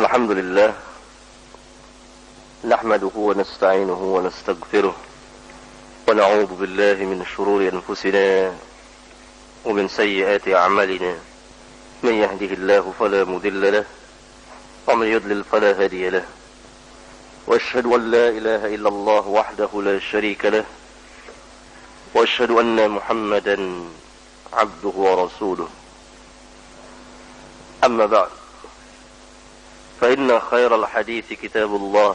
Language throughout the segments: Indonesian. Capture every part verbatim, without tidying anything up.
الحمد لله نحمده ونستعينه ونستغفره ونعوذ بالله من شرور أنفسنا ومن سيئات أعمالنا من يهده الله فلا مضل له ومن يضلل فلا هادي له وأشهد أن لا إله إلا الله وحده لا شريك له وأشهد أن محمدا عبده ورسوله أما بعد فإن خير الحديث كتاب الله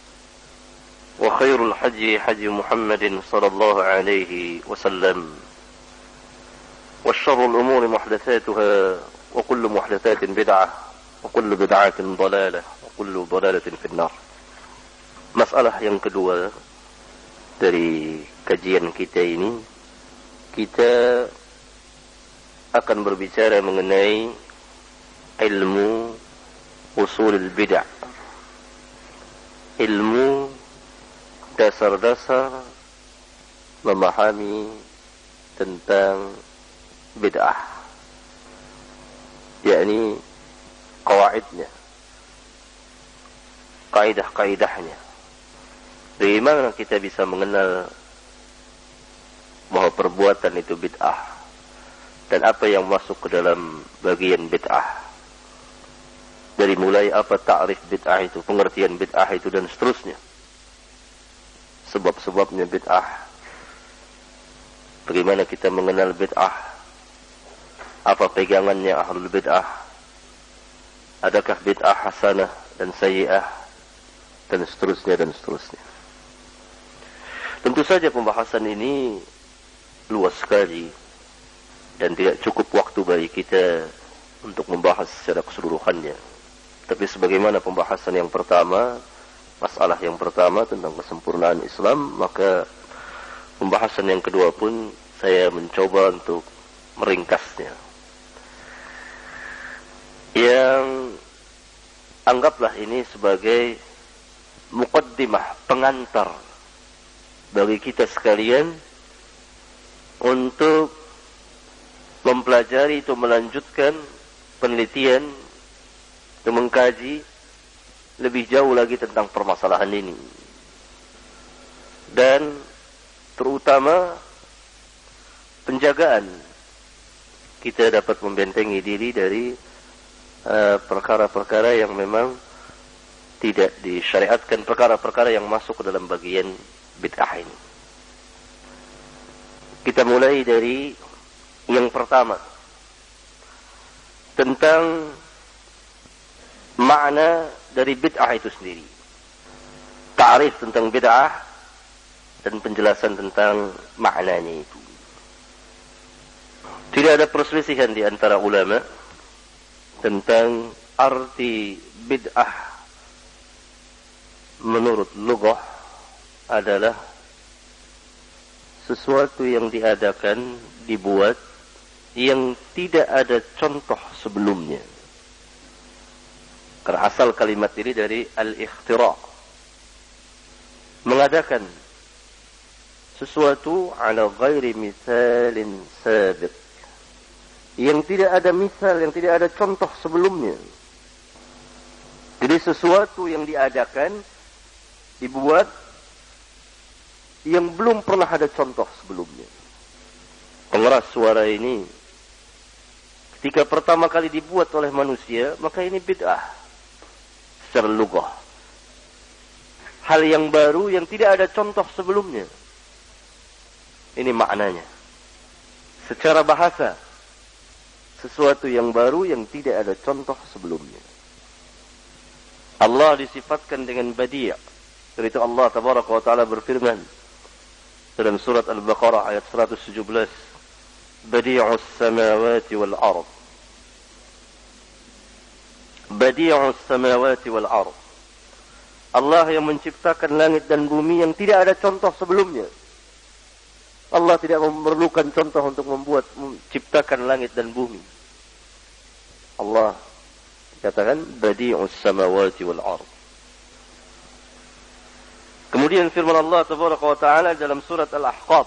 وخير الحج حج محمد صلى الله عليه وسلم والشر الأمور محدثاتها وكل محدثات بدعة وكل بدعة ضلالة وكل ضلالة في النار. Masalah yang kedua dari kajian kita ini, kita akan berbicara mengenai ilmu usul bid'ah, ilmu dasar-dasar memahami tentang bid'ah, yakni qawaidnya, kaidah-kaidahnya. Dari mana kita bisa mengenal bahwa perbuatan itu bid'ah dan apa yang masuk ke dalam bagian bid'ah? Dari mulai apa ta'rif bid'ah itu, pengertian bid'ah itu, dan seterusnya. Sebab-sebabnya bid'ah. Bagaimana kita mengenal bid'ah? Apa pegangannya ahlul bid'ah? Adakah bid'ah hasanah dan sayyi'ah? Dan seterusnya dan seterusnya. Tentu saja pembahasan ini luas sekali dan tidak cukup waktu bagi kita untuk membahas secara keseluruhannya. Tapi sebagaimana pembahasan yang pertama, masalah yang pertama tentang kesempurnaan Islam, maka pembahasan yang kedua pun saya mencoba untuk meringkasnya. Yang anggaplah ini sebagai muqaddimah, pengantar bagi kita sekalian untuk mempelajari atau melanjutkan penelitian dan mengkaji lebih jauh lagi tentang permasalahan ini, dan terutama penjagaan kita dapat membentengi diri dari uh, perkara-perkara yang memang tidak disyariatkan, perkara-perkara yang masuk ke dalam bagian bid'ah ini. Kita mulai dari yang pertama, tentang makna dari bid'ah itu sendiri. Ta'rif tentang bid'ah dan penjelasan tentang maknanya itu. Tidak ada perselisihan di antara ulama tentang arti bid'ah menurut lughah adalah sesuatu yang diadakan, dibuat, yang tidak ada contoh sebelumnya. Karena asal kalimat ini dari al-ikhtira', mengadakan sesuatu ala ghairi misalin sabiq, yang tidak ada misal, yang tidak ada contoh sebelumnya. Jadi sesuatu yang diadakan, dibuat, yang belum pernah ada contoh sebelumnya. Pengeras suara ini ketika pertama kali dibuat oleh manusia, maka ini bid'ah secara lughah. Hal yang baru yang tidak ada contoh sebelumnya. Ini maknanya. Secara bahasa, sesuatu yang baru yang tidak ada contoh sebelumnya. Allah disifatkan dengan badi'. Dari itu Allah tabaraka wa ta'ala berfirman dalam surat Al-Baqarah ayat seratus tujuh belas, Badi'us samawati wal ard. Badi'us samawati wal ard. Allah yang menciptakan langit dan bumi yang tidak ada contoh sebelumnya. Allah tidak memerlukan contoh untuk membuat, menciptakan langit dan bumi. Allah dikatakan Badi'us samawati wal ard. Kemudian firman Allah tabaraka wa ta'ala dalam surat Al-Ahqaf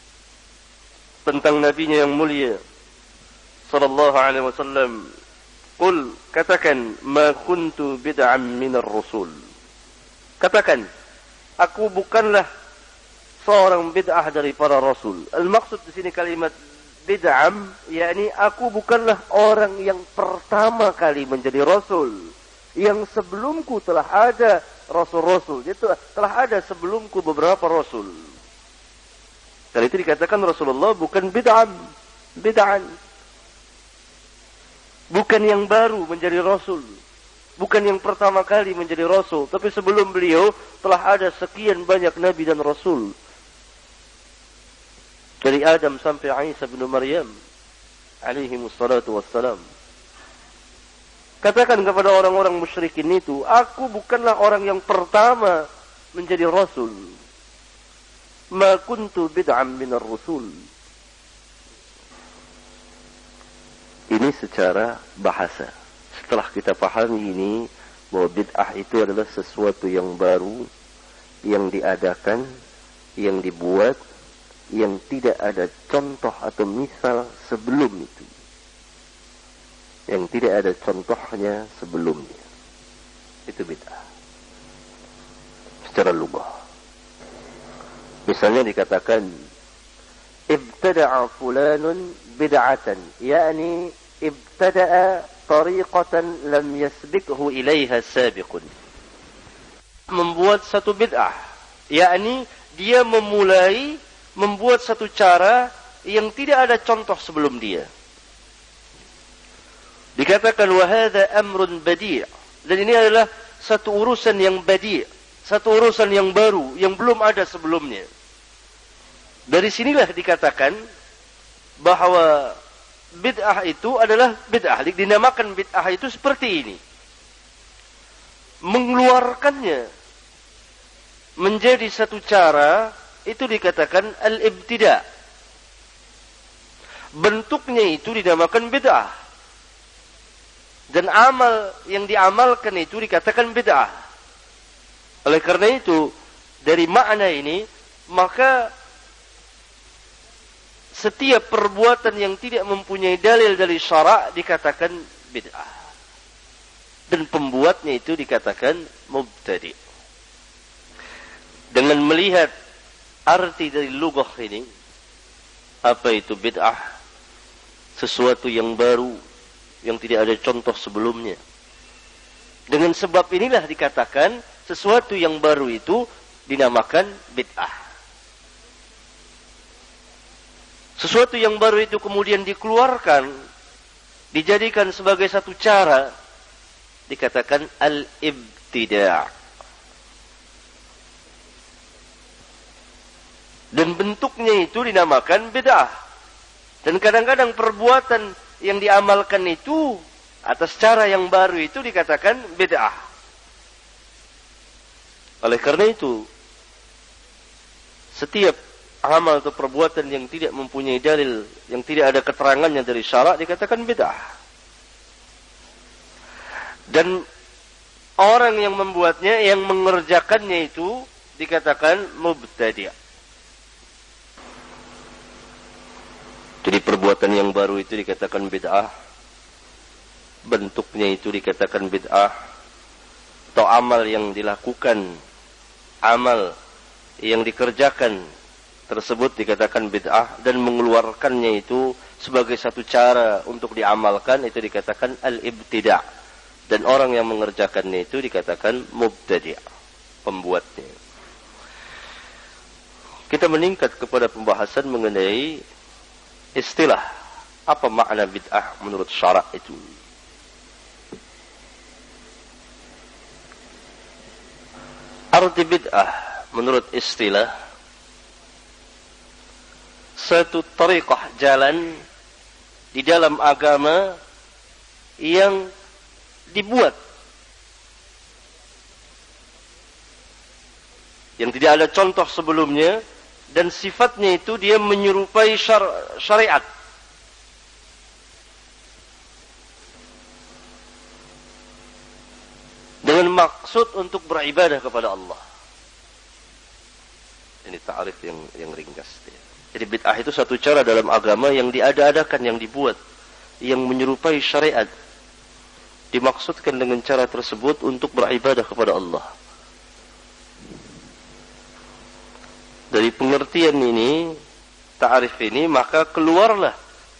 tentang nabinya yang mulia sallallahu alaihi wasallam Qul, katakan, ma kuntu bid'an minar rusul. Katakan, aku bukanlah seorang bid'ah dari para rasul. Al-maksud di sini kalimat bid'am, yakni aku bukanlah orang yang pertama kali menjadi rasul. Yang sebelumku telah ada rasul-rasul. Itu telah ada sebelumku beberapa rasul. Dan itu dikatakan Rasulullah bukan bid'am, bid'an. Bukan yang baru menjadi rasul. Bukan yang pertama kali menjadi rasul. Tapi sebelum beliau telah ada sekian banyak nabi dan rasul. Dari Adam sampai Isa bin Maryam alaihi wassalatu wassalam. Katakan kepada orang-orang musyrikin itu, aku bukanlah orang yang pertama menjadi rasul. Ma kuntu bid'an minar rusul. Ini secara bahasa. Setelah kita pahami ini, bahwa bid'ah itu adalah sesuatu yang baru, yang diadakan, yang dibuat, yang tidak ada contoh atau misal sebelum itu. Yang tidak ada contohnya sebelumnya. Itu bid'ah. Secara lugah. Misalnya dikatakan, ibtada'a fulanun bid'atan. yakni ibtada'a tariqatan lam yasbiqhu ilaiha sabiqun. Membuat satu bid'ah. yakni dia memulai membuat satu cara yang tidak ada contoh sebelum dia. Dikatakan wahada amrun badi'. Dan ini adalah satu urusan yang badi', satu urusan yang baru yang belum ada sebelumnya. Dari sinilah dikatakan bahwa bid'ah itu adalah bid'ah. Dinamakan bid'ah itu seperti ini. Mengeluarkannya menjadi satu cara itu dikatakan al-ibtida'. Bentuknya itu dinamakan bid'ah. Dan amal yang diamalkan itu dikatakan bid'ah. Oleh karena itu, dari makna ini, maka setiap perbuatan yang tidak mempunyai dalil dari syara' dikatakan bid'ah. Dan pembuatnya itu dikatakan mubtadi'. Dengan melihat arti dari lugah ini, apa itu bid'ah? Sesuatu yang baru, yang tidak ada contoh sebelumnya. Dengan sebab inilah dikatakan sesuatu yang baru itu dinamakan bid'ah. Sesuatu yang baru itu kemudian dikeluarkan, dijadikan sebagai satu cara, dikatakan al-ibtida'. Dan bentuknya itu dinamakan bid'ah. Dan kadang-kadang perbuatan yang diamalkan itu atas cara yang baru itu dikatakan bid'ah. Oleh karena itu, setiap amal atau perbuatan yang tidak mempunyai dalil, yang tidak ada keterangannya dari syara' dikatakan bid'ah. Dan orang yang membuatnya, yang mengerjakannya itu dikatakan mubtadi'. Jadi perbuatan yang baru itu dikatakan bid'ah. Bentuknya itu dikatakan bid'ah. Atau amal yang dilakukan, amal yang dikerjakan tersebut dikatakan bid'ah. Dan mengeluarkannya itu sebagai satu cara untuk diamalkan itu dikatakan al-ibtida'. Dan orang yang mengerjakannya itu dikatakan mubtadi', pembuatnya. Kita meningkat kepada pembahasan mengenai istilah. Apa makna bid'ah menurut syara' itu? Arti bid'ah menurut istilah, satu tariqah, jalan di dalam agama yang dibuat, yang tidak ada contoh sebelumnya, dan sifatnya itu dia menyerupai syar- syariat. Dengan maksud untuk beribadah kepada Allah. Ini ta'rif yang yang ringkas. Jadi bid'ah itu satu cara dalam agama yang diada-adakan, yang dibuat, yang menyerupai syariat. dimaksudkan dengan cara tersebut untuk beribadah kepada Allah. Dari pengertian ini, ta'rif ini, maka keluarlah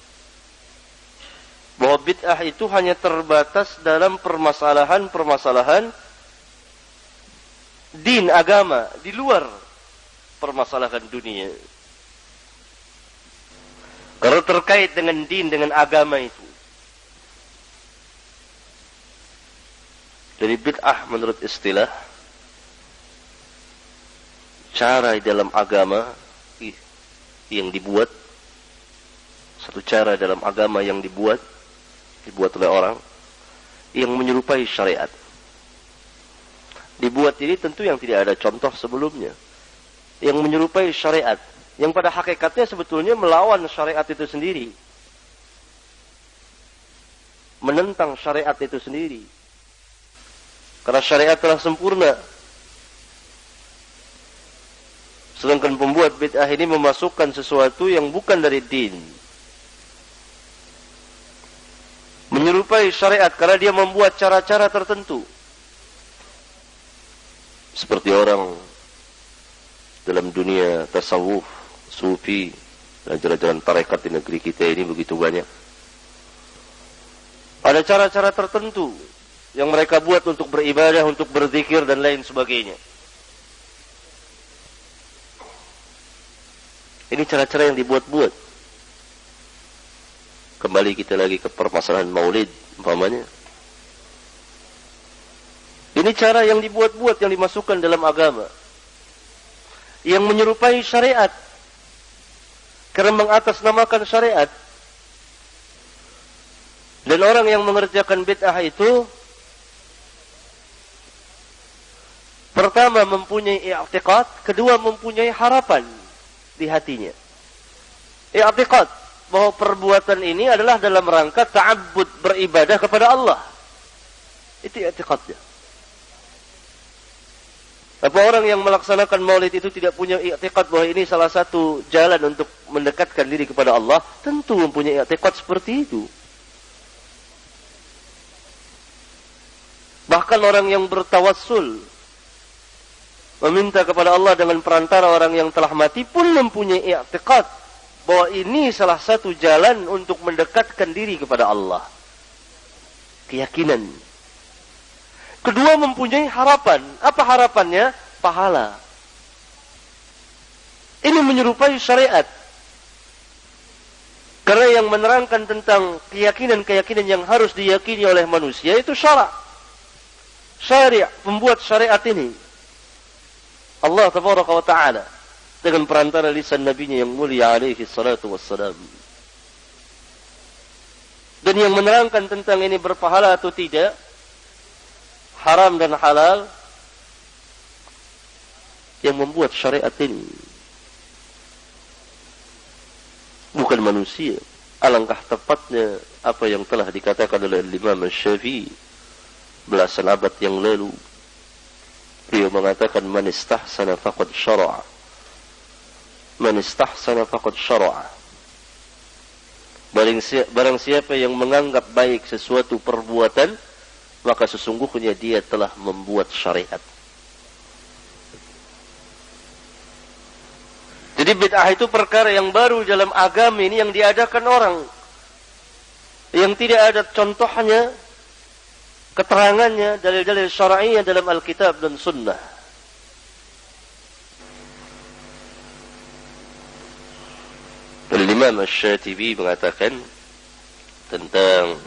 bahwa bid'ah itu hanya terbatas dalam permasalahan-permasalahan din, agama, di luar permasalahan dunia. Kalau terkait dengan din, dengan agama itu, dari bid'ah menurut istilah, cara dalam agama yang dibuat, satu cara dalam agama yang dibuat, dibuat oleh orang, yang menyerupai syariat. Dibuat ini tentu yang tidak ada contoh sebelumnya. Yang menyerupai syariat, yang pada hakikatnya sebetulnya melawan syariat itu sendiri. Menentang syariat itu sendiri. Karena syariat telah sempurna. Sedangkan pembuat bid'ah ini memasukkan sesuatu yang bukan dari din. Menyerupai syariat karena dia membuat cara-cara tertentu. Seperti orang dalam dunia tasawuf, sufi, dan jalan-jalan tarekat di negeri kita ini begitu banyak. Ada cara-cara tertentu yang mereka buat untuk beribadah, untuk berzikir, dan lain sebagainya. Ini cara-cara yang dibuat-buat. Kembali kita lagi ke permasalahan maulid, umpamanya. Ini cara yang dibuat-buat, yang dimasukkan dalam agama. Yang menyerupai syariat. Karena mengatasnamakan syariat. Dan orang yang mengerjakan bid'ah itu, pertama mempunyai i'tiqad, kedua mempunyai harapan di hatinya. I'tiqad bahwa perbuatan ini adalah dalam rangka ta'abbud, beribadah kepada Allah. Itu i'tiqadnya. Apa orang yang melaksanakan maulid itu tidak punya i'tiqad bahwa ini salah satu jalan untuk mendekatkan diri kepada Allah? Tentu mempunyai i'tiqad seperti itu. Bahkan orang yang bertawassul, meminta kepada Allah dengan perantara orang yang telah mati, pun mempunyai i'tiqad bahwa ini salah satu jalan untuk mendekatkan diri kepada Allah. Keyakinan. Kedua, mempunyai harapan. Apa harapannya? Pahala. Ini menyerupai syariat. Karena yang menerangkan tentang keyakinan-keyakinan yang harus diyakini oleh manusia itu syara'. Syari', pembuat syariat ini. Allah tabaraka wa ta'ala. Dengan perantara lisan nabinya yang mulia alaihi salatu wassalam. Dan yang menerangkan tentang ini berpahala atau tidak, haram dan halal, yang membuat syariat ini bukan manusia. Alangkah tepatnya apa yang telah dikatakan oleh Imam Syafi'i belasan abad yang lalu. Beliau mengatakan, man istahsana faqad syara'a, man istahsana faqad syara'a. Barang siapa yang menganggap baik sesuatu perbuatan, maka sesungguhnya dia telah membuat syariat. Jadi bid'ah itu perkara yang baru dalam agama ini, yang diadakan orang, yang tidak ada contohnya, keterangannya, dalil-dalil syar'iyah dalam Alkitab dan Sunnah. Imam Asy-Syatibi mengatakan tentang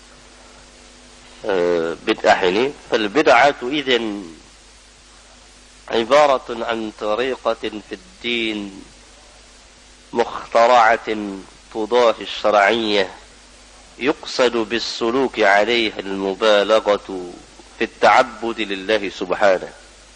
bid'ah ini, fal bid'atu idzan ibaratun an tariqatin fid din mukhtara'atin tudahi asy-syar'iyyah yuqsadu bis-suluki 'alayha al-mubalaghatu fi at-ta'abbud lillahi subhanahu.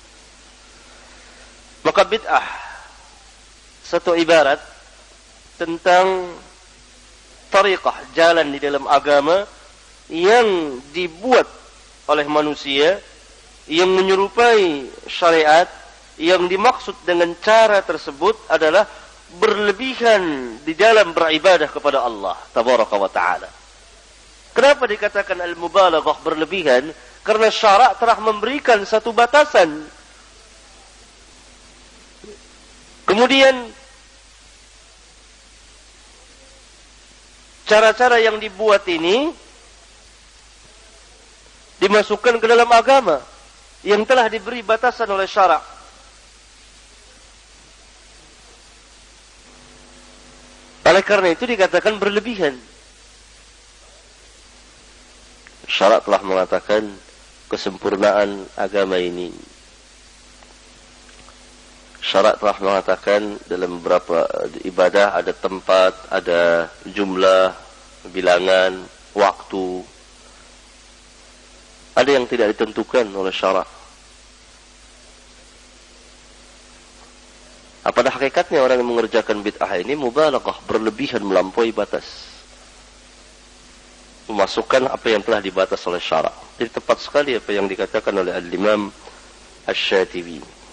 Maka bid'ah satu ibarat tentang tariqah, jalan di dalam agama yang dibuat oleh manusia, yang menyerupai syariat, yang dimaksud dengan cara tersebut adalah berlebihan di dalam beribadah kepada Allah tabaraka wa ta'ala. Kenapa dikatakan al-mubalaghah berlebihan? Karena syarak telah memberikan satu batasan. Kemudian cara-cara yang dibuat ini dimasukkan ke dalam agama yang telah diberi batasan oleh syarak. Oleh karena itu dikatakan berlebihan. Syarak telah mengatakan kesempurnaan agama ini. Syarak telah mengatakan dalam beberapa ibadah ada tempat, ada jumlah, bilangan, waktu. Ada yang tidak ditentukan oleh syarak. Pada hakikatnya orang yang mengerjakan bid'ah ini mubalaghah, berlebihan, melampaui batas. Memasukkan apa yang telah dibatas oleh syarak. Jadi tepat sekali apa yang dikatakan oleh Al-Imam Asy-Syatibi.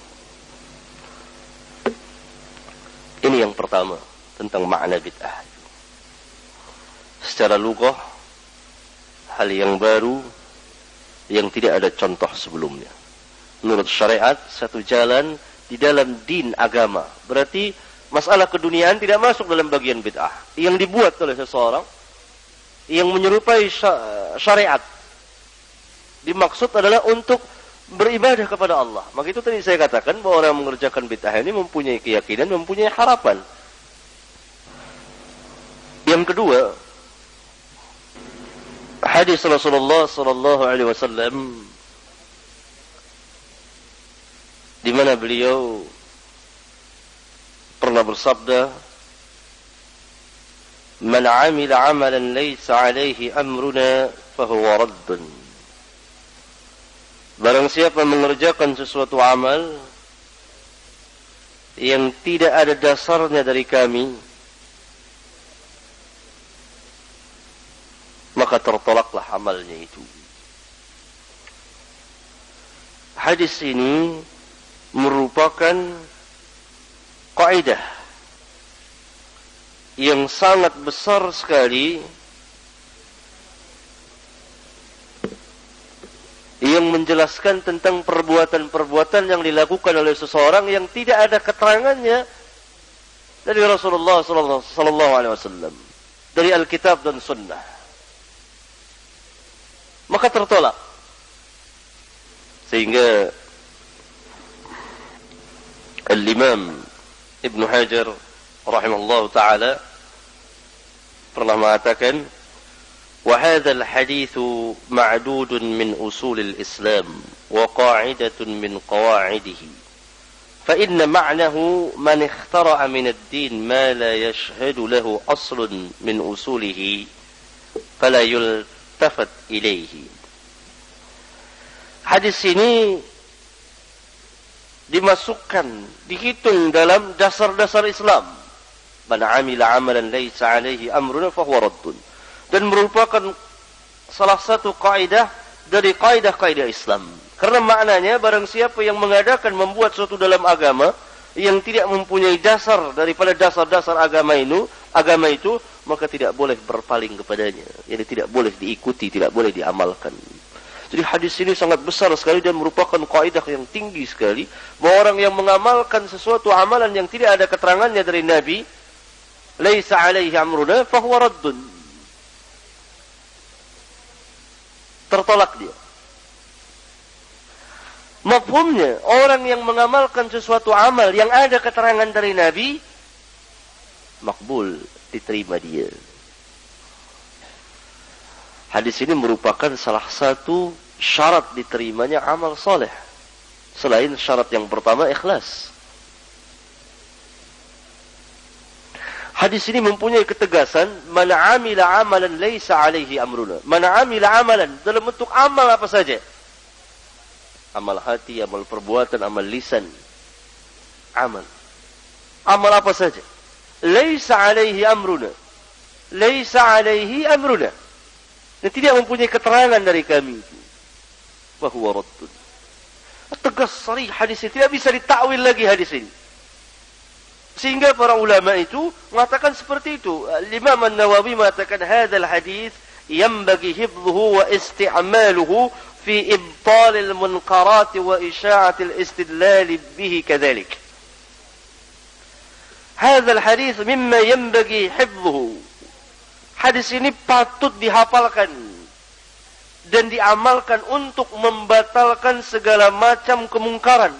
Ini yang pertama tentang makna bid'ah. Secara lughah, hal yang baru yang tidak ada contoh sebelumnya. Menurut syariat, satu jalan di dalam din agama. Berarti masalah keduniaan tidak masuk dalam bagian bid'ah. Yang dibuat oleh seseorang yang menyerupai syariat. Dimaksud adalah untuk beribadah kepada Allah. Maka itu tadi saya katakan bahwa orang yang mengerjakan bid'ah ini mempunyai keyakinan, mempunyai harapan. Yang kedua, hadis Rasulullah sallallahu alaihi wasallam di mana beliau pernah bersabda, "Man 'amila 'amalan laysa 'alaihi amruna fahuwa raddun." Barang siapa mengerjakan sesuatu amal yang tidak ada dasarnya dari kami, maka tertolaklah amalnya itu. Hadis ini merupakan kaidah yang sangat besar sekali yang menjelaskan tentang perbuatan-perbuatan yang dilakukan oleh seseorang yang tidak ada keterangannya dari Rasulullah sallallahu alaihi wasallam, dari Alkitab dan Sunnah. Maka tertolak. Sehingga Al-Imam Ibn Hajar rahimahullah ta'ala pernah mengatakan, وهذا الحديث معدود من أصول الإسلام وقاعدة من قواعده فإن معناه من اخترع من الدين ما لا يشهد له أصل من أصوله فلا يلتفت إليه. Hadis ini dimasukkan, dihitung dalam dasar-dasar Islam. Man 'amila 'amalan laysa 'alaihi amruna fahuwa raddun. Dan merupakan salah satu kaidah dari kaidah-kaidah Islam. Karena maknanya barang siapa yang mengadakan membuat sesuatu dalam agama yang tidak mempunyai dasar daripada dasar-dasar agama itu, agama itu, maka tidak boleh berpaling kepadanya. Jadi tidak boleh diikuti, tidak boleh diamalkan. Jadi hadis ini sangat besar sekali dan merupakan kaidah yang tinggi sekali bahwa orang yang mengamalkan sesuatu amalan yang tidak ada keterangannya dari Nabi, laisa 'alaihi amruna fahuwa raddun. Tertolak dia. Mafhumnya, orang yang mengamalkan sesuatu amal yang ada keterangan dari Nabi, makbul, diterima dia. Hadis ini merupakan salah satu syarat diterimanya amal soleh. Selain syarat yang pertama, ikhlas. Hadis ini mempunyai ketegasan, man 'amila 'amalan laisa 'alaihi amruna. Man 'amila 'amalan dalam bentuk amal apa saja. Amal hati, amal perbuatan, amal lisan. Amal. Amal apa saja. Laisa 'alaihi amruna. Laisa 'alaihi amruna. Dan tidak mempunyai keterangan dari kami itu. Fahuwa raddun. Tegas sharih hadis ini, tidak bisa ditakwil lagi hadis ini. Sehingga para ulama itu mengatakan seperti itu. Imam An-Nawawi mengatakan hadzal hadis yanbaghi hifdhuhu wa isti'maluhu fi ibtalil munkarat wa isya'atil istidlal bihi kadzalik. Hadzal hadis mimma yanbaghi hifdhuhu. Hadis ini patut dihafalkan dan diamalkan untuk membatalkan segala macam kemungkaran.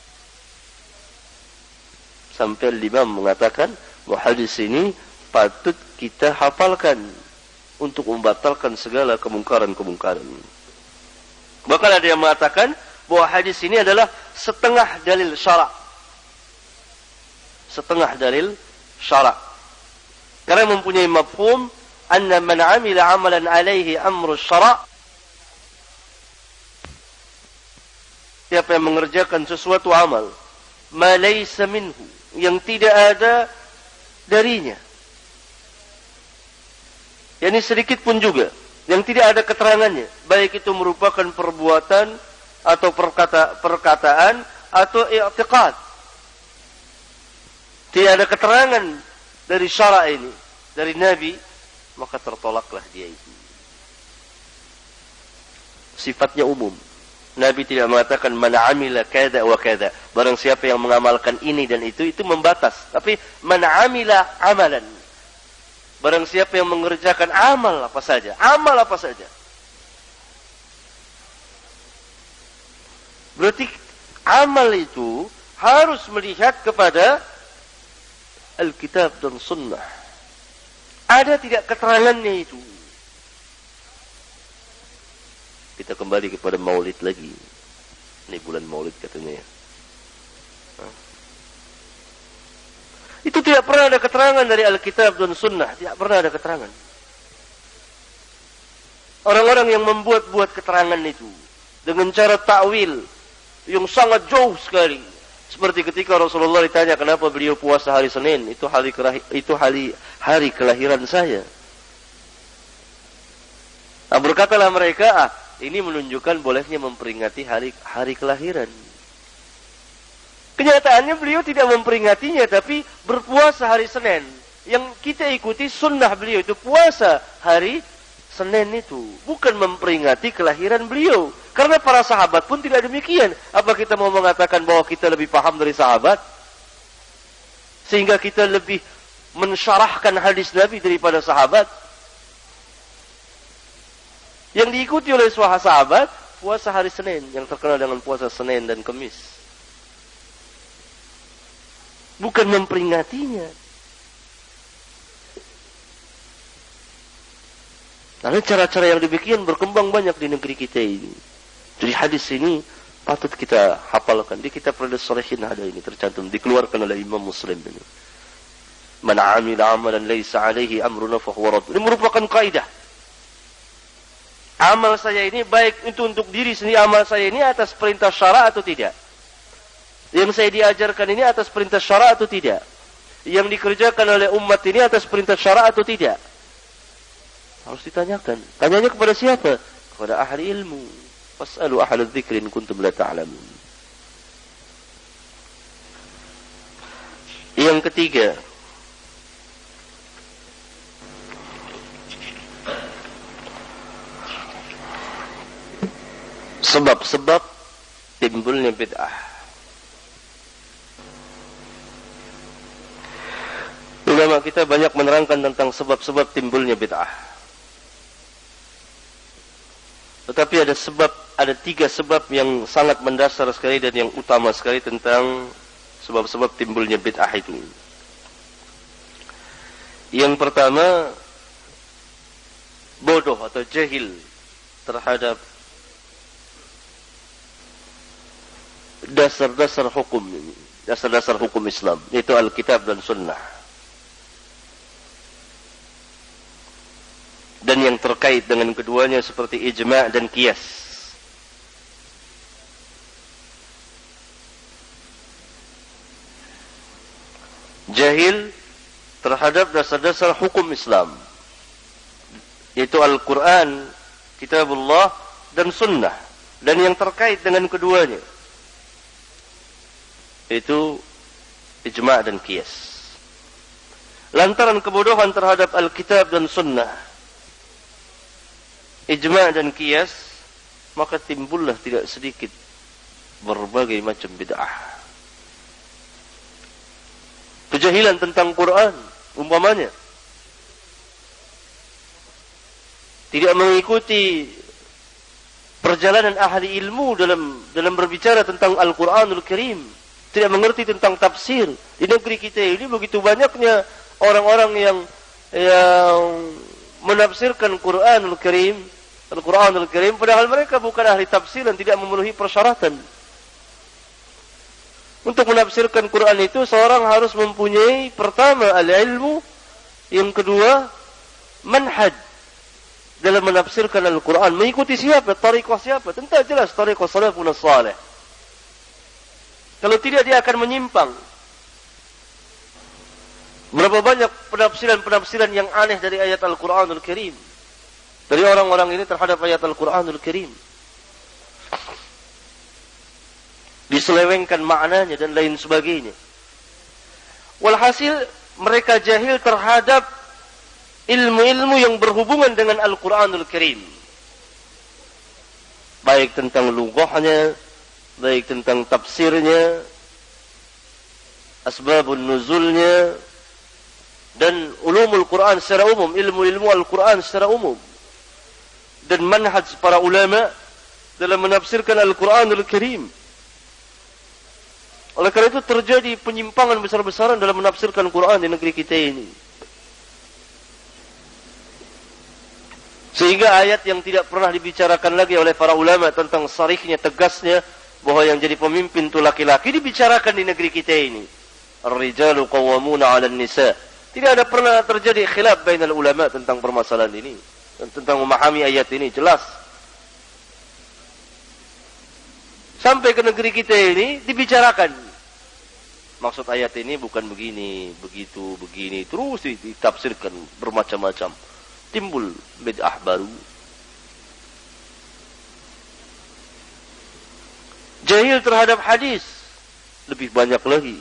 Sampai Imam mengatakan bahwa hadis ini patut kita hafalkan untuk membatalkan segala kemungkaran-kemungkaran. Bahkan ada yang mengatakan bahwa hadis ini adalah setengah dalil syara'. Setengah dalil syara'. Karena mempunyai mafhum anna man 'amila 'amalan 'alaihi amru syara', siapa yang mengerjakan sesuatu amal ma laysa minhu, yang tidak ada darinya, yakni sedikit pun juga yang tidak ada keterangannya, baik itu merupakan perbuatan atau perkata, perkataan atau i'tiqad, tidak ada keterangan dari syara' ini, dari Nabi, maka tertolaklah dia itu. Sifatnya umum. Nabi tidak mengatakan man amila kada wa kada. Barang siapa yang mengamalkan ini dan itu, itu membatas. Tapi man amila amalan. Barang siapa yang mengerjakan amal apa saja. Amal apa saja. Berarti amal itu harus melihat kepada Alkitab dan Sunnah. Ada tidak keterangannya itu? Kita kembali kepada maulid lagi. Ini bulan maulid katanya ya. Hah? Itu tidak pernah ada keterangan dari Alkitab dan Sunnah. Tidak pernah ada keterangan. Orang-orang yang membuat-buat keterangan itu dengan cara takwil yang sangat jauh sekali. Seperti ketika Rasulullah ditanya kenapa beliau puasa hari Senin, itu hari itu hari hari kelahiran saya. Nah, berkatalah mereka, ah, ini menunjukkan bolehnya memperingati hari hari kelahiran. Kenyataannya beliau tidak memperingatinya, tapi berpuasa hari Senin. Yang kita ikuti sunnah beliau itu puasa hari Senin itu, bukan memperingati kelahiran beliau. Karena para sahabat pun tidak demikian. Apa kita mau mengatakan bahwa kita lebih paham dari sahabat? Sehingga kita lebih mensyarahkan hadis Nabi daripada sahabat? Yang diikuti oleh sahabat, puasa hari Senin, yang terkenal dengan puasa Senin dan Kamis. Bukan memperingatinya. Karena cara-cara yang demikian berkembang banyak di negeri kita ini. Jadi hadis ini patut kita hafalkan. Di kitab Riyadhus Shalihin ada ini tercantum, dikeluarkan oleh Imam Muslim ini. Man 'amila 'amalan laisa 'alaihi amruna fa huwa radd. Ini merupakan kaidah. Amal saya ini baik itu untuk diri sendiri, amal saya ini atas perintah syara' atau tidak? Yang saya diajarkan ini atas perintah syara' atau tidak? Yang dikerjakan oleh umat ini atas perintah syara' atau tidak? Harus ditanyakan. Tanyanya kepada siapa? Kepada ahli ilmu. Fas'alu ahla dzikri in kuntum la ta'lamun. Yang ketiga, sebab-sebab timbulnya bid'ah. Ulama kita banyak menerangkan tentang sebab-sebab timbulnya bid'ah. Tetapi ada sebab, ada tiga sebab yang sangat mendasar sekali dan yang utama sekali tentang sebab-sebab timbulnya bid'ah itu. Yang pertama, bodoh atau jahil terhadap dasar-dasar hukum ini, dasar-dasar hukum Islam, yaitu Alkitab dan Sunnah. Dan yang terkait dengan keduanya seperti ijma' dan qiyas. Jahil terhadap dasar-dasar hukum Islam, yaitu Al-Quran, Kitabullah dan Sunnah. Dan yang terkait dengan keduanya, itu ijma' dan qiyas. Lantaran kebodohan terhadap Alkitab dan Sunnah, ijma' dan qiyas, maka timbullah tidak sedikit berbagai macam bid'ah. Kejahilan tentang Quran, umpamanya, tidak mengikuti perjalanan ahli ilmu dalam dalam berbicara tentang Al-Quranul Karim, tidak mengerti tentang tafsir. Di negeri kita ini begitu banyaknya orang-orang yang yang menafsirkan Quranul Karim, Al-Quranul Karim, padahal mereka bukan ahli tafsir dan tidak memenuhi persyaratan. Untuk menafsirkan Quran itu seorang harus mempunyai pertama al-ilmu, yang kedua manhaj dalam menafsirkan Al-Quran. Mengikuti siapa? Tariqah siapa? Tentu jelas tariqah salafun salih. Kalau tidak dia akan menyimpang. Berapa banyak penafsiran-penafsiran yang aneh dari ayat Al-Quranul Karim, dari orang-orang ini terhadap ayat Al-Quranul Karim. Diselewengkan maknanya dan lain sebagainya. Walhasil mereka jahil terhadap ilmu-ilmu yang berhubungan dengan Al-Quranul Karim. Baik tentang lughahnya, baik tentang tafsirnya, asbabun nuzulnya, dan ulumul Quran secara umum, ilmu-ilmu Al-Quran secara umum. Dan manhaj para ulama dalam menafsirkan Al-Quranul Karim. Oleh karena itu terjadi penyimpangan besar-besaran dalam menafsirkan Quran di negeri kita ini. Sehingga ayat yang tidak pernah dibicarakan lagi oleh para ulama tentang sarihnya, tegasnya, bahwa yang jadi pemimpin itu laki-laki, dibicarakan di negeri kita ini. Ar-rijalu qawwamuna 'alan nisa. Tidak ada pernah terjadi khilaf bainal ulama tentang permasalahan ini, dan tentang memahami ayat ini jelas. Sampai ke negeri kita ini dibicarakan. Maksud ayat ini bukan begini, begitu, begini, terus ditafsirkan bermacam-macam. Timbul bid'ah baru. Jahil terhadap hadis lebih banyak lagi.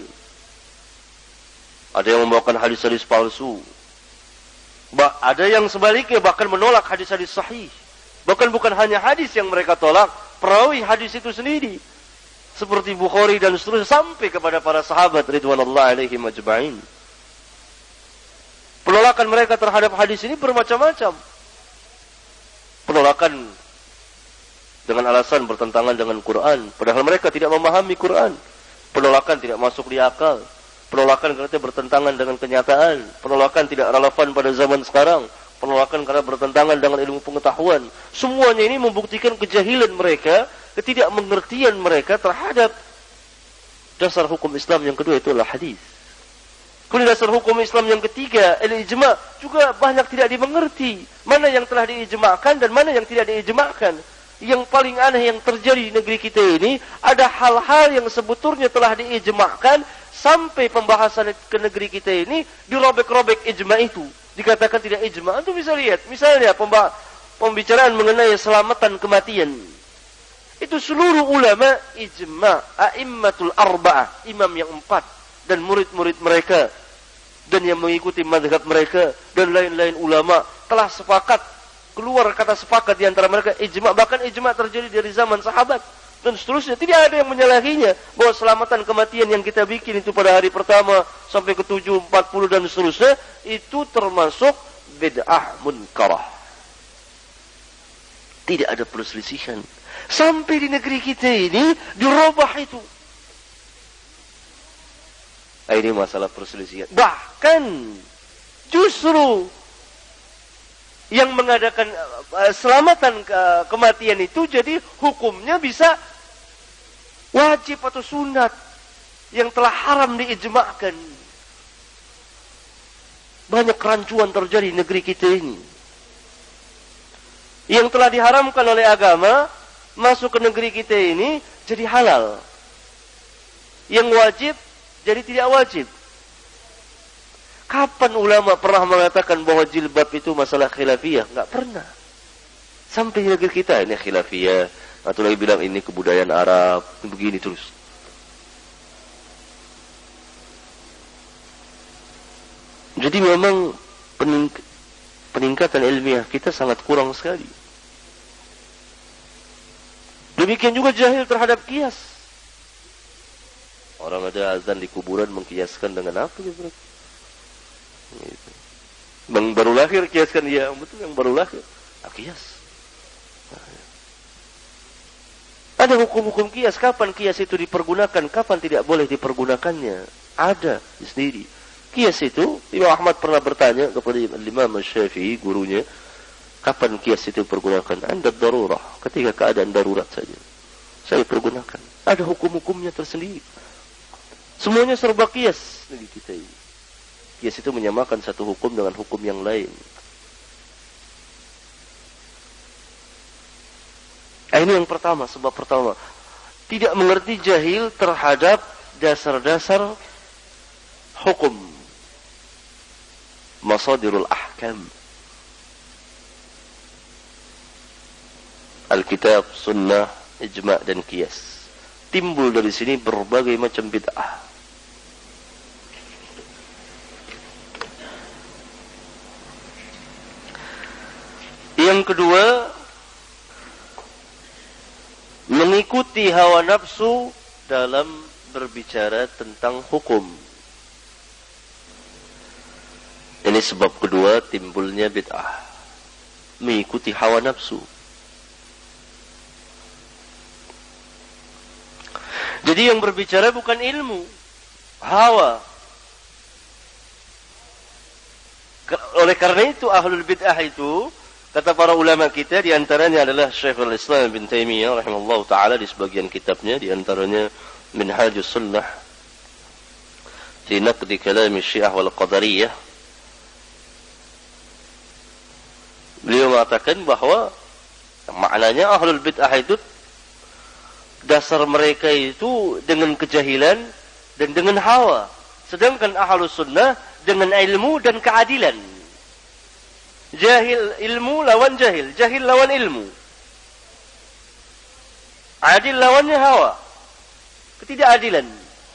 Ada yang membawakan hadis-hadis palsu. Ba- ada yang sebaliknya bahkan menolak hadis-hadis sahih. Bahkan bukan hanya hadis yang mereka tolak, perawi hadis itu sendiri. Seperti Bukhari dan seterusnya, sampai kepada para sahabat ridwanullah alaihim ajma'in. Penolakan mereka terhadap hadis ini bermacam-macam. Penolakan dengan alasan bertentangan dengan Quran, padahal mereka tidak memahami Quran. Penolakan tidak masuk di akal. Penolakan karena bertentangan dengan kenyataan. Penolakan tidak relevan pada zaman sekarang. Penolakan karena bertentangan dengan ilmu pengetahuan. Semuanya ini membuktikan kejahilan mereka, ketidakmengertian mereka terhadap dasar hukum Islam yang kedua, itu adalah hadis. Kemudian dasar hukum Islam yang ketiga, al-ijma', juga banyak tidak dimengerti. Mana yang telah diijma'kan dan mana yang tidak diijma'kan. Yang paling aneh yang terjadi di negeri kita ini, ada hal-hal yang sebetulnya telah diijma'kan, sampai pembahasan ke negeri kita ini dirobek-robek ijma' itu. Dikatakan tidak ijma'. Antum bisa lihat, misalnya pemba- pembicaraan mengenai selamatan kematian. Itu seluruh ulama ijma', a'immatul arba'ah, imam yang empat, dan murid-murid mereka, dan yang mengikuti mazhab mereka, dan lain-lain ulama telah sepakat, keluar kata sepakat di antara mereka, ijma'. Bahkan ijma' terjadi dari zaman sahabat, dan seterusnya. Tidak ada yang menyalahinya, bahwa selamatan kematian yang kita bikin itu pada hari pertama, sampai ke tujuh, empat puluh, dan seterusnya, itu termasuk bid'ah munkarah. Tidak ada perselisihan. Sampai di negeri kita ini dirubah itu. Ini masalah perselisihan. Bahkan justru yang mengadakan uh, selamatan ke, kematian itu jadi hukumnya bisa wajib atau sunat yang telah haram diijma'kan. Banyak kerancuan terjadi di negeri kita ini. Yang telah diharamkan oleh agama masuk ke negeri kita ini jadi halal. Yang wajib jadi tidak wajib. Kapan ulama pernah mengatakan bahwa jilbab itu masalah khilafiyah? Enggak pernah. Sampai negeri kita ini khilafiyah, atau lagi bilang ini kebudayaan Arab, begini terus. Jadi memang pening- peningkatan ilmiah kita sangat kurang sekali. Demikian juga jahil terhadap kias. Orang ada azan di kuburan mengkiaskan dengan apa gitu. Gitu. Bang baru lahir kiaskan dia, betul yang baru lahir. Ah, kias. Ada hukum-hukum kias. Kapan kias itu dipergunakan, kapan tidak boleh dipergunakannya. Ada sendiri. Kias itu, Imam Ahmad pernah bertanya kepada Imam Syafi'i, gurunya, kapan kias itu dipergunakan? Anda darurah, ketika keadaan darurat saja. Saya pergunakan. Ada hukum-hukumnya tersendiri. Semuanya serba kias negeri kita ini. Kias itu menyamakan satu hukum dengan hukum yang lain. Ini yang pertama, sebab pertama. Tidak mengerti jahil terhadap dasar-dasar hukum. Masadirul ahkam. Alkitab, sunnah, ijma' dan qiyas. Timbul dari sini berbagai macam bid'ah. Yang kedua, mengikuti hawa nafsu dalam berbicara tentang hukum. Ini sebab kedua timbulnya bid'ah. Mengikuti hawa nafsu. Jadi yang berbicara bukan ilmu, hawa. Oleh karena itu ahlul bid'ah itu, kata para ulama kita, di antaranya adalah Syekhul Islam bin Taimiyah rahimallahu taala di sebagian kitabnya, di antaranya Minhajus Sunnah fi naqdi kalam Syiah wal Qadariyah. Beliau mengatakan bahwa maknanya ahlul bid'ah itu dasar mereka itu dengan kejahilan dan dengan hawa, sedangkan ahlus sunnah dengan ilmu dan keadilan. Jahil ilmu lawan jahil, jahil lawan ilmu, adil lawannya hawa, ketidakadilan.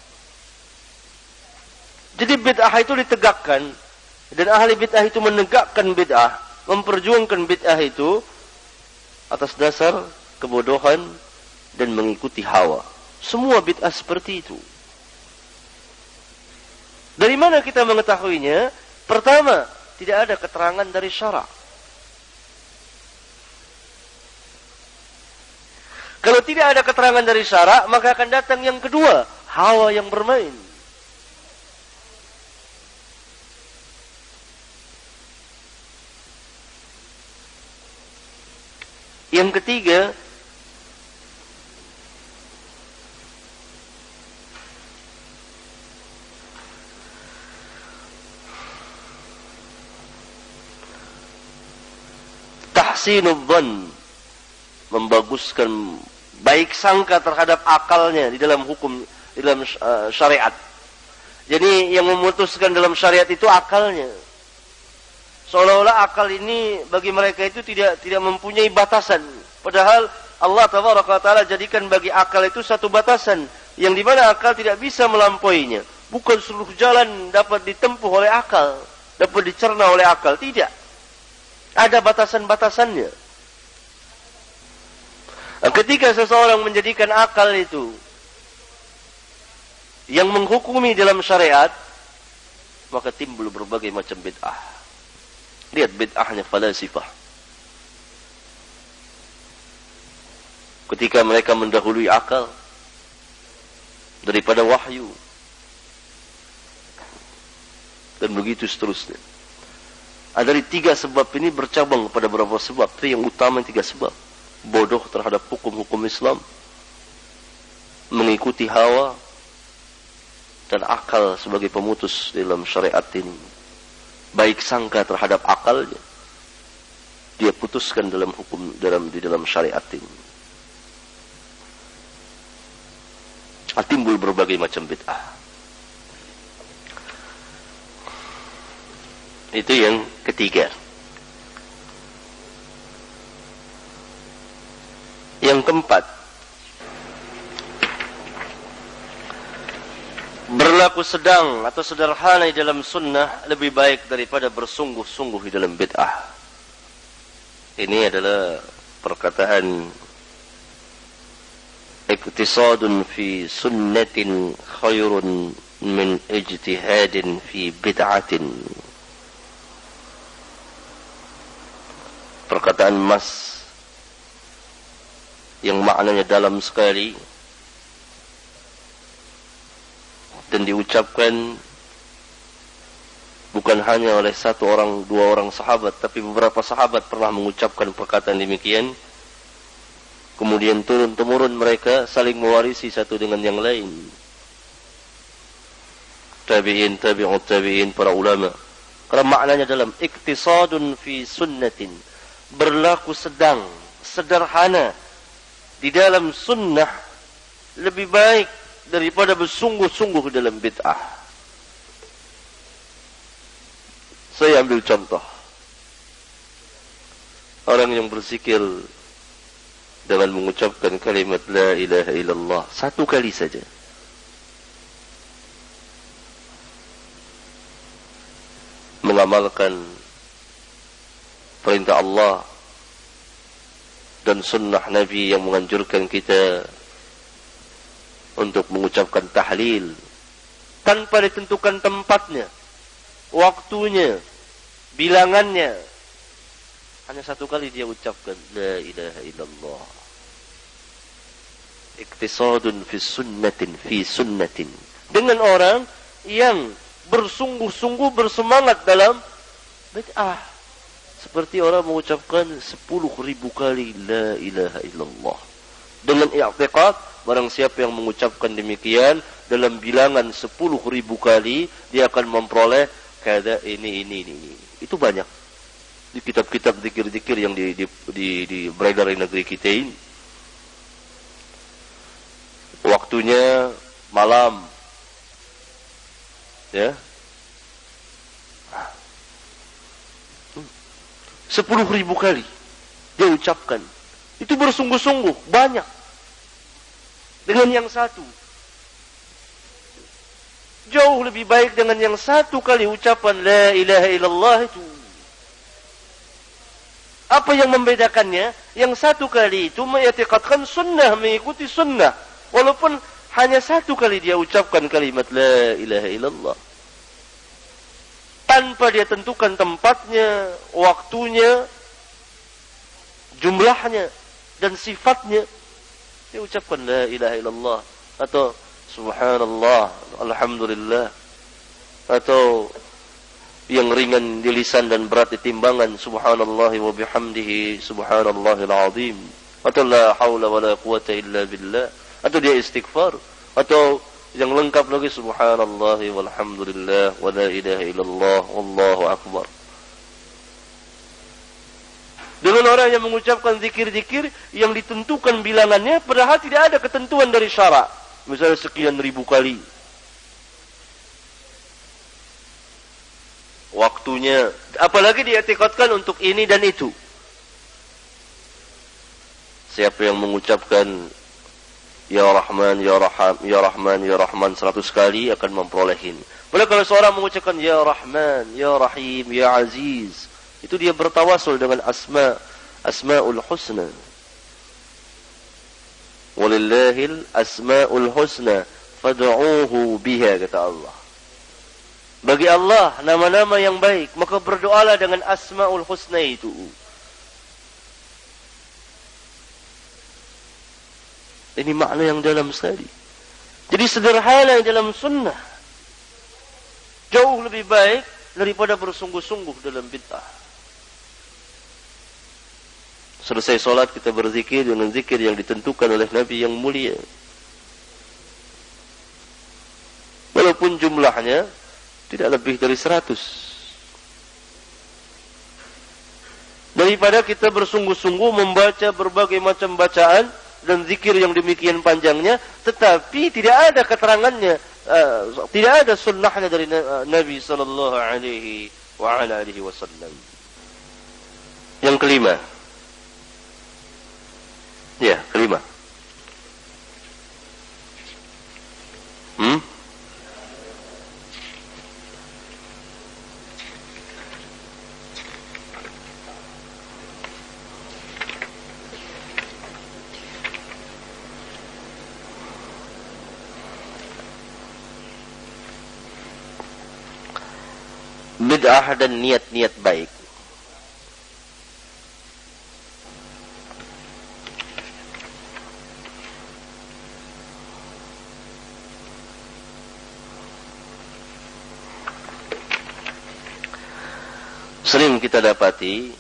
Jadi bid'ah itu ditegakkan, dan ahli bid'ah itu menegakkan bid'ah, memperjuangkan bid'ah itu atas dasar kebodohan dan mengikuti hawa. Semua bid'ah seperti itu. Dari mana kita mengetahuinya? Pertama, tidak ada keterangan dari syara'. Kalau tidak ada keterangan dari syara', maka akan datang yang kedua, hawa yang bermain. Yang ketiga, tahsinul dhann, membaguskan baik sangka terhadap akalnya di dalam hukum, di dalam uh, syariat. Jadi yang memutuskan dalam syariat itu akalnya. Seolah-olah akal ini bagi mereka itu tidak tidak mempunyai batasan. Padahal Allah Tabaraka wa Ta'ala jadikan bagi akal itu satu batasan, yang dimana akal tidak bisa melampauinya. Bukan seluruh jalan dapat ditempuh oleh akal, dapat dicerna oleh akal. Tidak. Ada batasan-batasannya. Ketika seseorang menjadikan akal itu yang menghukumi dalam syariat, maka timbul berbagai macam bid'ah. Lihat bid'ahnya falasifah. Ketika mereka mendahului akal daripada wahyu, dan begitu seterusnya. Ada dari tiga sebab ini bercabang kepada beberapa sebab. Itu yang utama, tiga sebab. Bodoh terhadap hukum-hukum Islam, mengikuti hawa, dan akal sebagai pemutus dalam syariat ini. Baik sangka terhadap akalnya, dia putuskan dalam hukum, dalam di dalam syariat ini. Timbul berbagai macam bid'ah. Itu yang ketiga. Yang keempat, berlaku sedang atau sederhana di dalam sunnah lebih baik daripada bersungguh-sungguh di dalam bid'ah. Ini adalah perkataan iktisadun fi sunnatin khairun min ijtihadin fi bid'atin. Perkataan Mas yang maknanya dalam sekali dan diucapkan bukan hanya oleh satu orang, dua orang sahabat, tapi beberapa sahabat pernah mengucapkan perkataan demikian. Kemudian turun-temurun mereka saling mewarisi satu dengan yang lain. Tabi'in, tabi'ut tabi'in, para ulama. Karena maknanya dalam iktisadun fi sunnatin, berlaku sedang, sederhana di dalam sunnah lebih baik daripada bersungguh-sungguh dalam bid'ah. Saya ambil contoh. Orang yang berzikir dengan mengucapkan kalimat la ilaha illallah satu kali saja, mengamalkan perintah Allah dan sunnah Nabi yang menganjurkan kita untuk mengucapkan tahlil tanpa ditentukan tempatnya, waktunya, bilangannya, hanya satu kali dia ucapkan la ilaha illallah. Iktisadun fi sunnatin fi sunnatin, dengan orang yang bersungguh-sungguh bersemangat dalam bid'ah, seperti orang mengucapkan sepuluh ribu kali la ilaha illallah dengan i'tiqad barang siapa yang mengucapkan demikian dalam bilangan sepuluh ribu kali dia akan memperoleh kada ini ini ini, ini. Itu banyak di kitab-kitab zikir-zikir yang di, di, di, di beredar di negeri kita ini. Waktunya malam, ya, sepuluh ribu kali dia ucapkan. Itu bersungguh-sungguh, banyak. Dengan yang satu, jauh lebih baik dengan yang satu kali ucapan la ilaha illallah itu. Apa yang membedakannya? Yang satu kali itu mengitikadkan sunnah, mengikuti sunnah, walaupun hanya satu kali dia ucapkan kalimat la ilaha illallah, tanpa dia tentukan tempatnya, waktunya, jumlahnya, dan sifatnya. Dia ucapkan la ilaha illallah, atau subhanallah, alhamdulillah, atau yang ringan di lisan dan berat di timbangan, subhanallah wa bihamdihi subhanallahil azim, atau la haula wa la quwata illa billah, atau dia istighfar, atau yang lengkap lagi subhanallah walhamdulillah wa la ilaha illallah wallahu akbar. Dengan orang yang mengucapkan zikir-zikir yang ditentukan bilangannya, padahal tidak ada ketentuan dari syarak, misalnya sekian ribu kali, waktunya, apalagi diiktikadkan untuk ini dan itu. Siapa yang mengucapkan ya Rahman, ya Rahman, ya Rahman, ya Rahman seratus kali akan memperoleh ini. Padahal kalau seorang mengucapkan ya Rahman, ya Rahim, ya Aziz, itu dia bertawasul dengan asma, asmaul husna. Walillahil asmaul husna fad'uuhu biha, kata Allah. Bagi Allah nama-nama yang baik, maka berdoalah dengan asmaul husna itu. Ini makna yang dalam sekali. Jadi sederhana yang dalam sunnah jauh lebih baik daripada bersungguh-sungguh dalam bid'ah. Selesai solat kita berzikir dengan zikir yang ditentukan oleh Nabi yang mulia, walaupun jumlahnya tidak lebih dari seratus. Daripada kita bersungguh-sungguh membaca berbagai macam bacaan dan zikir yang demikian panjangnya, tetapi tidak ada keterangannya, uh, tidak ada sunnahnya dari uh, Nabi sallallahu alaihi wa ala alihi wasallam. Yang kelima. Ya, kelima. Hmm? bid'ah dan niat-niat baik. Sering kita dapati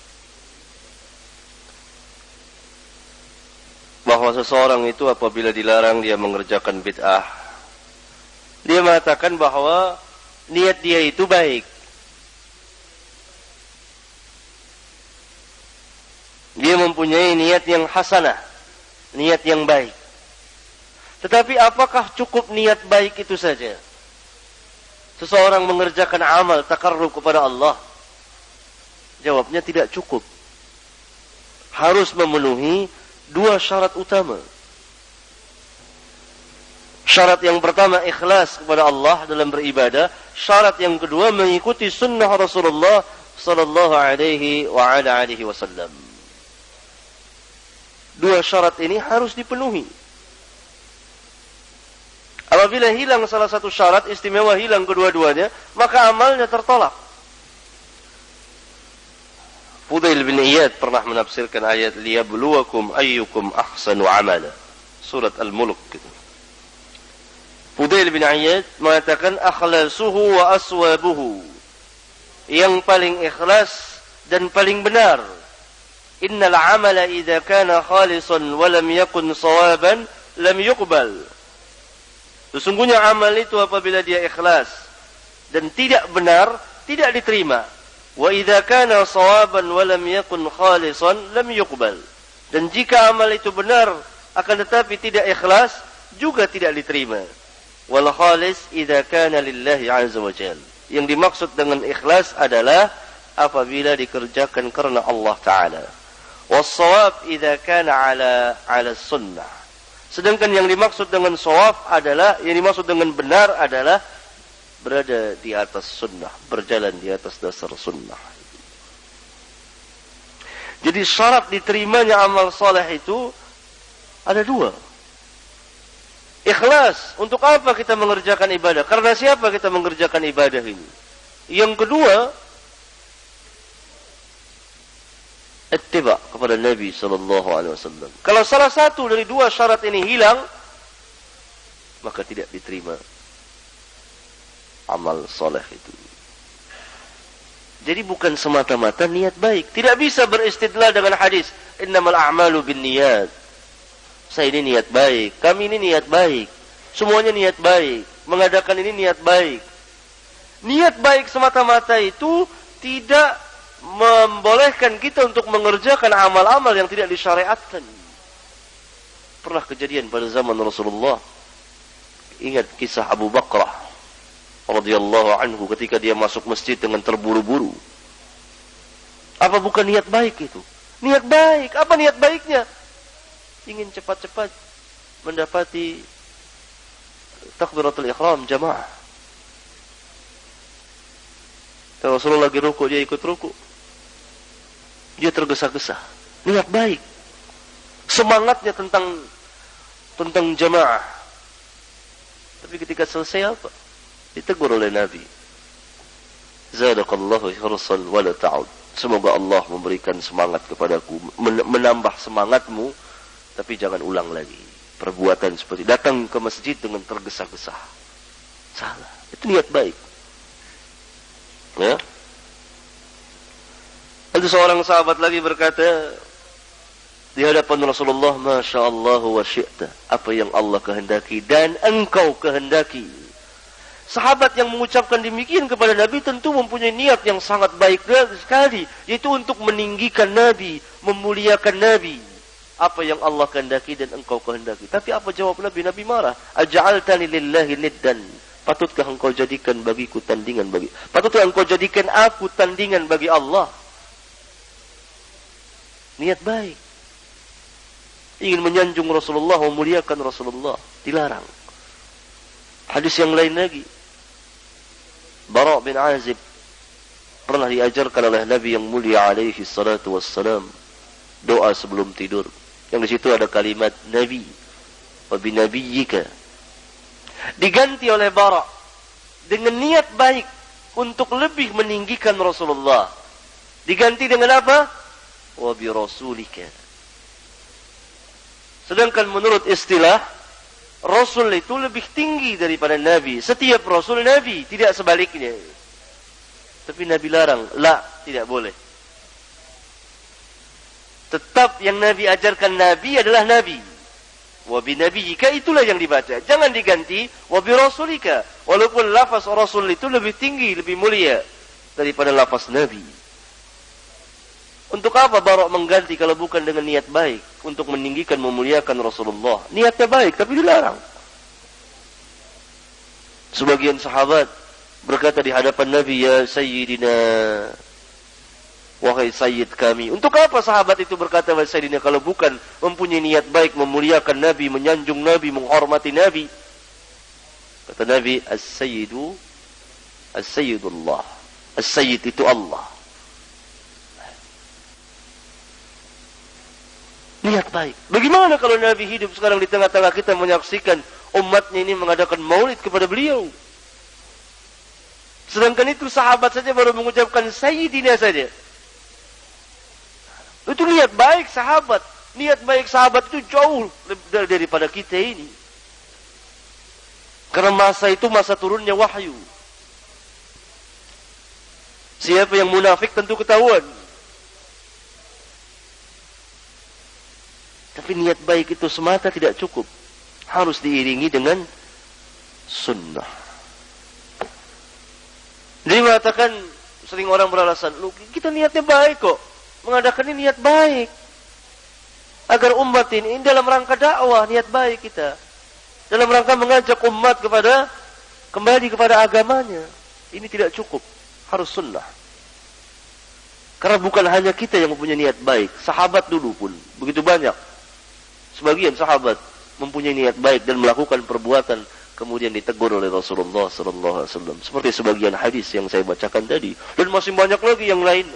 bahwa seseorang itu apabila dilarang dia mengerjakan bid'ah, dia mengatakan bahwa niat dia itu baik. Dia mempunyai niat yang hasanah, niat yang baik. Tetapi apakah cukup niat baik itu saja? Seseorang mengerjakan amal takarrub kepada Allah? Jawabnya tidak cukup. Harus memenuhi dua syarat utama. Syarat yang pertama ikhlas kepada Allah dalam beribadah. Syarat yang kedua mengikuti sunnah Rasulullah sallallahu alaihi wa ala alihi wasallam. Dua syarat ini harus dipenuhi. Apabila hilang salah satu syarat, istimewa hilang kedua-duanya, maka amalnya tertolak. Fudail bin Iyad pernah menafsirkan ayat liyabluwakum ayyukum ahsanu amala, surat Al-Mulk gitu. Fudail bin Iyad mengatakan akhlasuhu wa aswabuhu, yang paling ikhlas dan paling benar. Innal amala idza kana khalisan wa lam yakun sawaban lam yuqbal. Sesungguhnya amal itu apabila dia ikhlas dan tidak benar, tidak diterima. Wa idza kana sawaban wa lam yakun khalisan lam yuqbal. Dan jika amal itu benar akan tetapi tidak ikhlas, juga tidak diterima. Wal khalis idza kana lillahi azza wa jalla. Yang dimaksud dengan ikhlas adalah apabila dikerjakan karena Allah taala. Was shawab idza kana ala ala sunnah. Sedangkan yang dimaksud dengan shawab adalah, yang dimaksud dengan benar adalah berada di atas sunnah, berjalan di atas dasar sunnah. Jadi syarat diterimanya amal saleh itu ada dua. Ikhlas. Untuk apa kita mengerjakan ibadah? Karena siapa kita mengerjakan ibadah ini? Yang kedua, ittiba kepada Nabi sallallahu alaihi wasallam. Kalau salah satu dari dua syarat ini hilang, maka tidak diterima amal soleh itu. Jadi bukan semata-mata niat baik. Tidak bisa beristidlal dengan hadis innamal a'malu binniyat. Saya ini niat baik, kami ini niat baik, semuanya niat baik, mengadakan ini niat baik. Niat baik semata-mata itu tidak membolehkan kita untuk mengerjakan amal-amal yang tidak disyariatkan. Pernah kejadian pada zaman Rasulullah. Ingat kisah Abu Bakrah radhiyallahu anhu ketika dia masuk masjid dengan terburu-buru. Apa bukan niat baik itu? Niat baik. Apa niat baiknya? Ingin cepat-cepat mendapati takbiratul ihram jamaah. Kalau Rasulullah lagi ruku, dia ikut ruku. Dia tergesa-gesa. Niat baik. Semangatnya tentang tentang jamaah. Tapi ketika selesai apa? Ditegur oleh Nabi. Zadaqallahu hirsan wa la ta'ud. Semoga Allah memberikan semangat kepadaku, menambah semangatmu, tapi jangan ulang lagi perbuatan seperti datang ke masjid dengan tergesa-gesa. Salah. Itu niat baik. Ya. Ada seorang sahabat lagi berkata di hadapan Rasulullah, Masya Allah wa syi'ta, apa yang Allah kehendaki dan engkau kehendaki. Sahabat yang mengucapkan demikian kepada Nabi tentu mempunyai niat yang sangat baik sekali, yaitu untuk meninggikan Nabi, memuliakan Nabi. Apa yang Allah kehendaki dan engkau kehendaki. Tapi apa jawab Nabi? Nabi marah. Aja'altani lillahi niddan. Patutkah engkau jadikan bagiku tandingan bagi Patutkah engkau jadikan aku tandingan bagi Allah? Niat baik. Ingin menyanjung Rasulullah, memuliakan Rasulullah, dilarang. Hadis yang lain lagi, Bara' bin Azib pernah diajarkan oleh Nabi yang mulia alaihi salatu wassalam doa sebelum tidur. Yang di situ ada kalimat Nabi wa binabiyyika. Diganti oleh Bara' dengan niat baik. untuk lebih meninggikan Rasulullah. Diganti dengan apa? Wa bi rasulika. Sedangkan menurut istilah, Rasul itu lebih tinggi daripada Nabi. Setiap Rasul Nabi, tidak sebaliknya. Tapi Nabi larang, la, tidak boleh. Tetap yang Nabi ajarkan Nabi adalah Nabi. Wa bi nabiyyika, itulah yang dibaca. Jangan diganti wa bi rasulika. Walaupun lafaz Rasul itu lebih tinggi, lebih mulia daripada lafaz Nabi. Untuk apa Barok mengganti kalau bukan dengan niat baik? Untuk meninggikan, memuliakan Rasulullah. Niatnya baik, tapi dilarang. Sebagian sahabat berkata di hadapan Nabi, ya Sayyidina, wahai Sayyid kami. Untuk apa sahabat itu berkata, wahai Sayyidina, kalau bukan mempunyai niat baik, memuliakan Nabi, menyanjung Nabi, menghormati Nabi. Kata Nabi, As-Sayyidu, As-Sayyidullah. As-Sayyid itu Allah. Niat baik. Bagaimana kalau Nabi hidup sekarang di tengah-tengah kita, menyaksikan umatnya ini mengadakan maulid kepada beliau? Sedangkan itu sahabat saja baru mengucapkan Sayyidina saja. Itu niat baik sahabat. Niat baik sahabat itu jauh lebih daripada kita ini. Karena masa itu masa turunnya wahyu. Siapa yang munafik tentu ketahuan. Tapi niat baik itu semata tidak cukup. Harus diiringi dengan sunnah. Jadi mengatakan, sering orang beralasan, lu kita niatnya baik kok. Mengadakan ini niat baik. Agar umat ini, ini dalam rangka dakwah, niat baik kita. Dalam rangka mengajak umat kepada, kembali kepada agamanya. Ini tidak cukup. Harus sunnah. Karena bukan hanya kita yang mempunyai niat baik. Sahabat dulu pun, begitu banyak. Sebagian sahabat mempunyai niat baik dan melakukan perbuatan kemudian ditegur oleh Rasulullah sallallahu alaihi wasallam. Seperti sebagian hadis yang saya bacakan tadi, dan masih banyak lagi yang lainnya.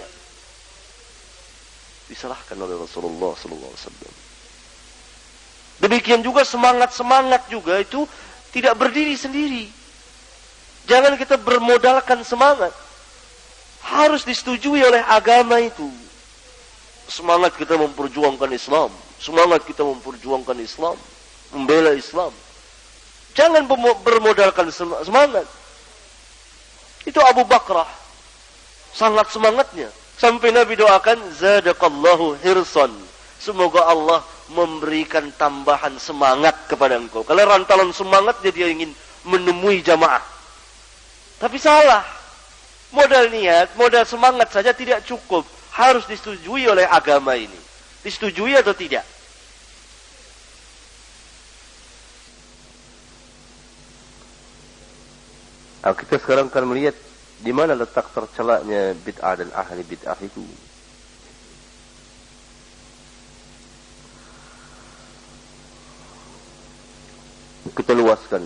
Disalahkan oleh Rasulullah sallallahu alaihi wasallam. Demikian juga semangat-semangat juga itu tidak berdiri sendiri. Jangan kita bermodalkan semangat. Harus disetujui oleh agama itu. Semangat kita memperjuangkan Islam. Semangat kita memperjuangkan Islam, membela Islam. Jangan bermodalkan semangat. Itu Abu Bakrah. Sangat semangatnya. Sampai Nabi doakan, Zadaqallahu hirsan. Semoga Allah memberikan tambahan semangat kepada engkau. Kalau rantalan semangatnya dia ingin menemui jamaah. Tapi salah. Modal niat, modal semangat saja tidak cukup. Harus disetujui oleh agama ini. Disetujui atau tidak? Nah, kita sekarang akan melihat di mana letak tercelaknya bid'ah dan ahli bid'ah itu. Kita luaskan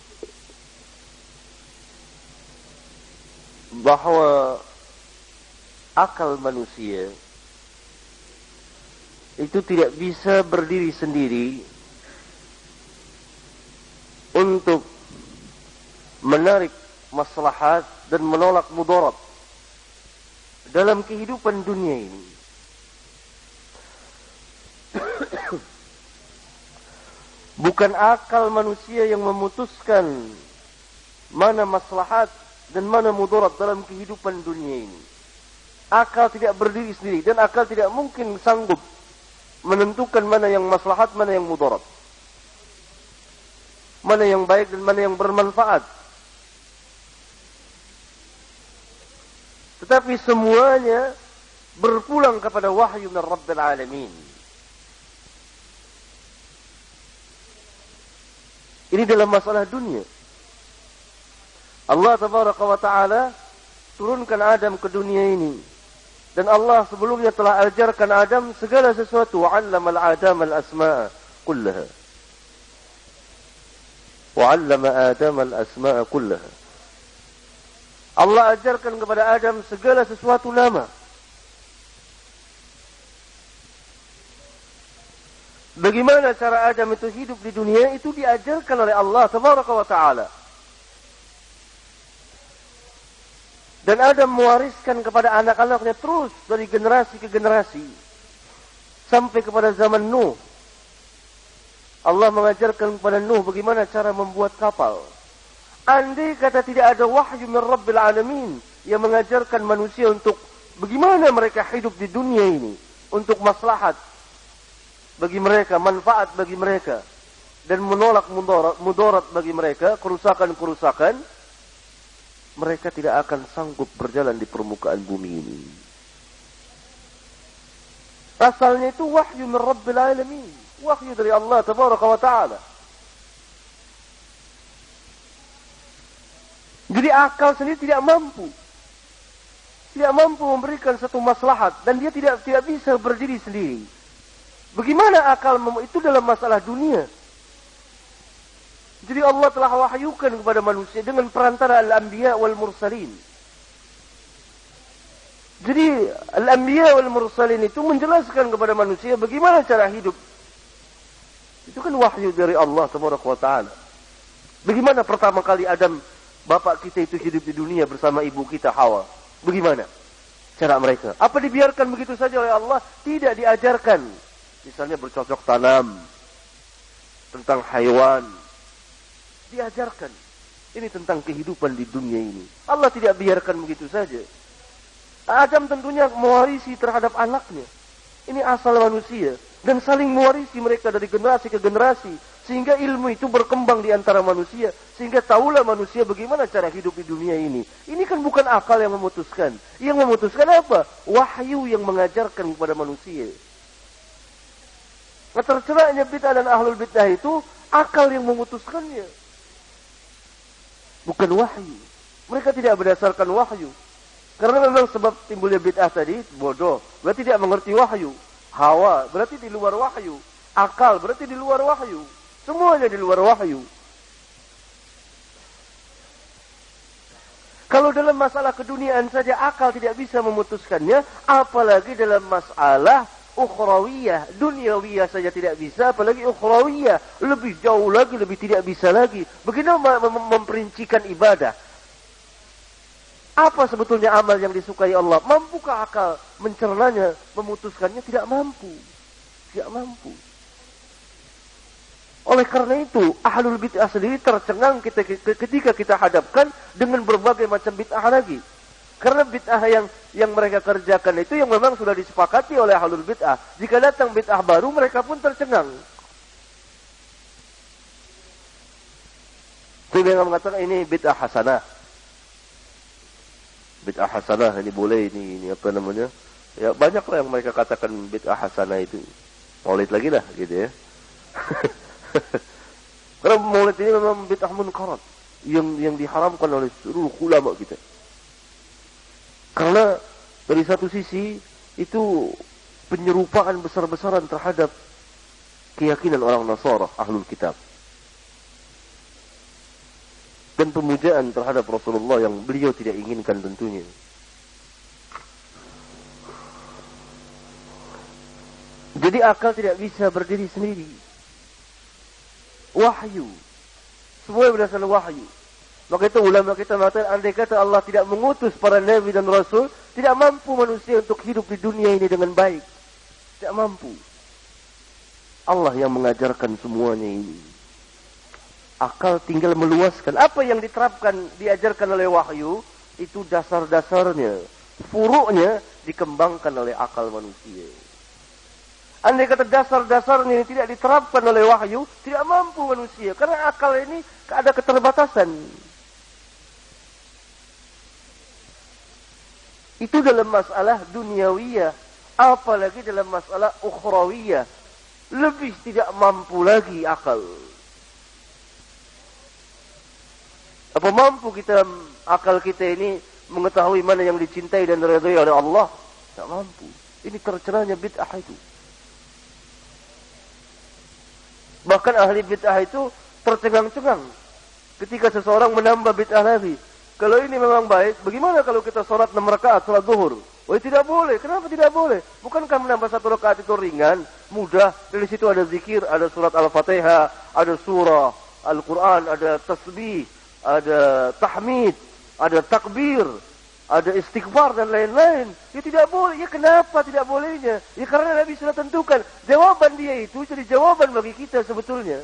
bahwa akal manusia itu tidak bisa berdiri sendiri untuk menarik maslahat dan menolak mudarat dalam kehidupan dunia ini. Bukan akal manusia yang memutuskan mana maslahat dan mana mudarat dalam kehidupan dunia ini. Akal tidak berdiri sendiri dan akal tidak mungkin sanggup menentukan mana yang maslahat, mana yang mudarat. Mana yang baik dan mana yang bermanfaat. Tetapi semuanya berpulang kepada wahyu min Rabbil Alamin. Ini dalam masalah dunia. Allah Tabaraka wa Ta'ala turunkan Adam ke dunia ini. Dan Allah sebelumnya telah ajarkan Adam segala sesuatu. Wa'allamal Adam al-asma'a kullaha. Wa'allama Adam al-asma'a kullaha. Allah ajarkan kepada Adam segala sesuatu nama. Bagaimana cara Adam itu hidup di dunia, itu diajarkan oleh Allah Tabaraka wa Ta'ala. Dan Adam mewariskan kepada anak-anaknya terus dari generasi ke generasi. Sampai kepada zaman Nuh. Allah mengajarkan kepada Nuh bagaimana cara membuat kapal. Andai kata tidak ada wahyu min Rabbil Alamin yang mengajarkan manusia untuk bagaimana mereka hidup di dunia ini. Untuk maslahat bagi mereka, manfaat bagi mereka. Dan menolak mudarat, mudarat bagi mereka, kerusakan-kerusakan. Mereka tidak akan sanggup berjalan di permukaan bumi ini. Asalnya itu wahyu min Rabbil Alamin. Wahyu dari Allah Tabaraka wa Ta'ala. Jadi akal sendiri tidak mampu. Tidak mampu memberikan satu maslahat. Dan dia tidak tidak bisa berdiri sendiri. Bagaimana akal mem- itu dalam masalah dunia. Jadi Allah telah wahyukan kepada manusia dengan perantara al-anbiya wal mursalin. Jadi al-anbiya wal mursalin itu menjelaskan kepada manusia bagaimana cara hidup. Itu kan wahyu dari Allah Tabaraka wa Ta'ala. Bagaimana pertama kali Adam, bapak kita itu hidup di dunia bersama ibu kita Hawa. Bagaimana cara mereka? Apa dibiarkan begitu saja oleh Allah? Tidak, diajarkan. Misalnya bercocok tanam. Tentang haiwan. Diajarkan. Ini tentang kehidupan di dunia ini. Allah tidak biarkan begitu saja. Adam tentunya mewarisi terhadap anaknya. Ini asal manusia. Dan saling mewarisi mereka dari generasi ke generasi. Sehingga ilmu itu berkembang di antara manusia. Sehingga tahulah manusia bagaimana cara hidup di dunia ini. Ini kan bukan akal yang memutuskan. Yang memutuskan apa? Wahyu yang mengajarkan kepada manusia. Nah, tercerahnya bid'ah dan ahlul bid'ah itu akal yang memutuskannya. Bukan wahyu. Mereka tidak berdasarkan wahyu. Karena memang sebab timbulnya bid'ah tadi bodoh. Berarti tidak mengerti wahyu. Hawa berarti di luar wahyu. Akal berarti di luar wahyu. Semuanya di luar wahyu. Kalau dalam masalah keduniaan saja akal tidak bisa memutuskannya, apalagi dalam masalah ukhrawiyah, dunyawiyah saja tidak bisa, apalagi ukhrawiyah, lebih jauh lagi, lebih tidak bisa lagi. Bagaimana mem- memperincikan ibadah? Apa sebetulnya amal yang disukai Allah? Mampukah akal mencernanya, memutuskannya? Tidak mampu. Tidak mampu. Oleh karena itu, ahlul bid'ah sendiri tercengang kita, ketika kita hadapkan dengan berbagai macam bid'ah lagi. Karena bid'ah yang yang mereka kerjakan itu yang memang sudah disepakati oleh ahlul bid'ah. Jika datang bid'ah baru, mereka pun tercengang. Itu yang mengatakan ini bid'ah hasanah. Bid'ah hasanah ini boleh, ini, ini apa namanya? Ya banyaklah yang mereka katakan bid'ah hasanah itu. Maulid lagi lah gitu ya. Karena maulid ini memang bid'ah munkarat yang yang diharamkan oleh seluruh ulama kita. Karena dari satu sisi itu penyerupaan besar-besaran terhadap keyakinan orang Nasara, ahlul kitab. Dan pemujaan terhadap Rasulullah yang beliau tidak inginkan tentunya. Jadi akal tidak bisa berdiri sendiri. Wahyu. Semua berdasarkan wahyu. Maka itu ulama kita mengatakan, andai kata Allah tidak mengutus para nabi dan rasul, tidak mampu manusia untuk hidup di dunia ini dengan baik. Tidak mampu. Allah yang mengajarkan semuanya ini. Akal tinggal meluaskan. Apa yang diterapkan, diajarkan oleh wahyu, itu dasar-dasarnya. Furuknya dikembangkan oleh akal manusia. Andai kata dasar-dasarnya ini tidak diterapkan oleh wahyu, tidak mampu manusia. Karena akal ini ada keterbatasan. Itu dalam masalah duniawiyah. Apalagi dalam masalah ukhrawiyah. Lebih tidak mampu lagi akal. Apa mampu kita, akal kita ini mengetahui mana yang dicintai dan diridhai oleh Allah? Tak mampu. Ini tercerahnya bid'ah itu. Bahkan ahli bid'ah itu tercengang-cengang ketika seseorang menambah bid'ah lagi. Kalau ini memang baik, bagaimana kalau kita sholat enam rakaat, sholat zuhur? Oh, tidak boleh. Kenapa tidak boleh? Bukankah menambah satu rakaat itu ringan, mudah? Dari situ ada zikir, ada surat Al-Fatihah, ada surah Al-Quran, ada tasbih, ada tahmid, ada takbir, ada istighfar dan lain-lain. Ya tidak boleh. Ya kenapa tidak bolehnya? Ya karena Nabi sudah tentukan. Jawaban dia itu jadi jawaban bagi kita sebetulnya.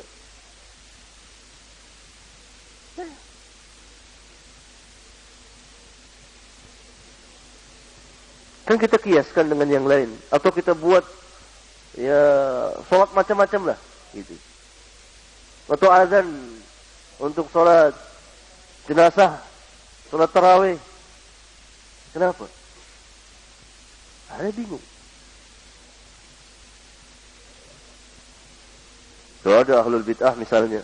Kan kita kiaskan dengan yang lain. Atau kita buat ya sholat macam-macam lah. Gitu. Atau azan untuk sholat jenazah, sholat tarawih. Kenapa? Ada bingung. Kalau ada ahlul bid'ah misalnya,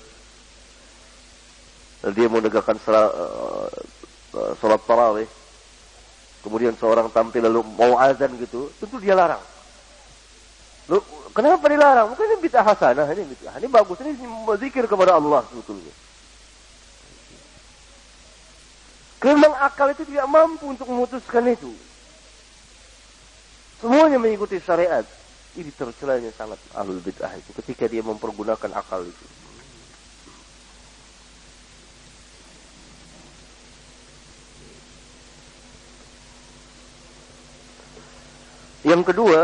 dia mau menegakkan sholat tarawih, kemudian seorang tampil lalu mau azan gitu, tentu dia larang. Loh, kenapa dilarang? Mungkin ini bid'ah hasanah, ini bid'ah, ini bagus, ini zikir kepada Allah sebetulnya. Memang akal itu tidak mampu untuk memutuskan itu. Semuanya mengikuti syariat. Ini tercelanya sangat ahlul bid'ah itu ketika dia mempergunakan akal itu. Yang kedua,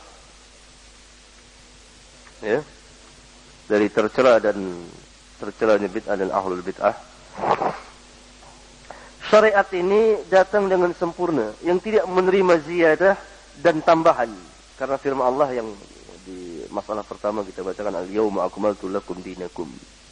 ya, dari tercela dan tercelanya bid'ah dan ahlul bid'ah, syariat ini datang dengan sempurna, yang tidak menerima ziyadah dan tambahan. Karena firman Allah yang di masalah pertama kita bacakan, al-yawma akmaltu lakum dinakum.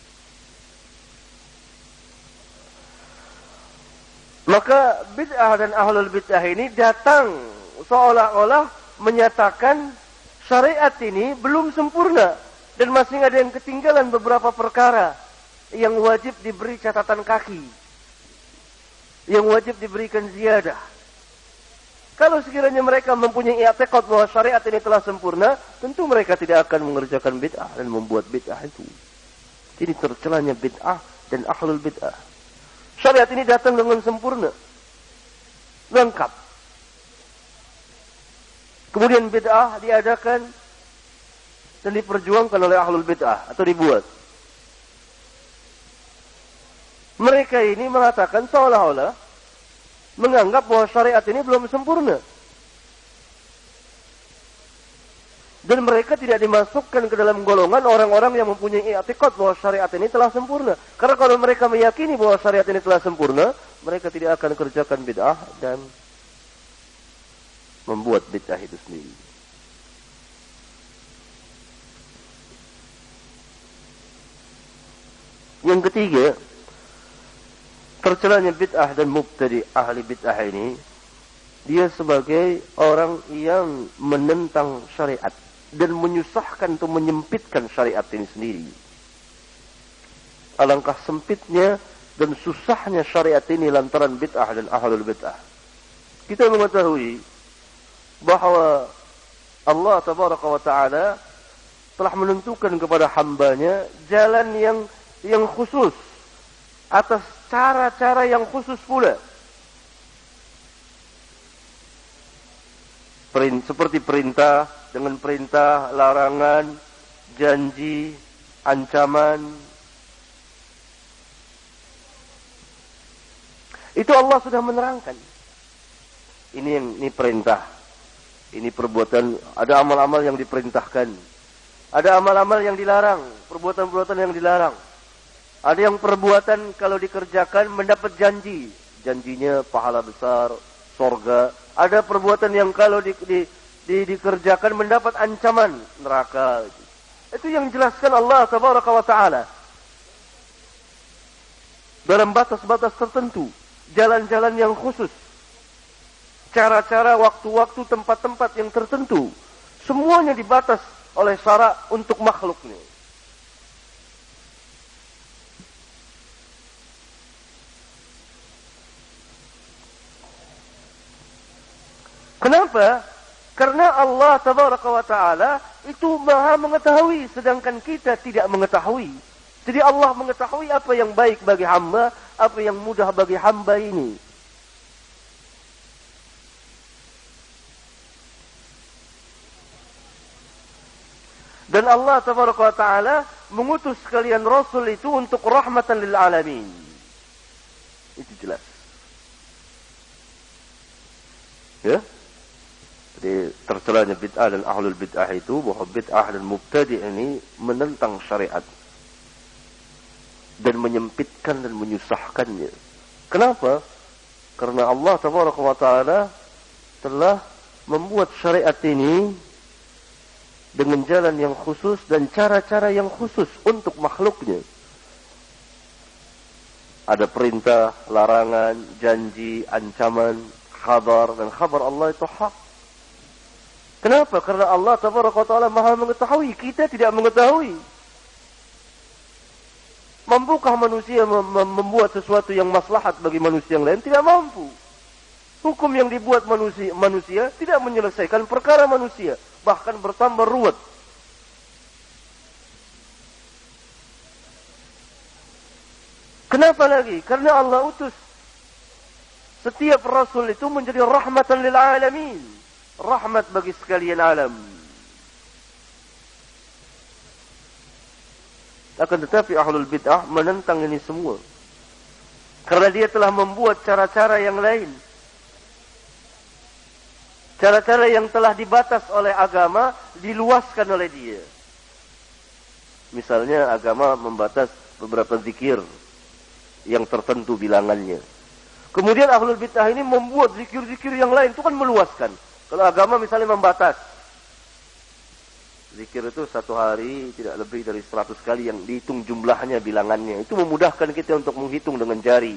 Maka bid'ah dan ahlul bid'ah ini datang seolah-olah menyatakan syariat ini belum sempurna dan masih ada yang ketinggalan beberapa perkara yang wajib diberi catatan kaki, yang wajib diberikan ziyadah. Kalau sekiranya mereka mempunyai i'tiqad bahwa syariat ini telah sempurna, tentu mereka tidak akan mengerjakan bid'ah dan membuat bid'ah itu. Ini tercelanya bid'ah dan ahlul bid'ah. Syariat ini datang dengan sempurna, lengkap. Kemudian bid'ah diadakan dan diperjuangkan oleh ahlul bid'ah atau dibuat. Mereka ini mengatakan seolah-olah menganggap bahwa syariat ini belum sempurna. Dan mereka tidak dimasukkan ke dalam golongan orang-orang yang mempunyai i'tiqad bahwa syariat ini telah sempurna. Karena kalau mereka meyakini bahwa syariat ini telah sempurna, mereka tidak akan kerjakan bid'ah dan membuat bid'ah itu sendiri. Yang ketiga, tercelanya bid'ah dan mubtadi' ahli bid'ah ini, dia sebagai orang yang menentang syariat dan menyusahkan atau menyempitkan syariat ini sendiri. Alangkah sempitnya dan susahnya syariat ini lantaran bid'ah dan ahlul bid'ah. Kita mengetahui bahawa Allah tabaraka wa ta'ala telah menentukan kepada hambanya jalan yang yang khusus atas cara-cara yang khusus pula. Seperti perintah dengan perintah, larangan, janji, ancaman. Itu Allah sudah menerangkan. Ini yang ini perintah. Ini perbuatan, ada amal-amal yang diperintahkan. Ada amal-amal yang dilarang, perbuatan-perbuatan yang dilarang. Ada yang perbuatan kalau dikerjakan mendapat janji. Janjinya pahala besar, sorga. Ada perbuatan yang kalau di, di, di, dikerjakan mendapat ancaman, neraka. Itu yang jelaskan Allah tabaraka wa ta'ala. Dalam batas-batas tertentu. Jalan-jalan yang khusus. Cara-cara, waktu-waktu, tempat-tempat yang tertentu. Semuanya dibatas oleh syarak untuk makhluknya. Kenapa? Karena Allah tabaraka wa ta'ala itu maha mengetahui, sedangkan kita tidak mengetahui. Jadi Allah mengetahui apa yang baik bagi hamba, apa yang mudah bagi hamba ini. Dan Allah tabaraka wa ta'ala mengutus sekalian Rasul itu untuk rahmatan lil alamin. Itu jelas. Ya. Jadi tercelanya bid'ah dan ahlul bid'ah itu bahwa bid'ah dan mubtadi' ini menentang syariat dan menyempitkan dan menyusahkannya. Kenapa? Karena Allah Tabaraka wa Ta'ala telah membuat syariat ini dengan jalan yang khusus dan cara-cara yang khusus untuk makhluknya. Ada perintah, larangan, janji, ancaman, khabar, dan khabar Allah itu hak. Kenapa? Karena Allah Tabaraka wa Ta'ala Maha mengetahui, kita tidak mengetahui. Mampukah manusia mem membuat sesuatu yang maslahat bagi manusia yang lain? Tidak mampu. Hukum yang dibuat manusia, manusia tidak menyelesaikan perkara manusia, bahkan bertambah ruwet. Kenapa lagi? Karena Allah utus setiap rasul itu menjadi rahmatan lil alamin, rahmat bagi sekalian alam. Akan tetapi ahlul bid'ah menentang ini semua, karena dia telah membuat cara-cara yang lain, cara-cara yang telah dibatas oleh agama diluaskan oleh dia. Misalnya agama membatas beberapa zikir yang tertentu bilangannya. Kemudian ahlul bid'ah ini membuat zikir-zikir yang lain, itu kan meluaskan. Kalau agama misalnya membatas, zikir itu satu hari tidak lebih dari seratus kali yang dihitung jumlahnya, bilangannya. Itu memudahkan kita untuk menghitung dengan jari.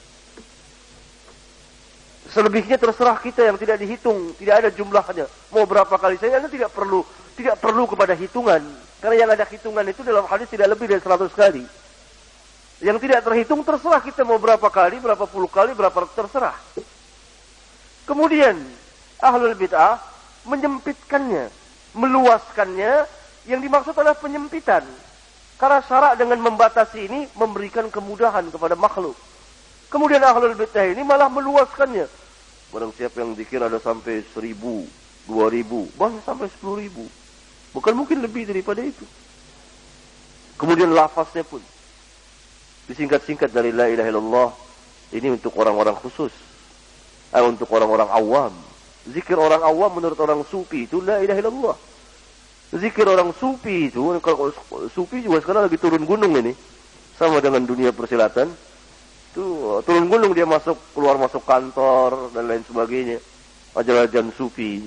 Selebihnya terserah kita yang tidak dihitung, tidak ada jumlahnya. Mau berapa kali saja, Anda tidak perlu tidak perlu kepada hitungan. Karena yang ada hitungan itu dalam hadis tidak lebih dari seratus kali. Yang tidak terhitung terserah kita mau berapa kali, berapa puluh kali, berapa terserah. Kemudian ahlul bid'ah menyempitkannya, meluaskannya, yang dimaksud adalah penyempitan. Karena syarak dengan membatasi ini memberikan kemudahan kepada makhluk. Kemudian ahlul bid'ah ini malah meluaskannya. Barang siapa yang zikir ada sampai seribu, dua ribu, bahkan sampai sepuluh ribu. Bukan mungkin lebih daripada itu. Kemudian lafaznya pun disingkat-singkat dari la ilaha illallah. Ini untuk orang-orang khusus, eh, untuk orang-orang awam. Zikir orang awam menurut orang sufi itu la ilaha illallah. Zikir orang sufi itu, kalau sufi juga sekarang lagi turun gunung ini, sama dengan dunia persilatan. Itu turun gunung, dia masuk keluar masuk kantor dan lain sebagainya. Ajaran sufi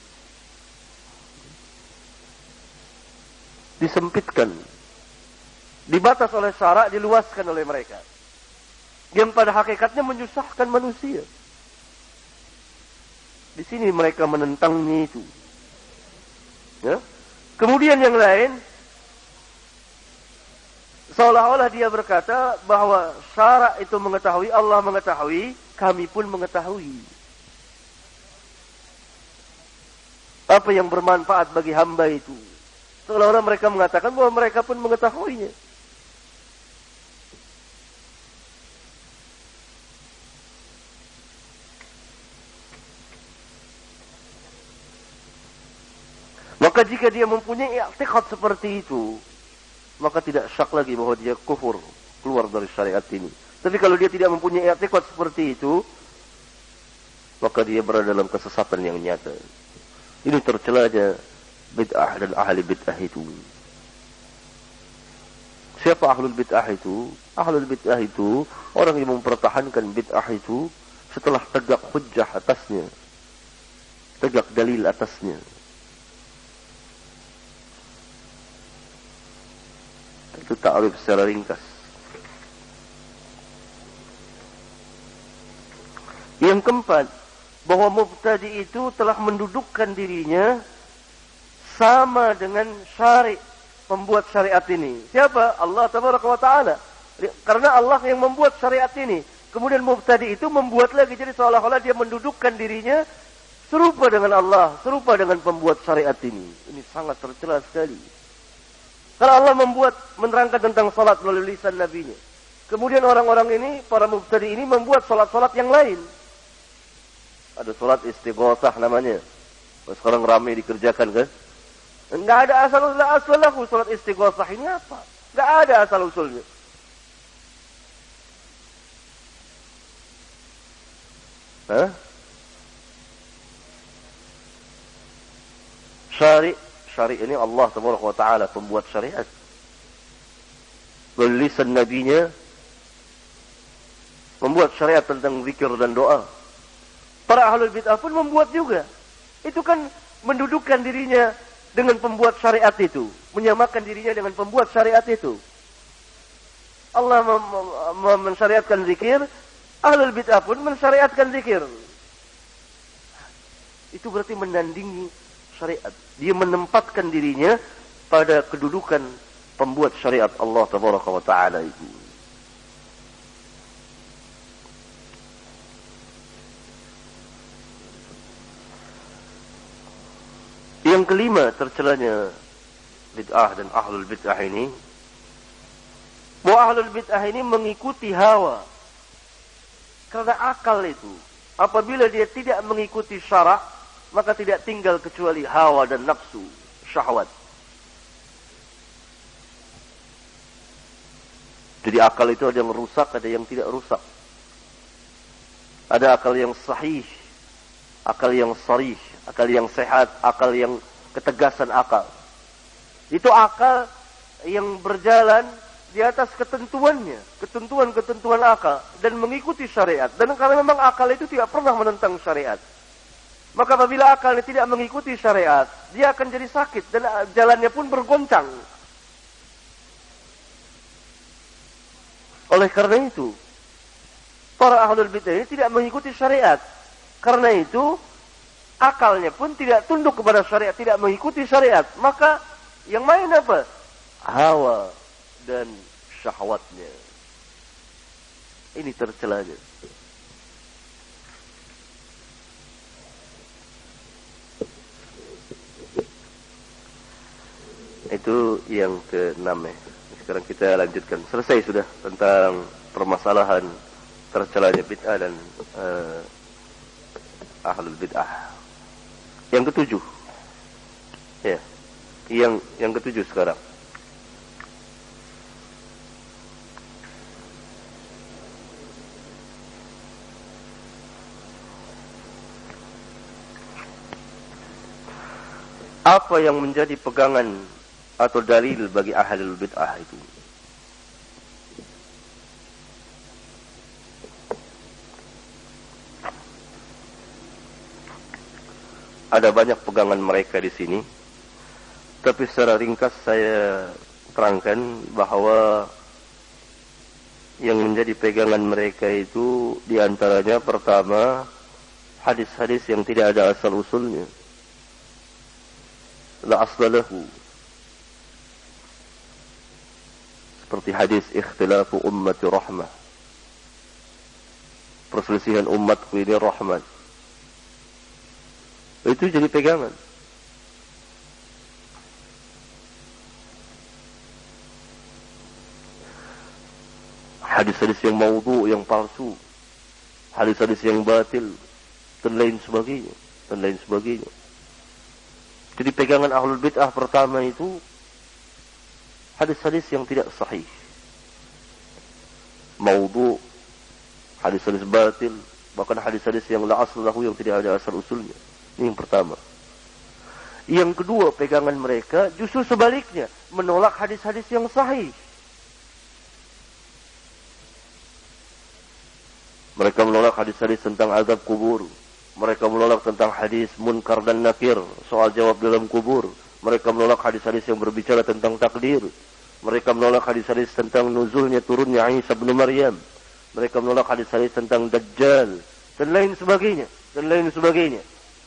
disempitkan, dibatas oleh syarak, diluaskan oleh mereka, yang pada hakikatnya menyusahkan manusia. Di sini mereka menentangnya itu. Ya. Kemudian yang lain, seolah-olah dia berkata bahwa syarak itu mengetahui, Allah mengetahui, kami pun mengetahui. Apa yang bermanfaat bagi hamba itu. Seolah-olah mereka mengatakan bahwa mereka pun mengetahuinya. Maka jika dia mempunyai i'tiqad seperti itu, maka tidak syak lagi bahwa dia kufur, keluar dari syariat ini. Tapi kalau dia tidak mempunyai i'tiqad seperti itu, maka dia berada dalam kesesatan yang nyata. Ini tercelanya bid'ah dan ahli bid'ah itu. Siapa ahlul bid'ah itu? Ahlul bid'ah itu orang yang mempertahankan bid'ah itu setelah tegak hujjah atasnya, tegak dalil atasnya. Itu ta'rif secara ringkas. Yang keempat, bahwa mubtadi itu telah mendudukkan dirinya sama dengan syari', pembuat syariat ini. Siapa? Allah Tabaraka wa Ta'ala. Karena Allah yang membuat syariat ini. Kemudian mubtadi itu membuat lagi, jadi seolah-olah dia mendudukkan dirinya serupa dengan Allah, serupa dengan pembuat syariat ini. Ini sangat tercela sekali. Kalau Allah membuat, menerangkan tentang salat melalui lisan nabinya. Kemudian orang-orang ini, para mubtadi ini membuat salat-salat yang lain. Ada salat istighosah namanya. Sekarang ramai dikerjakan kan? Enggak ada asal usul salat istighosah ini apa? Enggak ada asal usulnya. Hah? Syari' syari' ini Allah Subhanahu wa taala pembuat syariat. Lisan nabinya membuat syariat tentang zikir dan doa. Para ahlul bid'ah pun membuat juga. Itu kan mendudukkan dirinya dengan pembuat syariat itu, menyamakan dirinya dengan pembuat syariat itu. Allah mem mem mensyariatkan zikir, ahlul bid'ah pun mensyariatkan zikir. Itu berarti menandingi syariat. Dia menempatkan dirinya pada kedudukan pembuat syariat Allah Tabaraka wa Ta'ala itu. Yang kelima tercelanya bid'ah dan ahlul bid'ah ini, bahwa ahlul bid'ah ini mengikuti hawa. Karena akal itu, apabila dia tidak mengikuti syara', maka tidak tinggal kecuali hawa dan nafsu, syahwat. Jadi akal itu ada yang rusak, ada yang tidak rusak. Ada akal yang sahih, akal yang sarih, akal yang sehat, akal yang ketegasan akal. Itu akal yang berjalan di atas ketentuannya, ketentuan-ketentuan akal, dan mengikuti syariat. Dan karena memang akal itu tidak pernah menentang syariat, maka apabila akalnya tidak mengikuti syariat, dia akan jadi sakit dan jalannya pun bergoncang. Oleh karena itu, para ahlul bid'ah ini tidak mengikuti syariat. Karena itu, akalnya pun tidak tunduk kepada syariat, tidak mengikuti syariat. Maka yang main apa? Hawa dan syahwatnya. Ini tercelanya. Itu yang keenam ya. Sekarang kita lanjutkan. Selesai sudah tentang permasalahan tercelanya bid'ah dan uh, ahlul bid'ah. Yang ketujuh. Ya. Yang yang ketujuh sekarang. Apa yang menjadi pegangan atau dalil bagi ahlul bid'ah itu? Ada banyak pegangan mereka di sini, tapi secara ringkas saya terangkan bahwa yang menjadi pegangan mereka itu diantaranya pertama hadis-hadis yang tidak ada asal usulnya, la asla lahu. Seperti hadis ikhtilafu ummati rahmah, perselisihan umatku ini rahmat. Itu jadi pegangan. Hadis-hadis yang maudhu, yang palsu, hadis-hadis yang batil, dan lain sebagainya, dan lain sebagainya. Jadi pegangan ahlul bid'ah pertama itu hadis-hadis yang tidak sahih, maudhu, hadis-hadis batil, bahkan hadis-hadis yang la asl lahu, yang tidak ada asal usulnya. Ini yang pertama. Yang kedua, pegangan mereka justru sebaliknya, menolak hadis-hadis yang sahih. Mereka menolak hadis-hadis tentang azab kubur. Mereka menolak tentang hadis munkar dan nakir, soal jawab dalam kubur. Mereka menolak hadis-hadis yang berbicara tentang takdir. Mereka menolak hadis-hadis tentang nuzulnya turunnya Isa bin Maryam. Mereka menolak hadis-hadis tentang Dajjal dan lain sebagainya, dan lain sebagainya.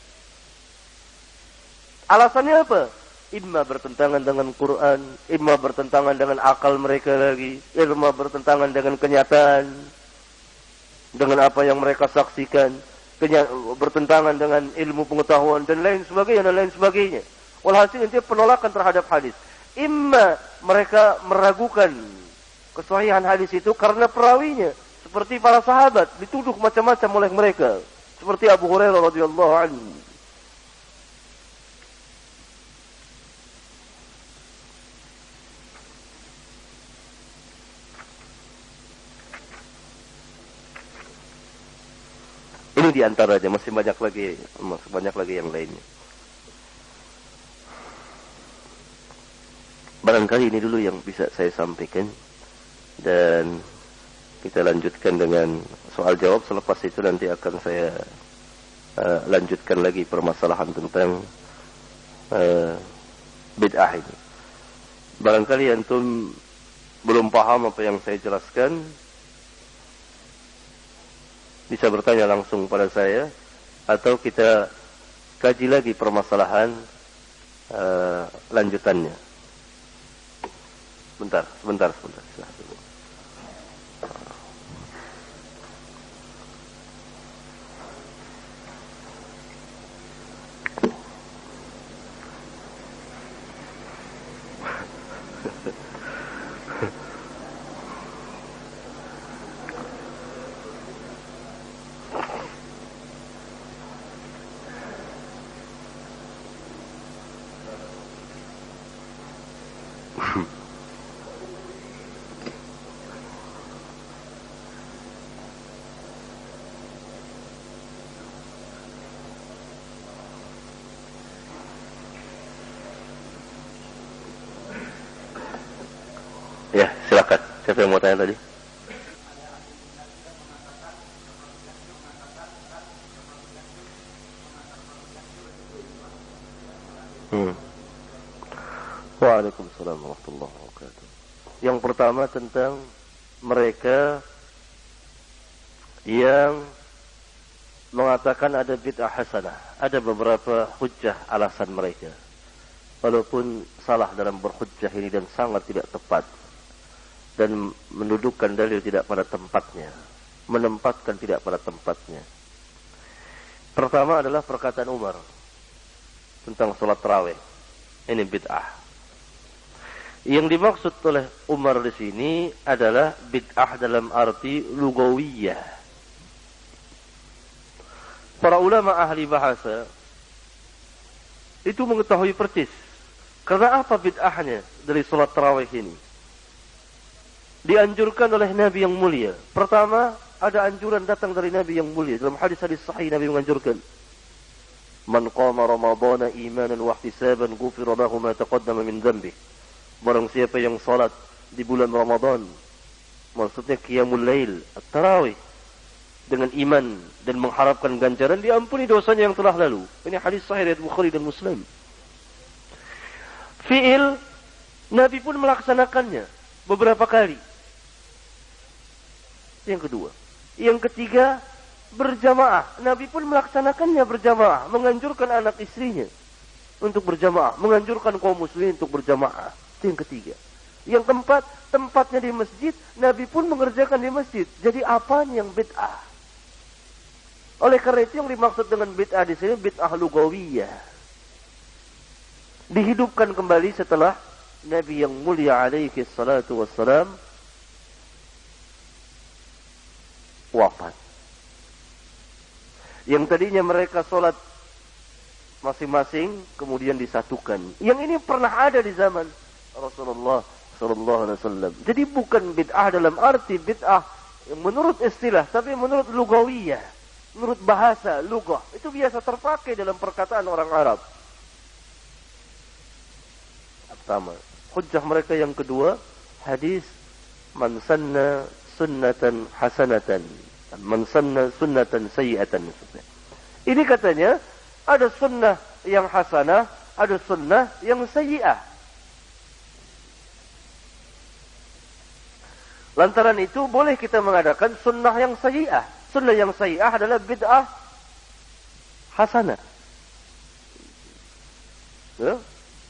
Alasannya apa? Imma bertentangan dengan Quran, imma bertentangan dengan akal mereka lagi, imma bertentangan dengan kenyataan, dengan apa yang mereka saksikan, bertentangan dengan ilmu pengetahuan dan lain sebagainya dan lain sebagainya. Walhasil intinya penolakan terhadap hadis. Imma mereka meragukan kesahihan hadis itu karena perawinya, seperti para sahabat dituduh macam-macam oleh mereka, seperti Abu Hurairah radhiyallahu anhu. Ini diantaranya, masih banyak lagi, masih banyak lagi yang lainnya. barangkali ini dulu yang bisa saya sampaikan, dan kita lanjutkan dengan soal jawab. Selepas itu nanti akan saya uh, lanjutkan lagi permasalahan tentang uh, bid'ah ini. Barangkali antum belum paham apa yang saya jelaskan, bisa bertanya langsung pada saya, atau kita kaji lagi permasalahan uh, lanjutannya. Bentar, sebentar, sebentar. Silahkan. Ya, silakan. Siapa yang mau tanya tadi? Hmm. Waalaikumsalam warahmatullahi wabarakatuh. Yang pertama tentang mereka yang mengatakan ada bid'ah hasanah. Ada beberapa hujjah alasan mereka, walaupun salah dalam berhujjah ini dan sangat tidak tepat, dan mendudukkan dalil tidak pada tempatnya, menempatkan tidak pada tempatnya. Pertama adalah perkataan Umar tentang sholat tarawih. Ini bid'ah. Yang dimaksud oleh Umar di sini adalah bid'ah dalam arti lugawiyah. Para ulama ahli bahasa itu mengetahui persis karena apa bid'ahnya dari sholat tarawih ini. Dianjurkan oleh Nabi yang mulia. Pertama, ada anjuran datang dari Nabi yang mulia. Dalam hadis-hadis sahih Nabi menganjurkan, "Man qama Ramadhana imanan wa ihtisaban ghufira lahu ma taqaddama min dhanbi." Barang siapa yang salat di bulan Ramadan, maksudnya qiyamul lail, at-tarawih, dengan iman dan mengharapkan ganjaran, diampuni dosanya yang telah lalu. Ini hadis sahih riwayat Bukhari dan Muslim. Fi'il Nabi pun melaksanakannya beberapa kali. Yang kedua, yang ketiga, berjamaah. Nabi pun melaksanakannya berjamaah, menganjurkan anak istrinya untuk berjamaah, menganjurkan kaum muslimin untuk berjamaah. Itu yang ketiga. Yang keempat, tempatnya di masjid, Nabi pun mengerjakan di masjid. Jadi apa yang bid'ah? Oleh karena itu yang dimaksud dengan bid'ah di sini bid'ah lugawiyah. Dihidupkan kembali setelah Nabi yang mulia alaihi salatu wassalam wafat. Yang tadinya mereka sholat masing-masing kemudian disatukan. Yang ini pernah ada di zaman Rasulullah sallallahu alaihi wasallam. Jadi bukan bid'ah dalam arti bid'ah menurut istilah, tapi menurut lugawiyah, menurut bahasa lugah. Itu biasa terpakai dalam perkataan orang Arab. Pertama, hujjah mereka yang kedua, hadis man sanna sunnatan hasanatan, man sanna sunnatan sayyi'atan. Ini katanya ada sunnah yang hasanah, ada sunnah yang sayyi'ah. Lantaran itu boleh kita mengadakan sunnah yang sayyi'ah. Sunnah yang sayyi'ah adalah bid'ah hasanah. Ya?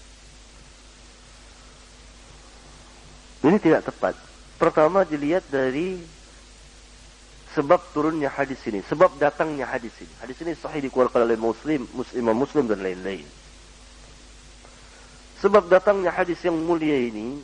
Ini tidak tepat. Pertama dilihat dari sebab turunnya hadis ini, sebab datangnya hadis ini. Hadis ini sahih dikeluarkan oleh Muslim, Imam Muslim dan lain-lain. Sebab datangnya hadis yang mulia ini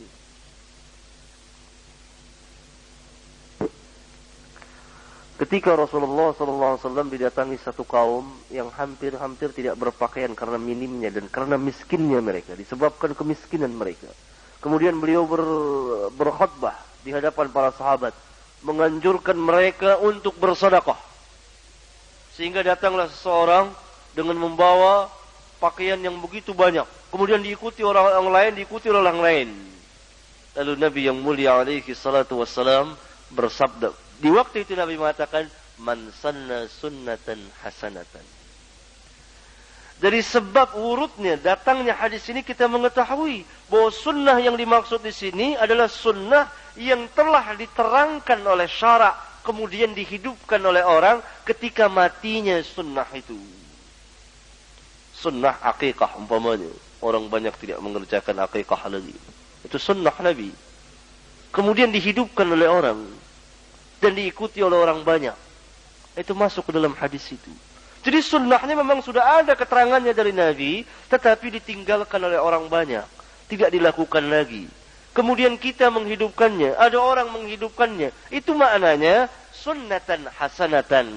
ketika Rasulullah sallallahu alaihi wasallam didatangi satu kaum yang hampir-hampir tidak berpakaian karena minimnya dan karena miskinnya mereka, disebabkan kemiskinan mereka. Kemudian beliau ber, berkhutbah di hadapan para sahabat, menganjurkan mereka untuk bersedekah. Sehingga datanglah seseorang dengan membawa pakaian yang begitu banyak, Kemudian diikuti orang-orang lain, diikuti oleh orang lain. Lalu Nabi yang mulia alaihi salatu wassalam bersabda. Di waktu itu Nabi mengatakan, man sanna sunnatan hasanatan. Dari sebab urutnya, datangnya hadis ini kita mengetahui bahwa sunnah yang dimaksud di sini adalah sunnah yang telah diterangkan oleh syarak, kemudian dihidupkan oleh orang ketika matinya sunnah itu. Sunnah akikah umpamanya. Orang banyak tidak mengerjakan akikah lagi. Itu sunnah Nabi. Kemudian dihidupkan oleh orang. Dan diikuti oleh orang banyak. Itu masuk ke dalam hadis itu. Jadi sunnahnya memang sudah ada keterangannya dari Nabi. Tetapi ditinggalkan oleh orang banyak. Tidak dilakukan lagi. Kemudian kita menghidupkannya. Ada orang menghidupkannya. Itu maknanya sunnatan hasanatan.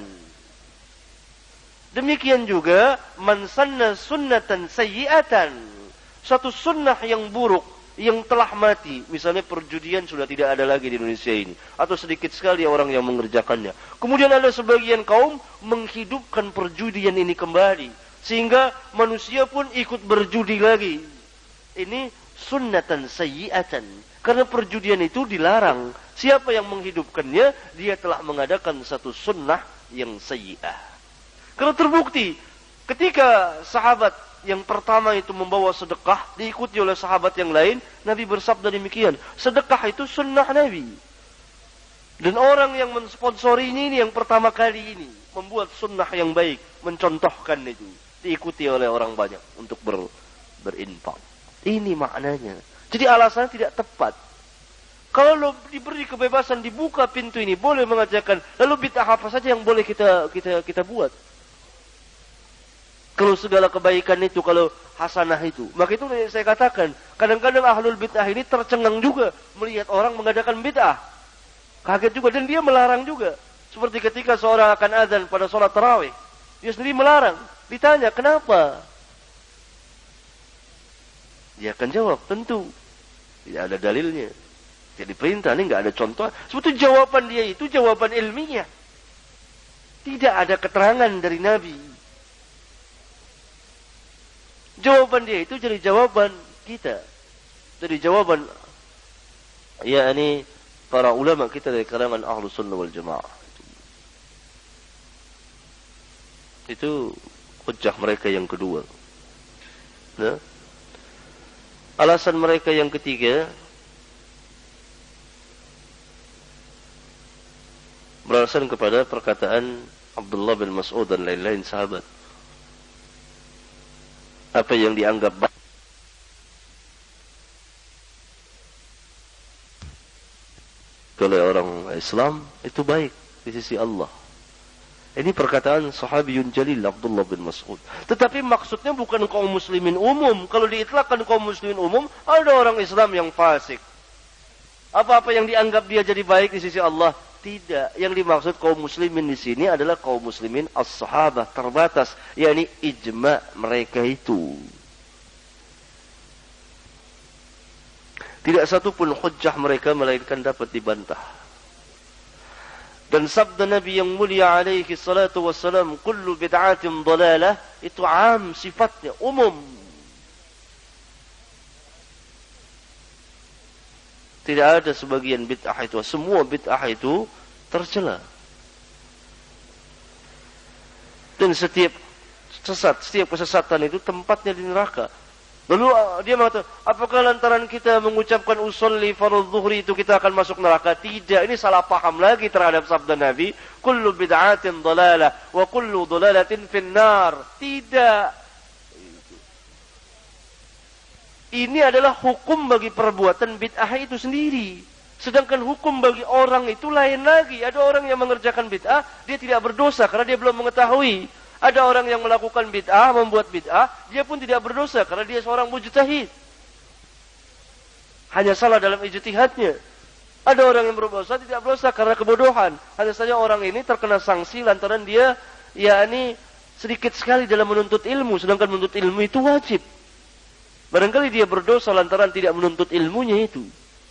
Demikian juga man sanna sunnatan sayyi'atan. Satu sunnah yang buruk yang telah mati, misalnya perjudian sudah tidak ada lagi di Indonesia ini, atau sedikit sekali orang yang mengerjakannya. Kemudian ada sebagian kaum menghidupkan perjudian ini kembali, sehingga manusia pun ikut berjudi lagi. Ini sunnatan sayyi'atan, karena perjudian itu dilarang. Siapa yang menghidupkannya, dia telah mengadakan satu sunnah yang sayyi'ah. Kalau terbukti, ketika sahabat yang pertama itu membawa sedekah, diikuti oleh sahabat yang lain, Nabi bersabda demikian, sedekah itu sunnah Nabi. Dan orang yang mensponsori ini, ini yang pertama kali ini, membuat sunnah yang baik, mencontohkan itu, diikuti oleh orang banyak untuk ber, berinfak. Ini maknanya. Jadi alasannya tidak tepat. Kalau diberi kebebasan, dibuka pintu ini, boleh mengajarkan, lalu bid'ah apa saja yang boleh kita kita kita buat? Kalau segala kebaikan itu, kalau hasanah itu. Maka itu saya katakan, kadang-kadang ahlul bid'ah ini tercengang juga melihat orang mengadakan bid'ah. Kaget juga, dan dia melarang juga. Seperti ketika seorang akan azan pada sholat tarawih. Dia sendiri melarang. Ditanya, kenapa? Dia akan jawab, tentu. Tidak ada dalilnya. Jadi perintah ini nggak ada contoh. Sebetulnya jawaban dia itu jawaban ilmiah. Tidak ada keterangan dari Nabi. Jawaban dia itu jadi jawaban kita. Jadi jawaban ya ini para ulama kita dari kalangan Ahlus Sunnah wal Jamaah. Itu hujjah mereka yang kedua. Nah, alasan mereka yang ketiga beralasan kepada perkataan Abdullah bin Mas'ud dan lain-lain sahabat. Apa yang dianggap baik oleh orang Islam itu baik di sisi Allah. Ini perkataan sahabiyun jalil Abdullah bin Mas'ud. Tetapi maksudnya bukan kaum muslimin umum. Kalau diitlakkan kaum muslimin umum, ada orang Islam yang fasik. Apa-apa yang dianggap dia jadi baik di sisi Allah, tidak. Yang dimaksud kaum muslimin di sini adalah kaum muslimin as-sahabah, terbatas, yakni ijma' mereka itu. Tidak satu pun hujjah mereka melainkan dapat dibantah. Dan sabda Nabi yang mulia alaihi salatu wassalam, kullu bid'atin dalalah, itu am sifatnya, umum. Tidak ada sebagian bid'ah itu. Semua bid'ah itu tercela. Dan setiap sesat, setiap kesesatan itu tempatnya di neraka. Lalu dia mengatakan, apakah lantaran kita mengucapkan usolli fardhu zuhri itu kita akan masuk neraka? Tidak, ini salah paham lagi terhadap sabda Nabi. Kullu bid'atin dalalah wa kullu dalalatin finnar. Tidak. Ini adalah hukum bagi perbuatan bid'ah itu sendiri. Sedangkan hukum bagi orang itu lain lagi. Ada orang yang mengerjakan bid'ah, dia tidak berdosa karena dia belum mengetahui. Ada orang yang melakukan bid'ah, membuat bid'ah, dia pun tidak berdosa karena dia seorang mujtahid. Hanya salah dalam ijtihadnya. Ada orang yang berdosa, tidak berdosa karena kebodohan. Hanya saja orang ini terkena sanksi lantaran dia, yakni sedikit sekali dalam menuntut ilmu. Sedangkan menuntut ilmu itu wajib. Barangkali dia berdosa lantaran tidak menuntut ilmunya itu.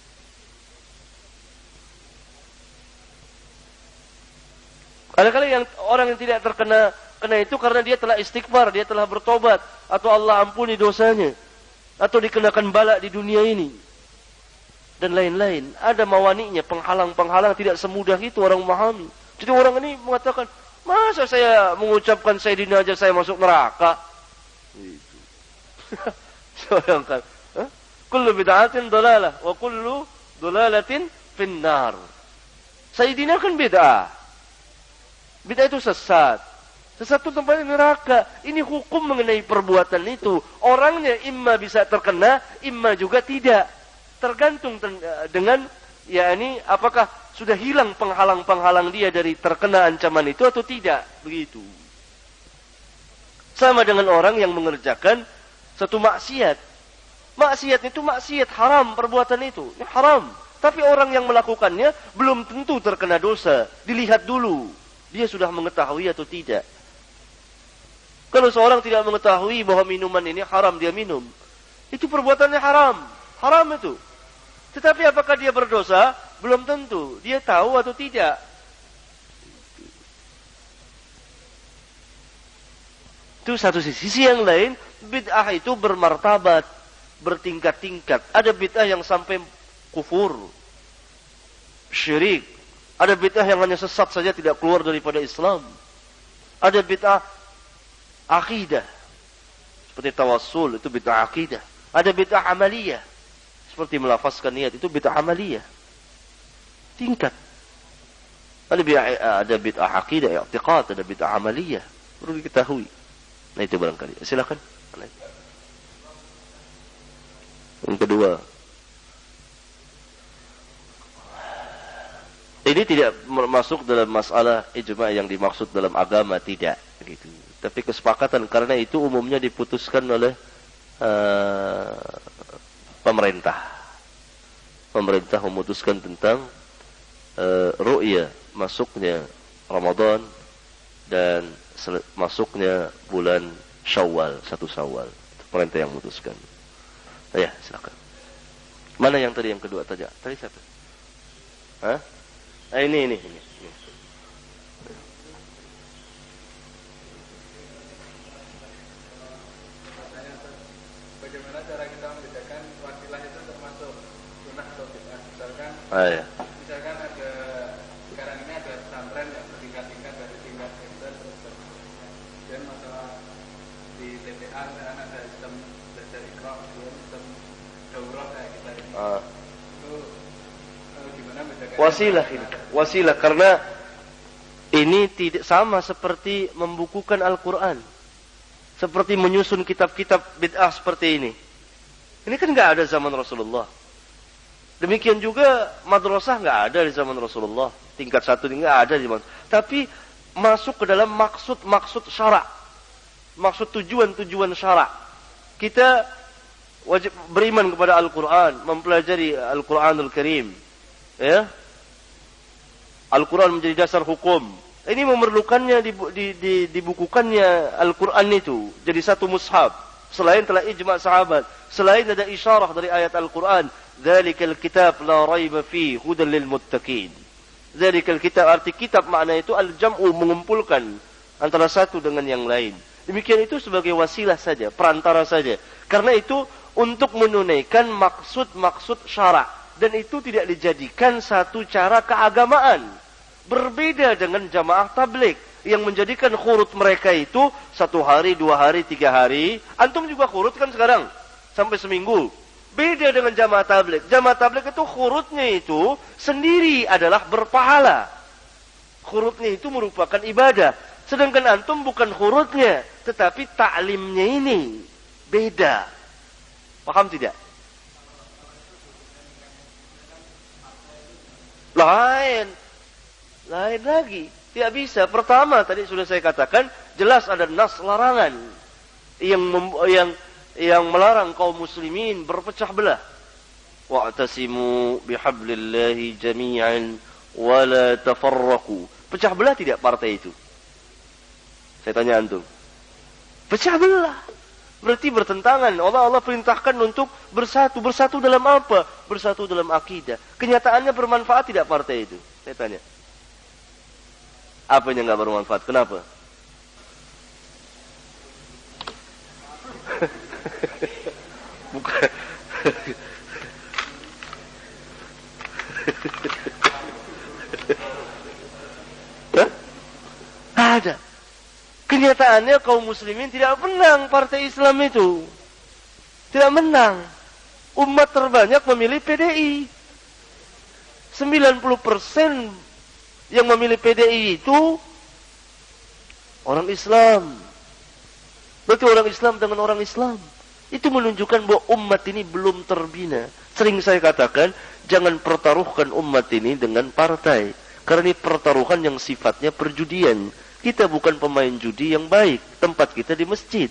Kadang-kadang yang orang yang tidak terkena kena itu karena dia telah istighfar, dia telah bertobat, atau Allah ampuni dosanya. atau dikenakan bala di dunia ini dan lain-lain. Ada mawani'nya, penghalang-penghalang, tidak semudah itu orang memahami. Jadi orang ini mengatakan, masa saya mengucapkan Sayyidina aja saya masuk neraka? Itu. Bayangkan, huh? Kullu bid'atin dalalah wa kullu dalalatin finnar. Sayyidina kan bid'ah. Bid'ah itu sesat. Sesat itu tempatnya neraka. Ini hukum mengenai perbuatan itu. Orangnya imma bisa terkena, imma juga tidak. Tergantung dengan, ya ini apakah sudah hilang penghalang-penghalang dia dari terkena ancaman itu atau tidak. Begitu. Sama dengan orang yang mengerjakan satu maksiat. Maksiat itu maksiat haram perbuatan itu. Ini haram. Tapi orang yang melakukannya belum tentu terkena dosa. Dilihat dulu. Dia sudah mengetahui atau tidak. Kalau seorang tidak mengetahui bahwa minuman ini haram dia minum, itu perbuatannya haram. Haram itu. Tetapi apakah dia berdosa? Belum tentu. Dia tahu atau tidak. Itu satu sisi. Sisi yang lain, bid'ah itu bermartabat, bertingkat-tingkat. Ada bid'ah yang sampai kufur, syirik. Ada bid'ah yang hanya sesat saja tidak keluar daripada Islam. Ada bid'ah akidah, seperti tawassul, itu bid'ah akidah. Ada bid'ah amaliyah, seperti melafazkan niat, itu bid'ah amaliyah. Tingkat. Ada bid'ah, ada bid'ah akidah, i'tiqad, ada bid'ah amaliyah. Perlu diketahui. Nah itu barangkali. Silakan. Yang kedua, ini tidak masuk dalam masalah ijma' yang dimaksud dalam agama, tidak. Begitu. Tapi kesepakatan, karena itu umumnya diputuskan oleh uh, pemerintah. Pemerintah memutuskan tentang uh, ru'ya masuknya Ramadan dan masuknya bulan Syawal, satu Syawal. Pemerintah yang memutuskan. Ya, silakan. Mana yang tadi yang kedua tadi? Tadi siapa? Hah? Ah, ini, ini, ini. ini. Bagaimana cara kita membedakan wasilah itu termasuk sunnah atau bid'ah? Misalkan, ah, ya. misalkan ada sekarang ini ada pesantren yang bertingkat-tingkat dari tingkat S D terus dan masalah di T P A sekarang ada sistem belajar Iqra, sistem daurah kayak kita ini. Ah. Itu eh, gimana bedakan? Wasilah ini, wasilah karena ini tidak sama seperti membukukan Al-Quran. Seperti menyusun kitab-kitab bid'ah seperti ini. Ini kan nggak ada zaman Rasulullah. Demikian juga madrasah nggak ada di zaman Rasulullah. Tingkat satu ini nggak ada di zaman. Tapi masuk ke dalam maksud-maksud syarak, maksud tujuan-tujuan syarak. Kita wajib beriman kepada Al-Quran, mempelajari Al-Quranul Karim. Ya, Al-Quran menjadi dasar hukum. Ini memerlukannya dibukukannya Al-Quran itu jadi satu mushaf. Selain telah ijma' sahabat, selain ada isyarah dari ayat Al-Quran, dzalikal kitab la raiba fi hudan lil muttaqin. Dzalikal kitab, arti kitab makna itu al-jam'u, mengumpulkan antara satu dengan yang lain. Demikian itu sebagai wasilah saja, perantara saja. Karena itu untuk menunaikan maksud-maksud syarak, dan itu tidak dijadikan satu cara keagamaan. Berbeda dengan jamaah tabligh yang menjadikan khurut mereka itu satu hari, dua hari, tiga hari. Antum juga khurut kan sekarang sampai seminggu. Beda dengan jamaah tabligh. Jamaah tabligh itu khurutnya itu sendiri adalah berpahala. Khurutnya itu merupakan ibadah. Sedangkan antum bukan khurutnya, tetapi ta'limnya ini beda. Paham tidak? Lain. Lain lagi. Tidak bisa. Pertama, tadi sudah saya katakan, jelas ada nas larangan yang yang yang melarang kaum muslimin berpecah belah. Wa'tasimu bihablillahi jami'an wa la tafarraqu. Pecah belah tidak partai itu? Saya tanya antum. Pecah belah. Berarti bertentangan. Allah Allah perintahkan untuk bersatu. Bersatu dalam apa? Bersatu dalam akidah. Kenyataannya bermanfaat tidak partai itu? Saya tanya. Apa yang nggak bermanfaat? Kenapa? Bukan. Hah? Ada. Kenyataannya kaum muslimin tidak menang partai Islam itu. Tidak menang. Umat terbanyak memilih P D I. sembilan puluh persen yang memilih P D I itu orang Islam. Berarti orang Islam dengan orang Islam. Itu menunjukkan bahwa umat ini belum terbina. Sering saya katakan, jangan pertaruhkan umat ini dengan partai. Karena ini pertaruhan yang sifatnya perjudian. Kita bukan pemain judi yang baik. Tempat kita di masjid.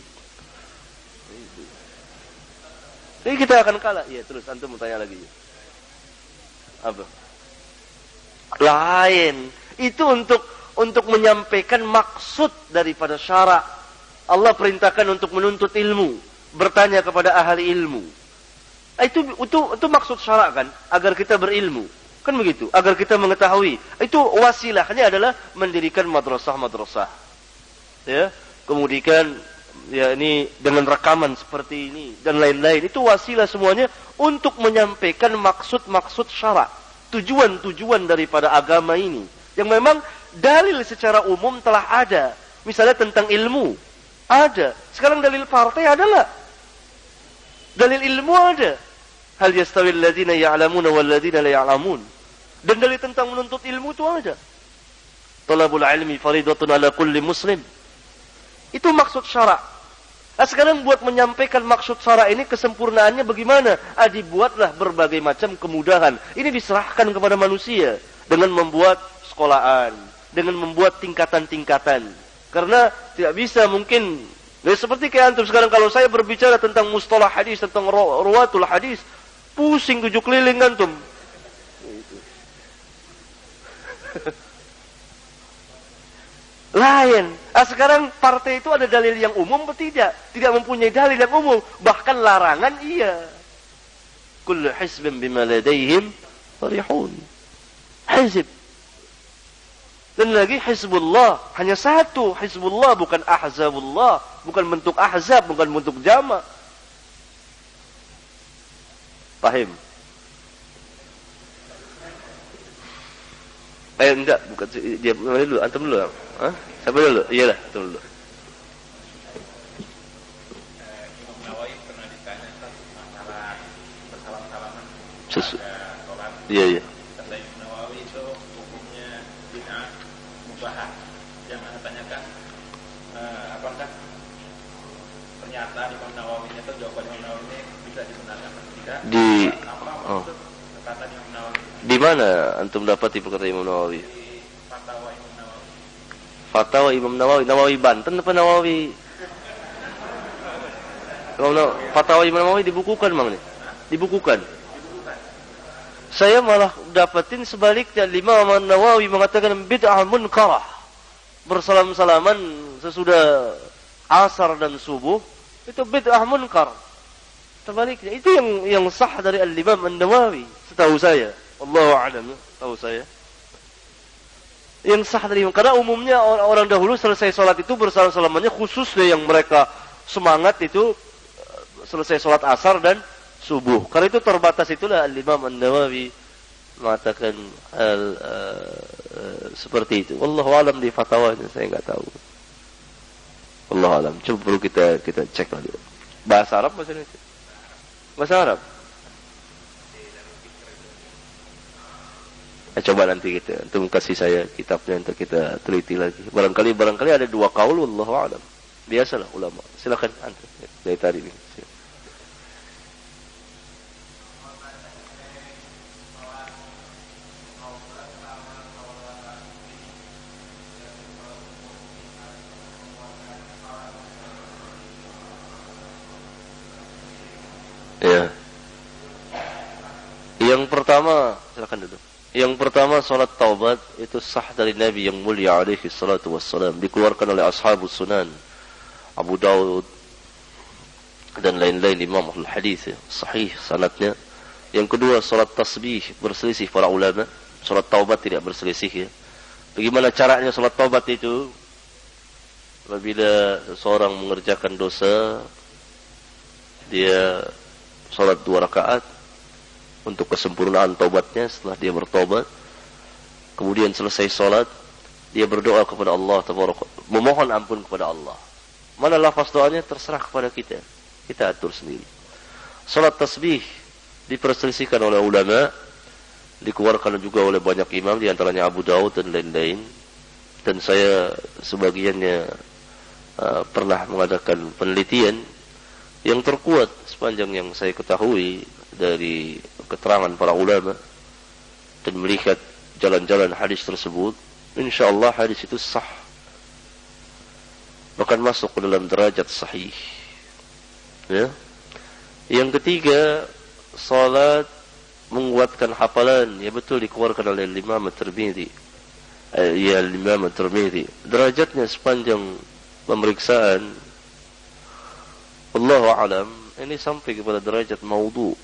Jadi kita akan kalah. Iya, terus antum mau tanya lagi. Apa? Lain. Itu untuk untuk menyampaikan maksud daripada syarak. Allah perintahkan untuk menuntut ilmu, bertanya kepada ahli ilmu. Itu itu itu maksud syarak kan, agar kita berilmu. Kan begitu, agar kita mengetahui. Itu wasilahnya adalah mendirikan madrasah-madrasah. Ya, kemudian ya ini dengan rekaman seperti ini dan lain-lain. Itu wasilah semuanya untuk menyampaikan maksud-maksud syarak, tujuan-tujuan daripada agama ini yang memang dalil secara umum telah ada. Misalnya tentang ilmu, ada. Sekarang dalil partai ada nggak? Dalil ilmu ada. Hal yastawil ladzina ya'lamuna wal ladzina la ya'lamun. Dan dalil tentang menuntut ilmu itu ada. Talabul ilmi faridatun ala kulli muslim. Itu maksud syarak. Nah, sekarang buat menyampaikan maksud syarak ini kesempurnaannya bagaimana? Ah, dibuatlah berbagai macam kemudahan. Ini diserahkan kepada manusia dengan membuat sekolahan, dengan membuat tingkatan-tingkatan. Karena tidak bisa mungkin, ya seperti kayak antum sekarang kalau saya berbicara tentang mustalah hadis, tentang ruwatul hadis, pusing tujuh keliling antum. Lain. Ah, sekarang partai itu ada dalil yang umum atau tidak? Tidak mempunyai dalil yang umum, bahkan larangan iya. Kullu hizbin bima ladaihim farihun. Hizb. Dan lagi Hizbullah, hanya satu Hizbullah, bukan Ahzabullah, bukan bentuk ahzab, bukan bentuk jama'. Paham? Eh enggak, bukan dia mana dulu, antum dulu. Hah? Siapa dulu? Iyalah, antum dulu. Imam Nawawi pernah ditanya masalah bersalam-salaman. Sesu. Iya, iya. Kata Imam Nawawi itu hukumnya bid'ah mubahah. Yang saya tanyakan, eh, apakah pernyataan Imam Nawawi itu, jawaban Imam Nawawi ini bisa dibenarkan atau tidak? Di apa oh. maksud kata Imam Nawawi? Di mana antum dapati perkataan Imam Nawawi? Di fatwa Imam Nawawi. Fatwa Imam Nawawi, Nawawi Banten apa Nawawi? Imam Nawawi, fatwa Imam Nawawi dibukukan Mang nih. Dibukukan. Saya malah dapatin sebaliknya, Imam Nawawi mengatakan bid'ah munkarah. Bersalam-salaman sesudah asar dan subuh itu bid'ah munkar. Sebaliknya itu yang yang sah dari Al-Imam An-Nawawi, setahu saya. Allahu a'lam, tahu saya. Yang sah dari, karena umumnya orang dahulu selesai sholat itu bersalam-salamannya khusus deh yang mereka semangat itu selesai sholat asar dan subuh. Karena itu terbatas, itulah Al-Imam An-Nawawi mengatakan hal uh, uh, seperti itu. Wallahu a'lam di fatwanya, saya enggak tahu. Wallahu a'lam. Coba perlu kita kita cek lagi. Bahasa Arab bahasa Indonesia? Bahasa Arab. Eh, coba nanti kita, untuk kasih saya kitabnya untuk kita teliti lagi. Barangkali barangkali ada dua kaul, wallahu a'lam. Biasalah ulama. Silakan antum dari tadi ini. Ya. Yang pertama, silakan duduk. Yang pertama, salat taubat itu sah dari Nabi yang mulia alaihi salatu wassalam, dikeluarkan oleh ashabus sunan, Abu Daud dan lain-lain imam al-hadis, ya. Sahih sanadnya. Yang kedua, salat tasbih, berselisih para ulama. Salat taubat tidak berselisih, ya. Bagaimana caranya salat taubat itu? Apabila seorang mengerjakan dosa, dia salat dua rakaat untuk kesempurnaan taubatnya setelah dia bertobat. Kemudian selesai salat, dia berdoa kepada Allah tabaraka, memohon ampun kepada Allah. Mana lafaz doanya terserah kepada kita. Kita atur sendiri. Salat tasbih diperselisihkan oleh ulama, dikeluarkan juga oleh banyak imam, di antaranya Abu Daud dan lain-lain. Dan saya sebagiannya uh, pernah mengadakan penelitian. Yang terkuat sepanjang yang saya ketahui dari keterangan para ulama dan melihat jalan-jalan hadis tersebut, insyaallah hadis itu sah, bahkan masuk ke dalam derajat sahih. Ya. Yang ketiga, salat menguatkan hafalan. Ya betul, dikeluarkan oleh Imam At-Tirmidzi. Eh, ya Imam At-Tirmidzi. Derajatnya sepanjang pemeriksaan, Allahu a'lam, ini sampai kepada derajat maudhu.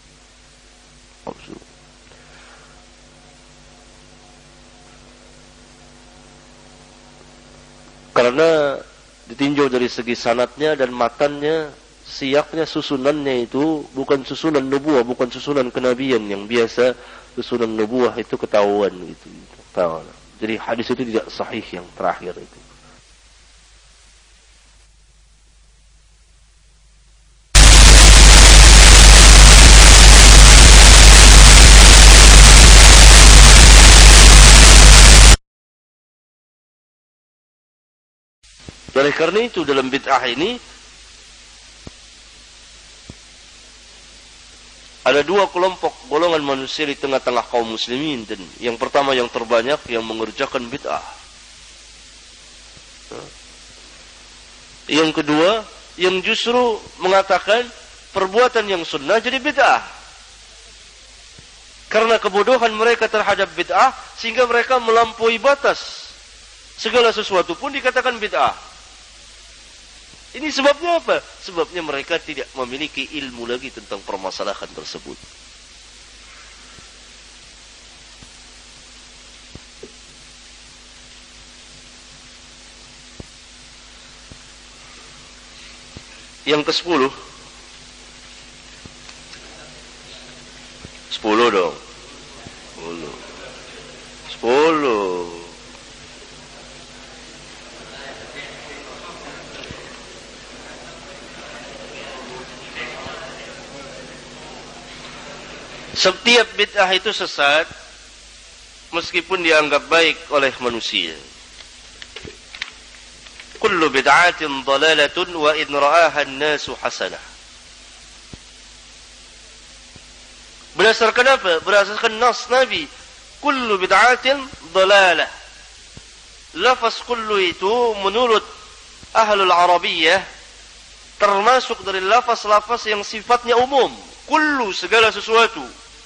Karena ditinjau dari segi sanadnya dan matannya, siaknya, susunannya itu bukan susunan nubuah, bukan susunan kenabian yang biasa. Susunan nubuah itu ketahuan gitu. Ketahuan. Jadi hadis itu tidak sahih yang terakhir itu. Oleh karena itu dalam bid'ah ini ada dua kelompok golongan manusia di tengah-tengah kaum muslimin. Dan yang pertama, yang terbanyak, yang mengerjakan bid'ah. Yang kedua, yang justru mengatakan perbuatan yang sunnah jadi bid'ah. Karena kebodohan mereka terhadap bid'ah, sehingga mereka melampaui batas. Segala sesuatu pun dikatakan bid'ah. Ini sebabnya apa? Sebabnya mereka tidak memiliki ilmu lagi tentang permasalahan tersebut. Yang ke sepuluh. Sepuluh dong. Sepuluh. Sepuluh. Setiap bid'ah itu sesat, meskipun dianggap baik oleh manusia. Kullu bid'atin dalalatun wa in ra'aha an-nasu hasanah. Berdasarkan apa? Berdasarkan nas Nabi. Kullu bid'atin dalalah. Lafaz kullu itu menurut ahlul Arabiyyah termasuk dari lafaz-lafaz yang sifatnya umum. Kullu, segala sesuatu.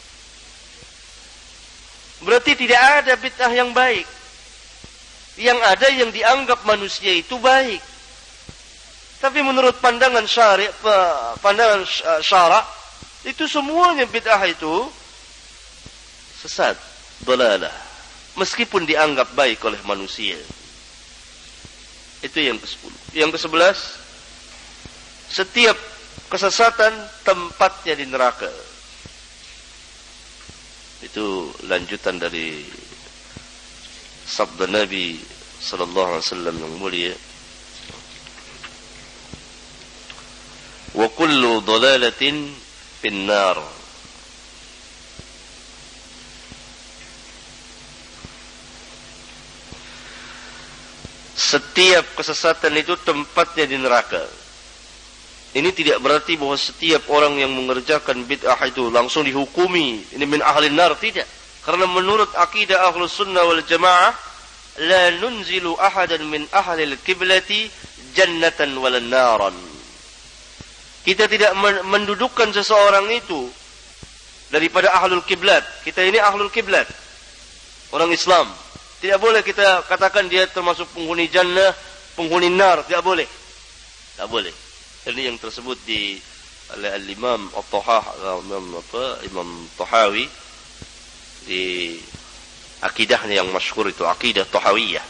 Berarti tidak ada bid'ah yang baik. Yang ada yang dianggap manusia itu baik. Tapi menurut pandangan syari' pandangan syara' itu semuanya bid'ah itu sesat, dalalah, meskipun dianggap baik oleh manusia. Itu yang kesepuluh. Yang kesebelas, setiap kesesatan tempatnya di neraka. Itu lanjutan dari sabda Nabi sallallahu alaihi wasallam yang mulia, wa kullu dhalalatin finnar. Setiap kesesatan itu tempatnya di neraka. Ini tidak berarti bahwa setiap orang yang mengerjakan bid'ah itu langsung dihukumi ini min ahli nar, tidak. Karena menurut akidah Ahlus Sunnah wal Jamaah, la nunzilu ahadan min ahli al-qiblati jannatan wal naran. Kita tidak mendudukkan seseorang itu daripada ahlul kiblat. Kita ini ahlul kiblat, orang Islam. Tidak boleh kita katakan dia termasuk penghuni jannah, penghuni nar, tidak boleh. Tidak boleh. Ini yang tersebut di oleh al-Imam At-Tahawi, Imam apa? Imam Tahawi di akidahnya yang masyhur itu, akidah Tahawiyah.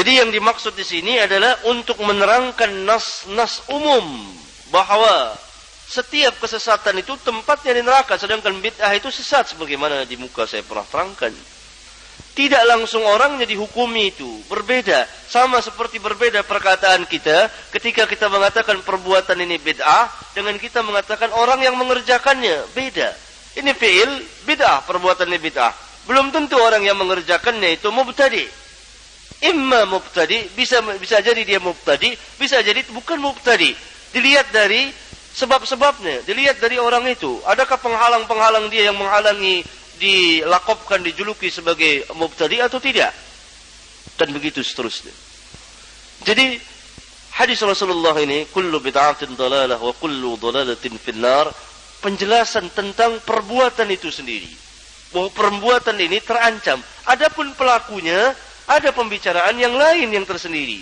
Jadi yang dimaksud di sini adalah untuk menerangkan nas-nas umum bahwa setiap kesesatan itu tempatnya di neraka, sedangkan bid'ah itu sesat sebagaimana di muka saya pernah terangkan. Tidak langsung orangnya dihukumi itu, berbeda. Sama seperti berbeda perkataan kita ketika kita mengatakan perbuatan ini bid'ah dengan kita mengatakan orang yang mengerjakannya, beda. Ini fi'il bid'ah, perbuatan ini bid'ah. Belum tentu orang yang mengerjakannya itu mubtadi. Imma mubtadi, bisa bisa jadi dia mubtadi, bisa jadi bukan mubtadi. Dilihat dari sebab-sebabnya, dilihat dari orang itu. Adakah penghalang-penghalang dia yang menghalangi dilakopkan, dijuluki sebagai mubtadi atau tidak? Dan begitu seterusnya. Jadi hadis Rasulullah ini, kullu bid'atin dalalah wa kullu dalalatin finnar, penjelasan tentang perbuatan itu sendiri. Bahwa perbuatan ini terancam. Adapun pelakunya, ada pembicaraan yang lain yang tersendiri.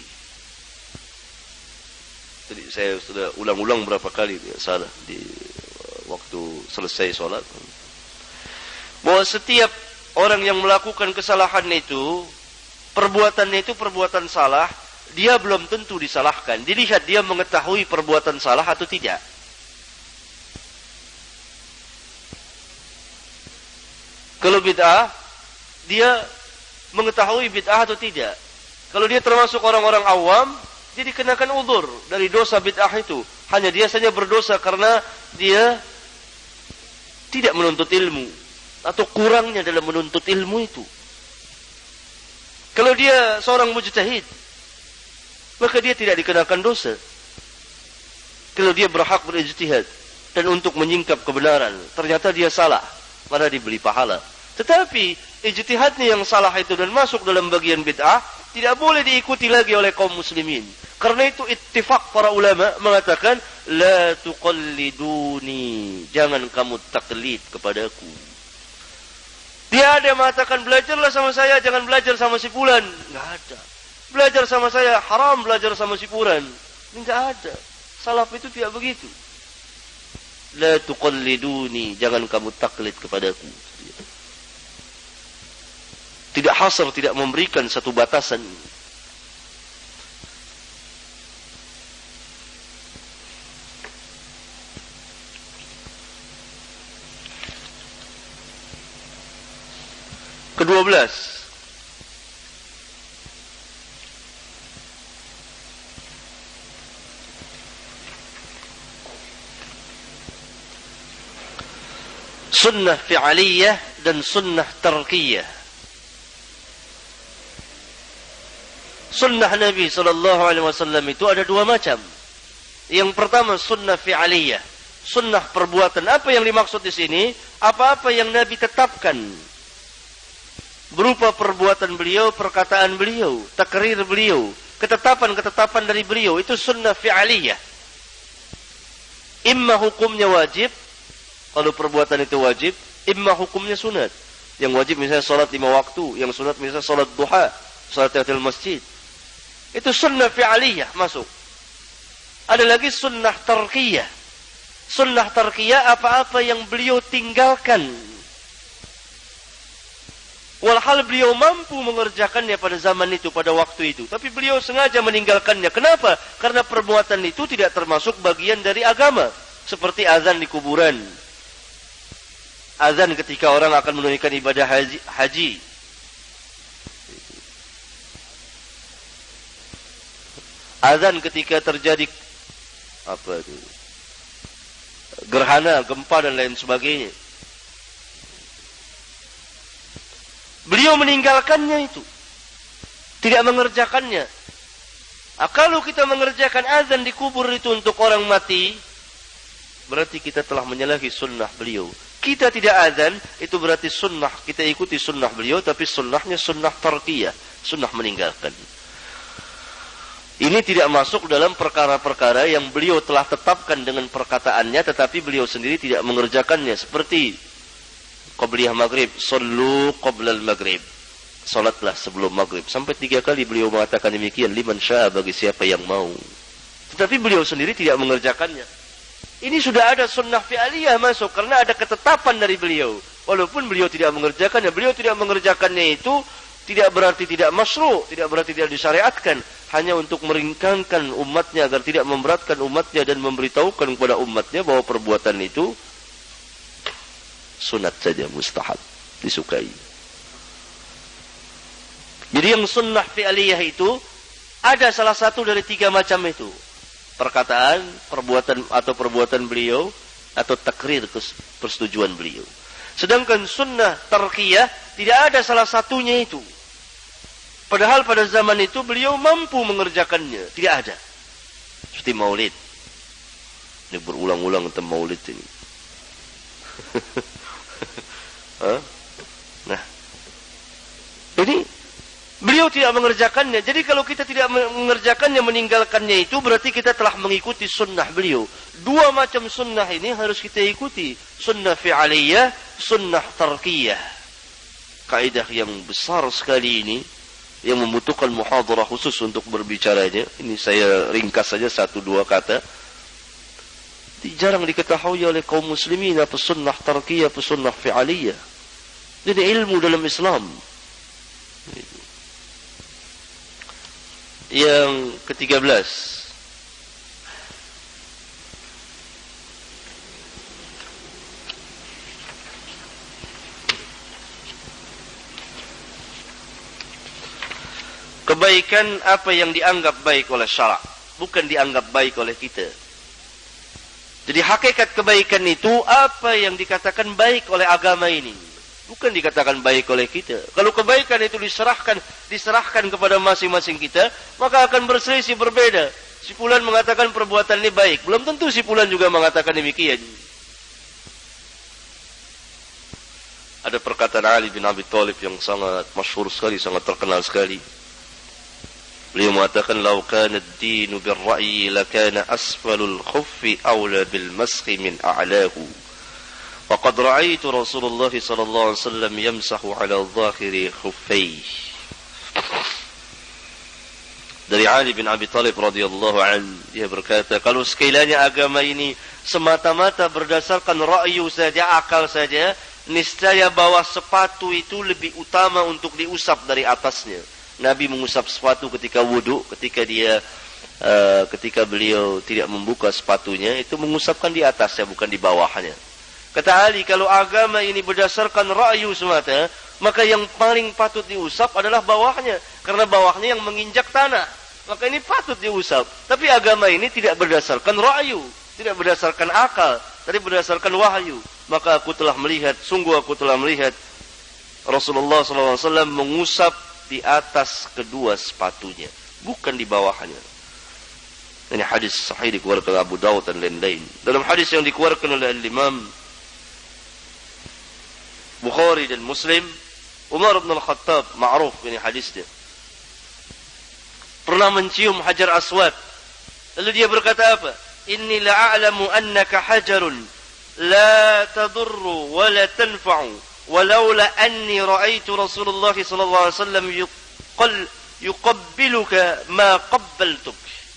Jadi saya sudah ulang-ulang berapa kali ya, salah di waktu selesai sholat. Bahwa setiap orang yang melakukan kesalahan itu, perbuatannya itu perbuatan salah, dia belum tentu disalahkan. Dilihat dia mengetahui perbuatan salah atau tidak. Kalau bid'ah, dia mengetahui bid'ah atau tidak. Kalau dia termasuk orang-orang awam, dia dikenakan uzur dari dosa bid'ah itu. Hanya dia saja berdosa karena dia tidak menuntut ilmu, atau kurangnya dalam menuntut ilmu itu. Kalau dia seorang mujtahid, maka dia tidak dikenakan dosa. Kalau dia berhak berijtihad dan untuk menyingkap kebenaran, ternyata dia salah, maka diberi pahala. Tetapi ijtihadnya yang salah itu dan masuk dalam bagian bid'ah, tidak boleh diikuti lagi oleh kaum muslimin. Karena itu ittifaq para ulama mengatakan, la tuqalliduni, jangan kamu taklid kepadaku. Dia ada yang mengatakan, belajarlah sama saya, jangan belajar sama si fulan. Enggak ada. Belajar sama saya, haram belajar sama si fulan. Ini enggak ada. Salaf itu tidak begitu. La tuqalliduni, jangan kamu taklid kepadaku. Tidak hasar, tidak memberikan satu batasan. Kedua belas, sunnah fi'aliyah dan sunnah tarkiyah. Sunnah Nabi sallallahu alaihi wasallam itu ada dua macam. Yang pertama sunnah fi'aliyah, sunnah perbuatan. Apa yang dimaksud di sini? Apa-apa yang Nabi tetapkan berupa perbuatan beliau, perkataan beliau, takrir beliau, ketetapan-ketetapan dari beliau, itu sunnah fi'aliyah. Imma hukumnya wajib, kalau perbuatan itu wajib, imma hukumnya sunat. Yang wajib misalnya salat lima waktu, yang sunat misalnya salat duha, salat tahiyatul masjid. Itu sunnah fi'aliyah masuk. Ada lagi sunnah tarkiyah. Sunnah tarkiyah apa-apa yang beliau tinggalkan, walhal beliau mampu mengerjakannya pada zaman itu, pada waktu itu, tapi beliau sengaja meninggalkannya. Kenapa? Karena perbuatan itu tidak termasuk bagian dari agama. Seperti azan di kuburan, azan ketika orang akan menunaikan ibadah haji, haji. Azan ketika terjadi apa itu, gerhana, gempa dan lain sebagainya. Beliau meninggalkannya itu, tidak mengerjakannya. Nah, kalau kita mengerjakan azan di kubur itu untuk orang mati, berarti kita telah menyalahi sunnah beliau. Kita tidak azan, itu berarti sunnah, kita ikuti sunnah beliau, tapi sunnahnya sunnah tarkiyah, sunnah meninggalkan. Ini tidak masuk dalam perkara-perkara yang beliau telah tetapkan dengan perkataannya, tetapi beliau sendiri tidak mengerjakannya. Seperti qabliyah maghrib, sallu qablal maghrib, salatlah sebelum maghrib. Sampai tiga kali beliau mengatakan demikian, liman syaa, bagi siapa yang mau. Tetapi beliau sendiri tidak mengerjakannya. Ini sudah ada sunnah fi'aliyah masuk, karena ada ketetapan dari beliau. Walaupun beliau tidak mengerjakannya, beliau tidak mengerjakannya itu tidak berarti tidak masyru', tidak berarti tidak disyariatkan, hanya untuk meringankan umatnya agar tidak memberatkan umatnya dan memberitahukan kepada umatnya bahwa perbuatan itu sunat saja, mustahab, disukai. Jadi yang sunnah fi'liyah itu ada salah satu dari tiga macam itu. Perkataan, perbuatan atau perbuatan beliau, atau takrir persetujuan beliau. Sedangkan sunnah tarkiyah tidak ada salah satunya itu. Padahal pada zaman itu beliau mampu mengerjakannya. Tidak ada. Seperti maulid. Ini berulang-ulang tentang maulid ini. Nah, ini beliau tidak mengerjakannya. Jadi kalau kita tidak mengerjakannya, meninggalkannya, itu berarti kita telah mengikuti sunnah beliau. Dua macam sunnah ini harus kita ikuti. Sunnah fi'aliyah, sunnah tarkiyah. Kaidah yang besar sekali ini, yang membutuhkan muhadarah khusus untuk berbicaranya. Ini saya ringkas saja satu dua kata. Jarang diketahui oleh kaum muslimin apa sunnah tarkiyah, apa sunnah fi'aliyah. Jadi ilmu dalam Islam. Yang ketiga belas, kebaikan apa yang dianggap baik oleh syarak, bukan dianggap baik oleh kita. Jadi hakikat kebaikan itu apa yang dikatakan baik oleh agama ini, bukan dikatakan baik oleh kita. Kalau kebaikan itu diserahkan diserahkan kepada masing-masing kita, maka akan berselisih, berbeda. Si fulan mengatakan perbuatan ini baik, belum tentu si fulan juga mengatakan demikian. Ada perkataan Ali bin Abi Thalib yang sangat masyhur sekali, sangat terkenal sekali. Beliau mengatakan, "Lau kana ad-dinu bir-ra'yi lakana asfalul khuffi awla bil mashi min a'lahu. Wa qad ra'aytu Rasulullah sallallahu alaihi wasallam yamsahu 'ala dhahiri khuffayhi." Dari Ali bin Abi Thalib radhiyallahu anhu, dia berkata, kalau sekiranya agama ini semata-mata berdasarkan ra'yu saja, akal saja, niscaya bawah sepatu itu lebih utama untuk diusap dari atasnya. Nabi mengusap sepatu ketika wudhu, ketika dia uh, ketika beliau tidak membuka sepatunya, itu mengusapkan di atasnya, bukan di bawahnya. Kata Ali, kalau agama ini berdasarkan ra'yu semata, maka yang paling patut diusap adalah bawahnya, karena bawahnya yang menginjak tanah. Maka ini patut diusap. Tapi agama ini tidak berdasarkan ra'yu, tidak berdasarkan akal, tapi berdasarkan wahyu. Maka aku telah melihat, sungguh aku telah melihat Rasulullah sallallahu alaihi wasallam mengusap di atas kedua sepatunya, bukan di bawahnya. Ini hadis sahih dikeluarkan Abu Dawud dan lain-lain. Dalam hadis yang dikeluarkan oleh Imam Bukhari dan Muslim, Umar bin Al-Khattab, ma'ruf ini hadisnya, pernah mencium hajar aswad. Lalu dia berkata apa? Inni la'alamu annaka hajarun la tadurru wa la tanfa'u walaula anni ra'aitu Rasulullah sallallahu alaihi wasallam yuqal yuqabbiluka ma qabbaltuk.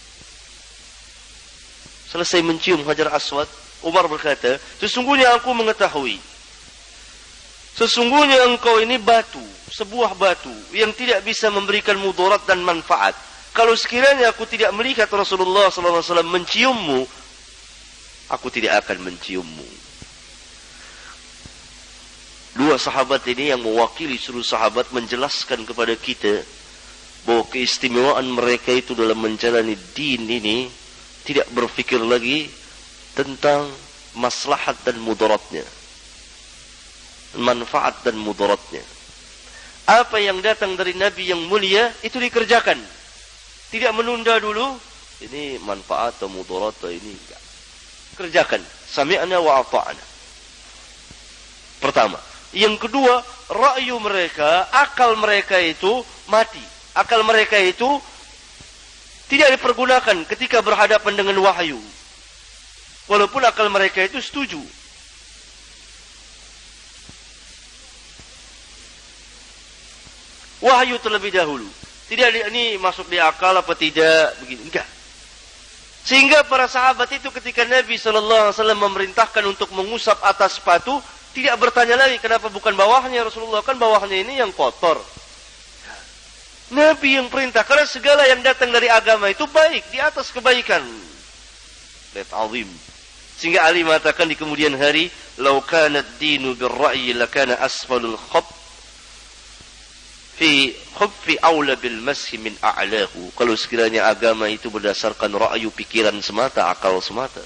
Selesai mencium hajar aswad, Umar berkata, sesungguhnya aku mengetahui, sesungguhnya engkau ini batu, sebuah batu yang tidak bisa memberikan mudarat dan manfaat. Kalau sekiranya aku tidak melihat Rasulullah sallallahu alaihi wasallam menciummu, aku tidak akan menciummu. Dua sahabat ini yang mewakili seluruh sahabat menjelaskan kepada kita bahwa keistimewaan mereka itu dalam menjalani din ini tidak berfikir lagi tentang maslahat dan mudaratnya, manfaat dan mudaratnya. Apa yang datang dari Nabi yang mulia itu dikerjakan, tidak menunda dulu. Ini manfaat atau mudarat atau ini enggak. Kerjakan. Sami'na wa ata'na. Pertama. Yang kedua, ra'yu mereka, akal mereka itu mati. Akal mereka itu tidak dipergunakan ketika berhadapan dengan wahyu. Walaupun akal mereka itu setuju. Wahyu terlebih dahulu. Tidak ini masuk di akal apa tidak, begini. Enggak. Sehingga para sahabat itu ketika Nabi sallallahu alaihi wasallam memerintahkan untuk mengusap atas sepatu, tidak bertanya lagi kenapa bukan bawahnya. Rasulullah, kan bawahnya ini yang kotor. Nabi yang perintah. Karena segala yang datang dari agama itu baik. Di atas kebaikan. Lihat azim. Sehingga Ali mengatakan di kemudian hari. Lau kanat dinu birra'yi lakana asfalul khab. Fi khubfi awla bil mashi min a'lahu. Kalau sekiranya agama itu berdasarkan ra'yu pikiran semata. Akal semata.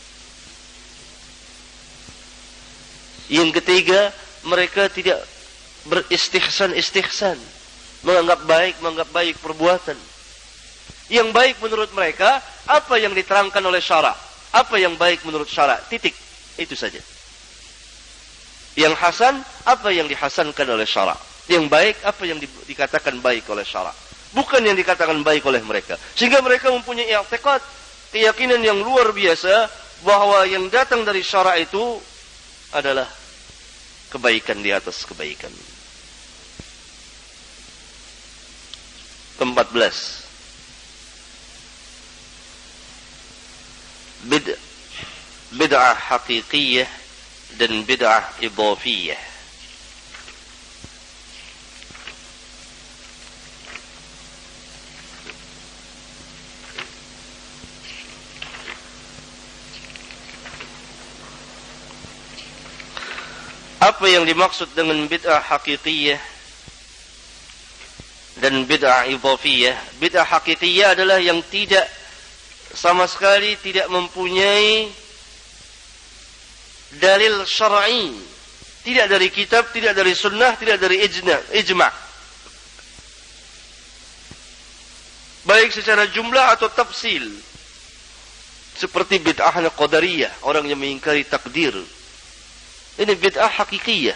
Yang ketiga. Mereka tidak beristihsan-istihsan. Menganggap baik, menganggap baik perbuatan. Yang baik menurut mereka, apa yang diterangkan oleh syara. Apa yang baik menurut syara. Titik. Itu saja. Yang hasan, apa yang dihasankan oleh syara. Yang baik, apa yang di, dikatakan baik oleh syara. Bukan yang dikatakan baik oleh mereka. Sehingga mereka mempunyai i'tiqad, keyakinan yang luar biasa, bahwa yang datang dari syara itu adalah kebaikan di atas kebaikan. Keempat belas. Bid bid'ah hakikiyah dan bid'ah idhafiyah. Apa yang dimaksud dengan bid'ah hakikiyah dan bid'ah idhafiyah? Bid'ah hakikiyah adalah yang tidak sama sekali tidak mempunyai dalil syar'i, tidak dari kitab, tidak dari sunnah, tidak dari ijma', ijma'. Baik secara jumlah atau tafsil. Seperti bid'ahnya qadariyah, orang yang mengingkari takdir. Ini bid'ah hakikiyah.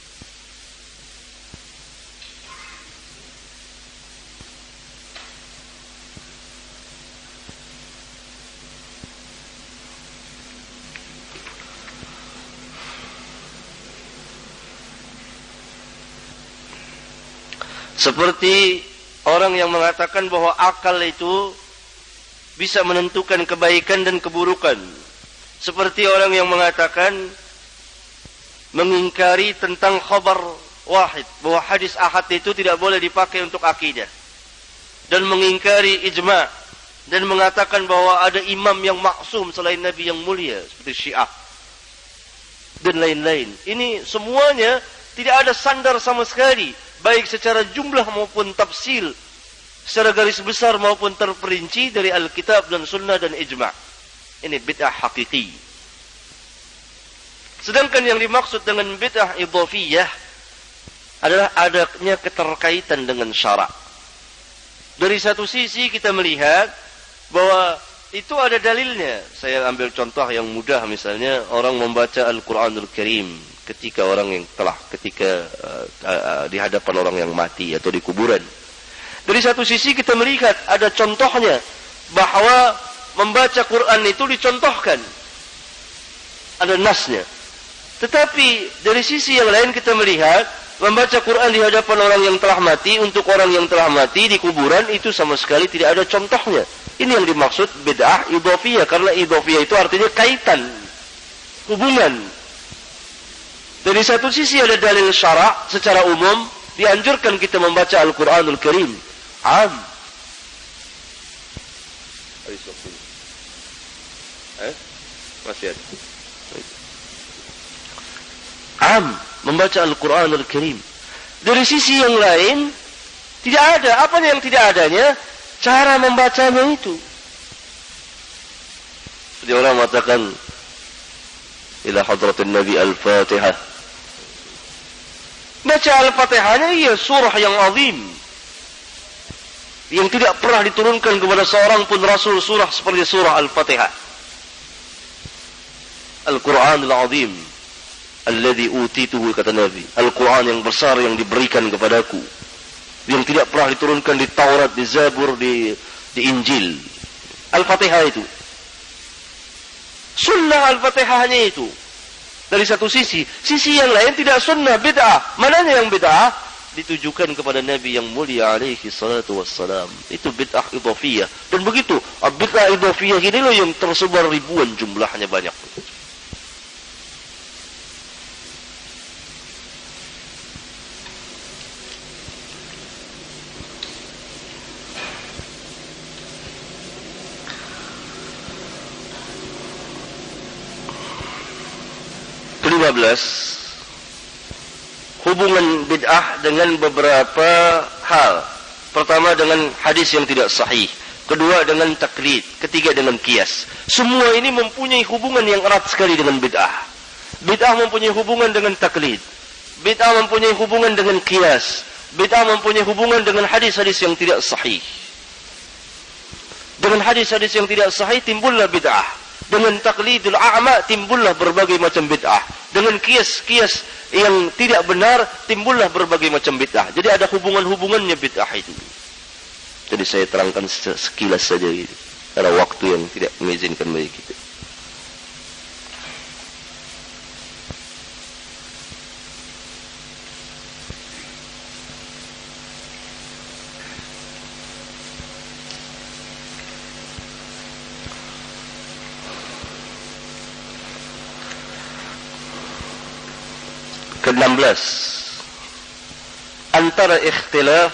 Seperti orang yang mengatakan bahwa akal itu bisa menentukan kebaikan dan keburukan. Seperti orang yang mengatakan mengingkari tentang khabar wahid, bahwa hadis ahad itu tidak boleh dipakai untuk akidah, dan mengingkari ijma', dan mengatakan bahwa ada imam yang maksum selain Nabi yang mulia seperti Syiah dan lain-lain. Ini semuanya tidak ada sandar sama sekali, baik secara jumlah maupun tafsil, secara garis besar maupun terperinci dari Alkitab dan Sunnah dan ijma'. Ini bid'ah hakiki. Sedangkan yang dimaksud dengan bid'ah idhafiyah adalah adanya keterkaitan dengan syara'. Dari satu sisi kita melihat bahwa itu ada dalilnya. Saya ambil contoh yang mudah, misalnya orang membaca Al-Quranul Karim ketika orang yang telah ketika uh, uh, di hadapan orang yang mati atau di kuburan. Dari satu sisi kita melihat ada contohnya bahwa membaca Quran itu dicontohkan. Ada nasnya. Tetapi dari sisi yang lain kita melihat membaca Quran di hadapan orang yang telah mati, untuk orang yang telah mati di kuburan, itu sama sekali tidak ada contohnya. Ini yang dimaksud bid'ah idhafiyah, karena idhafiyah itu artinya kaitan, hubungan. Dari satu sisi ada dalil syara' secara umum, dianjurkan kita membaca Al-Quranul Karim. Am. Eh? Masih ada. Am, membaca Al-Quranul Karim. Dari sisi yang lain, tidak ada. Apa yang tidak adanya? Cara membacanya itu. Seperti orang mengatakan, ila hadratin Nabi Al-Fatihah. Baca Al-Fatihahnya, iya, surah yang azim, yang tidak pernah diturunkan kepada seorang pun Rasul surah seperti surah Al-Fatihah. Al-Quranul Azim alladhi utituhu, kata Nabi, Al-Quran yang besar yang diberikan kepadaku, yang tidak pernah diturunkan di Taurat, di Zabur, di, di Injil. Al-Fatihah itu. Sunnah Al-Fatihahnya itu. Dari satu sisi. Sisi yang lain tidak sunnah, bid'ah. Mananya yang bid'ah? Ditujukan kepada Nabi yang mulia alaihi salatu wassalam. Itu bid'ah idhafiyah. Dan begitu, bid'ah idhafiyah ini loh yang tersebar ribuan, jumlahnya banyak. lima belas, hubungan bid'ah dengan beberapa hal. Pertama dengan hadis yang tidak sahih, kedua dengan taklid, ketiga dengan qiyas. Semua ini mempunyai hubungan yang erat sekali dengan bid'ah. Bid'ah mempunyai hubungan dengan taklid, bid'ah mempunyai hubungan dengan qiyas, bid'ah mempunyai hubungan dengan hadis-hadis yang tidak sahih. Dengan hadis-hadis yang tidak sahih timbullah bid'ah. Dengan taklidul a'ma timbullah berbagai macam bid'ah. Dengan kias-kias yang tidak benar timbullah berbagai macam bid'ah. Jadi ada hubungan-hubungannya bid'ah itu. Jadi saya terangkan sekilas saja gitu. Karena waktu yang tidak mengizinkan bagi kita. ke-enam belas, antara ikhtilaf,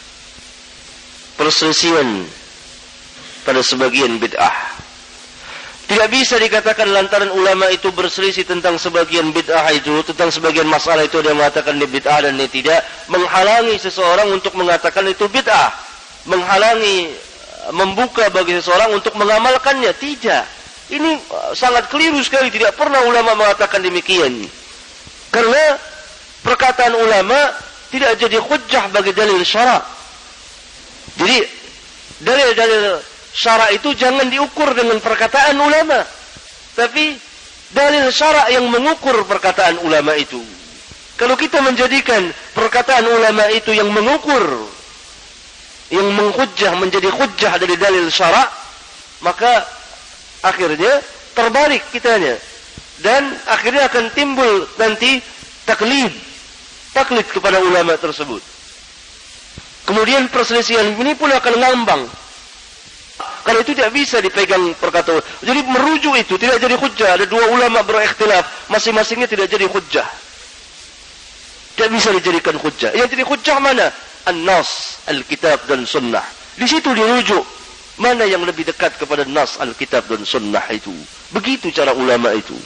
perselisihan pada sebagian bid'ah. Tidak bisa dikatakan lantaran ulama itu berselisih tentang sebagian bid'ah itu, tentang sebagian masalah itu, dia mengatakan ini bid'ah dan ini tidak, menghalangi seseorang untuk mengatakan itu bid'ah, menghalangi, membuka bagi seseorang untuk mengamalkannya. Tidak. Ini sangat keliru sekali. Tidak pernah ulama mengatakan demikian. Karena perkataan ulama tidak jadi hujjah bagi dalil syara'. Jadi dalil-dalil syara' itu jangan diukur dengan perkataan ulama, tapi dalil syara' yang mengukur perkataan ulama itu. Kalau kita menjadikan perkataan ulama itu yang mengukur, yang menghujjah, menjadi hujjah dari dalil syara', maka akhirnya terbalik kitanya. Dan akhirnya akan timbul nanti taklid. Taklid kepada ulama tersebut. Kemudian perselisihan ini pun akan ngambang. Kalau itu tidak bisa dipegang perkataan. Jadi merujuk itu tidak jadi hujjah. Ada dua ulama berikhtilaf. Masing-masingnya tidak jadi hujjah. Tidak bisa dijadikan hujjah. Yang jadi hujjah mana? An-nas, Alkitab dan Sunnah. Di situ dirujuk. Mana yang lebih dekat kepada nas, Alkitab dan Sunnah itu. Begitu cara ulama itu.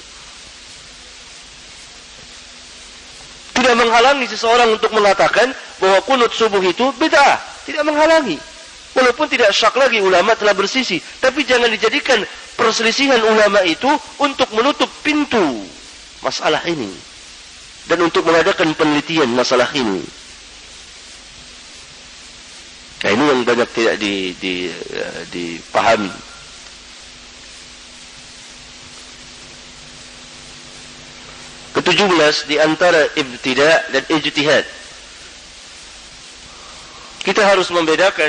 Tidak menghalangi seseorang untuk mengatakan bahwa kunut subuh itu bid'ah. Tidak menghalangi. Walaupun tidak syak lagi ulama telah bersisi. Tapi jangan dijadikan perselisihan ulama itu untuk menutup pintu masalah ini. Dan untuk mengadakan penelitian masalah ini. Nah ini yang banyak tidak di, di, uh, dipahami. Ketujuh belas, di antara ibtida' dan ijtihad. Kita harus membedakan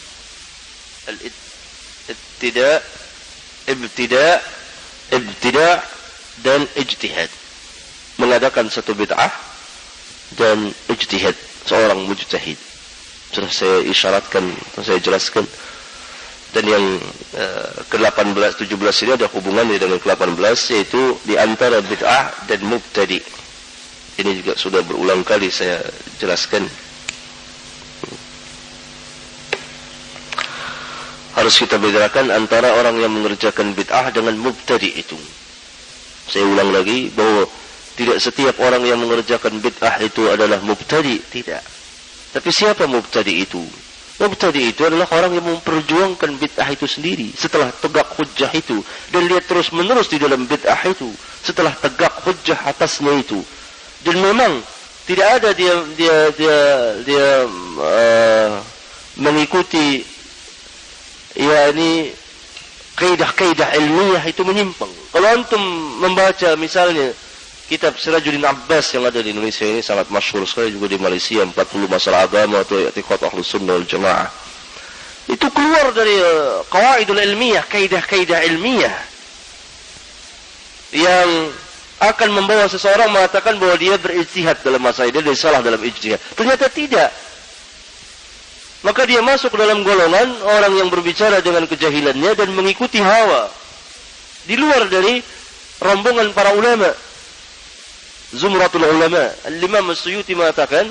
al-ibtida', ibtida', ibtida' dan ijtihad. Mengadakan satu bid'ah dan ijtihad, seorang mujtahid. Sudah saya isyaratkan, saya jelaskan. Dan yang uh, ke delapan belas, tujuh belas ini ada hubungannya dengan ke delapan belas, yaitu di antara bid'ah dan mubtadi'. Ini juga sudah berulang kali saya jelaskan. Harus kita bedakan antara orang yang mengerjakan bid'ah dengan mubtadi' itu. Saya ulang lagi bahwa tidak setiap orang yang mengerjakan bid'ah itu adalah mubtadi', tidak. Tapi siapa mubtadi' itu? Mubtadi' itu adalah orang yang memperjuangkan bid'ah itu sendiri setelah tegak hujjah itu, dan dia terus menerus di dalam bid'ah itu setelah tegak hujjah atasnya itu. Dan memang tidak ada dia dia dia dia uh, mengikuti yakni kaidah-kaidah ilmiah itu menyimpang. Kalau antum membaca misalnya kitab Sirajuddin Abbas yang ada di Indonesia ini sangat masyhur sekali, juga di Malaysia, empat puluh masalah agama atau i'tiqad Ahlus Sunnah wal Jamaah. Itu keluar dari uh, qawaidul ilmiah, kaidah-kaidah ilmiah yang akan membawa seseorang mengatakan bahwa dia berijtihad dalam masalah dia, dia salah dalam ijtihad. Ternyata tidak. Maka dia masuk dalam golongan orang yang berbicara dengan kejahilannya dan mengikuti hawa di luar dari rombongan para ulama. Zumratul ulama. Al-Imam As-Suyuti mengatakan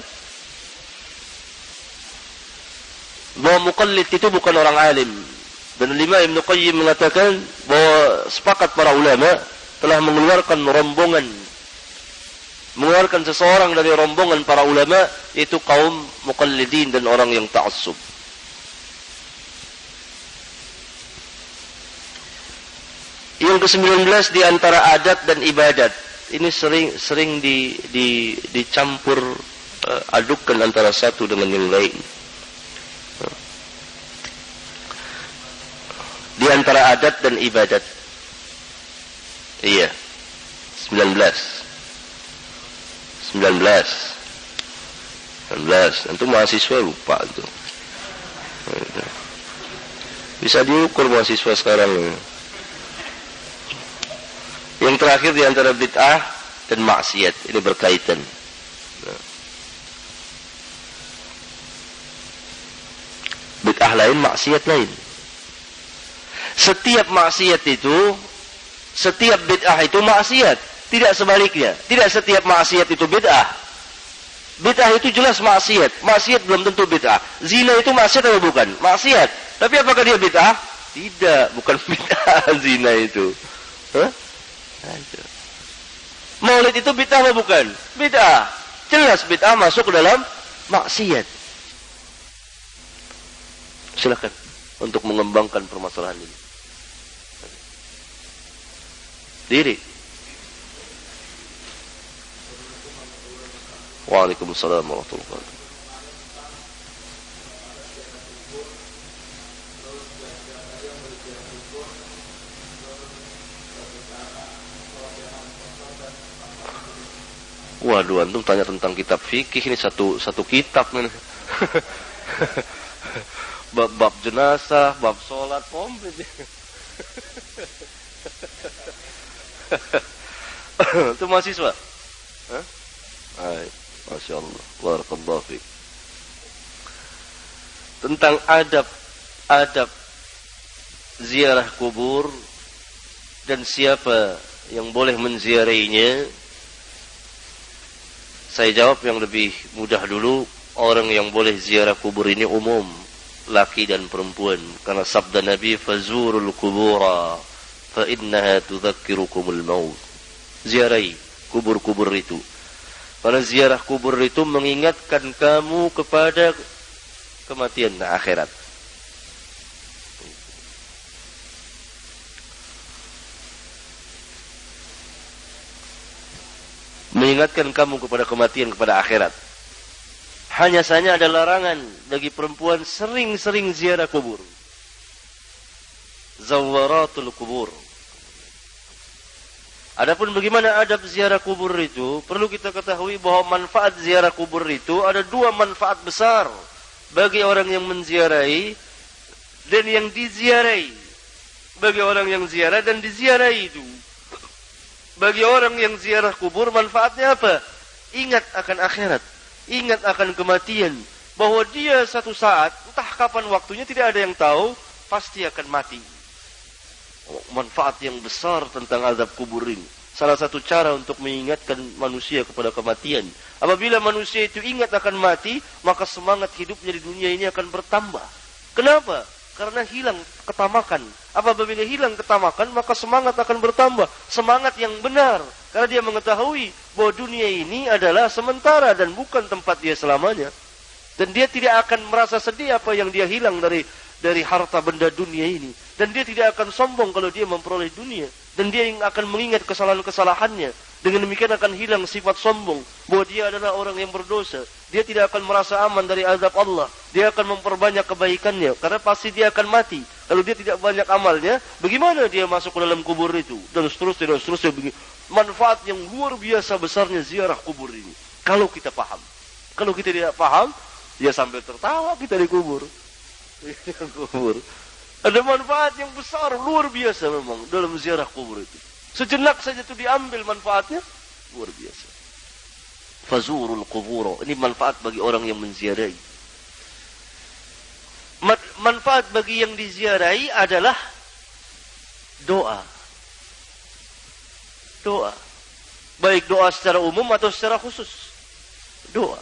bahwa muqallid itu bukan orang alim. Dan Al-Imam Ibn Qayyim mengatakan bahwa sepakat para ulama telah mengeluarkan rombongan mengeluarkan seseorang dari rombongan para ulama, itu kaum muqallidin dan orang yang ta'assub. Yang kesembilan belas di antara adat dan ibadat. Ini sering sering di, di, dicampur uh, adukkan antara satu dengan yang lain. Di antara adat dan ibadat. Iya. sembilan belas. sembilan belas. sembilan belas. Antum mahasiswa lupa itu. Bisa diukur mahasiswa sekarang. Yang terakhir di antara bid'ah dan maksiat, ini berkaitan. Bid'ah lain, maksiat lain. Setiap maksiat itu, setiap bid'ah itu maksiat, tidak sebaliknya. Tidak setiap maksiat itu bid'ah. Bid'ah itu jelas maksiat, maksiat belum tentu bid'ah. Zina itu maksiat atau bukan? Maksiat. Tapi apakah dia bid'ah? Tidak, bukan bid'ah zina itu. Hah? Maulid itu bid'ah atau bukan? Bid'ah. Jelas bid'ah masuk ke dalam maksiat. Silakan untuk mengembangkan permasalahan ini. Diri. Waalaikumsalam warahmatullahi wabarakatuh. Waduh, antum tanya tentang kitab fikih, ini satu satu kitab nih. bab bab jenazah, bab sholat, komplit. Itu mahasiswa? Hah? Hai, Masya Allah, barakallahu fiik. Tentang adab adab ziarah kubur dan siapa yang boleh menziarahinya, saya jawab yang lebih mudah dulu. Orang yang boleh ziarah kubur ini umum, laki dan perempuan, karena sabda Nabi, fazurul kubura fa innaha tudzakirukumul maut. Ziarahi kubur-kubur itu, karena ziarah kubur itu mengingatkan kamu kepada kematian dan akhirat. Mengingatkan kamu kepada kematian, kepada akhirat. Hanya saja ada larangan bagi perempuan sering-sering ziarah kubur. Zawaratul kubur. Adapun bagaimana adab ziarah kubur itu, perlu kita ketahui bahwa manfaat ziarah kubur itu ada dua manfaat besar bagi orang yang menziarahi dan yang diziarahi. Bagi orang yang ziarah dan diziarahi itu. Bagi orang yang ziarah kubur, manfaatnya apa? Ingat akan akhirat, ingat akan kematian, bahwa dia satu saat, entah kapan waktunya tidak ada yang tahu, pasti akan mati. Oh, manfaat yang besar tentang azab kubur ini. Salah satu cara untuk mengingatkan manusia kepada kematian. Apabila manusia itu ingat akan mati, maka semangat hidupnya di dunia ini akan bertambah. Kenapa? Karena hilang ketamakan. Apabila hilang ketamakan, maka semangat akan bertambah. Semangat yang benar. Karena dia mengetahui bahwa dunia ini adalah sementara dan bukan tempat dia selamanya. Dan dia tidak akan merasa sedih apa yang dia hilang dari dari harta benda dunia ini. Dan dia tidak akan sombong kalau dia memperoleh dunia. Dan dia yang akan mengingat kesalahan-kesalahannya. Dengan demikian akan hilang sifat sombong. Bahwa dia adalah orang yang berdosa. Dia tidak akan merasa aman dari azab Allah. Dia akan memperbanyak kebaikannya. Karena pasti dia akan mati. Kalau dia tidak banyak amalnya, bagaimana dia masuk ke dalam kubur itu? Dan seterusnya, dan seterusnya. Manfaat yang luar biasa besarnya ziarah kubur ini. Kalau kita paham. Kalau kita tidak paham, ya sambil tertawa kita di kubur. kubur. Ada manfaat yang besar, luar biasa memang dalam ziarah kubur itu. Sejenak saja itu diambil manfaatnya, luar biasa. Fazurul kubur. Ini manfaat bagi orang yang menziarahi. Manfaat bagi yang diziarahi adalah doa. Doa. Baik doa secara umum atau secara khusus. Doa.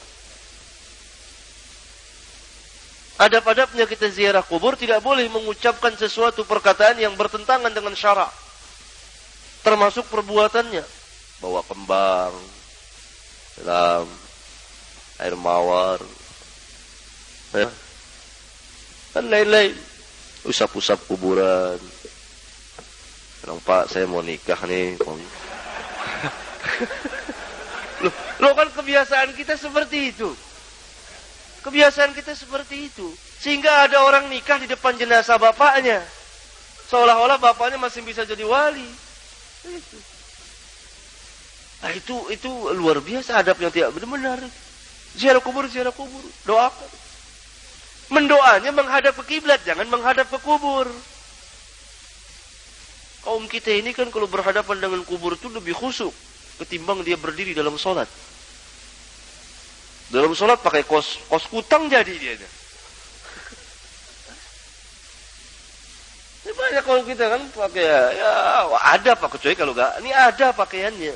Adab-adabnya kita ziarah kubur, tidak boleh mengucapkan sesuatu perkataan yang bertentangan dengan syarak. Termasuk perbuatannya. Bawa kembang, dalam air mawar, ya, dan lain-lain, usap-usap kuburan. Bilang, Pak, saya mau nikah nih. Loh, loh kan kebiasaan kita seperti itu. Kebiasaan kita seperti itu. Sehingga ada orang nikah di depan jenazah bapaknya. Seolah-olah bapaknya masih bisa jadi wali. Itu. Nah, itu itu luar biasa adab yang tidak benar-benar. Ziarah kubur, ziarah kubur, doakan. Mendoanya menghadap ke kiblat, jangan menghadap ke kubur. Kaum kita ini kan kalau berhadapan dengan kubur itu lebih khusyuk ketimbang dia berdiri dalam sholat. Dalam sholat pakai kos kos kutang jadi dia. Ini banyak kalau kita kan pakai ya ada pak, kecuali kalau enggak. Ini ada pakaiannya.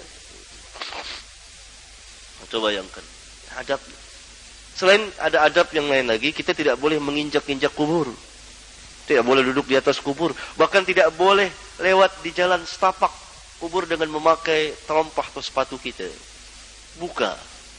Coba bayangkan adab. Selain ada adab yang lain lagi, kita tidak boleh menginjak-injak kubur. Tidak boleh duduk di atas kubur. Bahkan tidak boleh lewat di jalan setapak kubur dengan memakai terompah atau sepatu kita. Buka.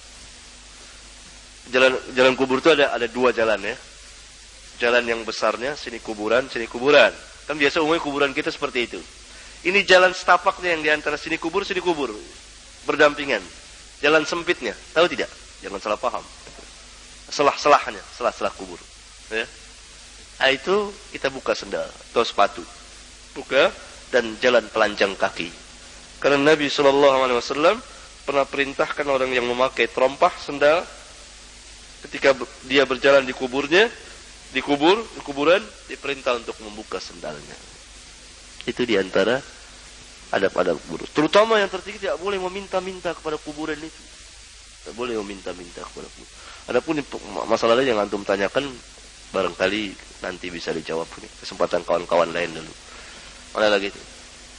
Jalan jalan kubur itu ada ada dua jalan ya. Jalan yang besarnya, sini kuburan, sini kuburan. Kan biasa umumnya kuburan kita seperti itu. Ini jalan setapaknya yang di antara sini kubur, sini kubur. Berdampingan. Jalan sempitnya. Tahu tidak? Jangan salah paham. Selah-selahnya, selah-selah kubur. Ya. Nah, itu kita buka sendal atau sepatu. Buka dan jalan telanjang kaki. Karena Nabi shallallahu alaihi wasallam pernah perintahkan orang yang memakai terompah sendal ketika dia berjalan di kuburnya, di kubur, di kuburan, diperintah untuk membuka sendalnya. Itu diantara adab-adab kubur. Terutama yang tertinggi tidak boleh meminta-minta kepada kuburan itu. Tidak boleh meminta-minta kepada kuburan. Adapun masalah lain yang antum tanyakan, barangkali nanti bisa dijawab nih. Kesempatan kawan-kawan lain dulu. Mana lagi itu?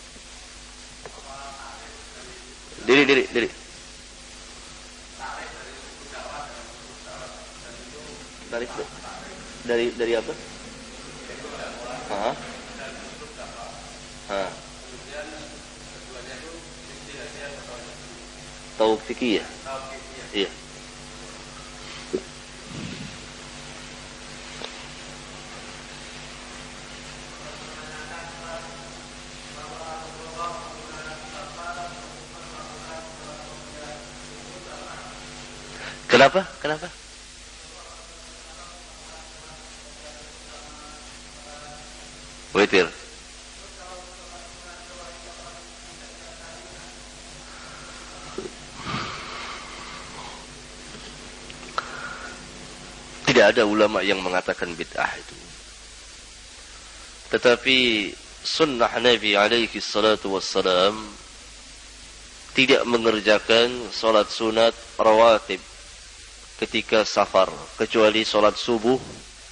Diri, diri, diri. Dari dari dari apa? Hah? Hah? Tahu fikih ya? Iya. Kenapa? Kenapa? Witir. Tidak ada ulama yang mengatakan bid'ah itu. Tetapi sunnah Nabi alaihi salatu wassalam tidak mengerjakan solat sunat rawatib ketika safar, kecuali solat subuh,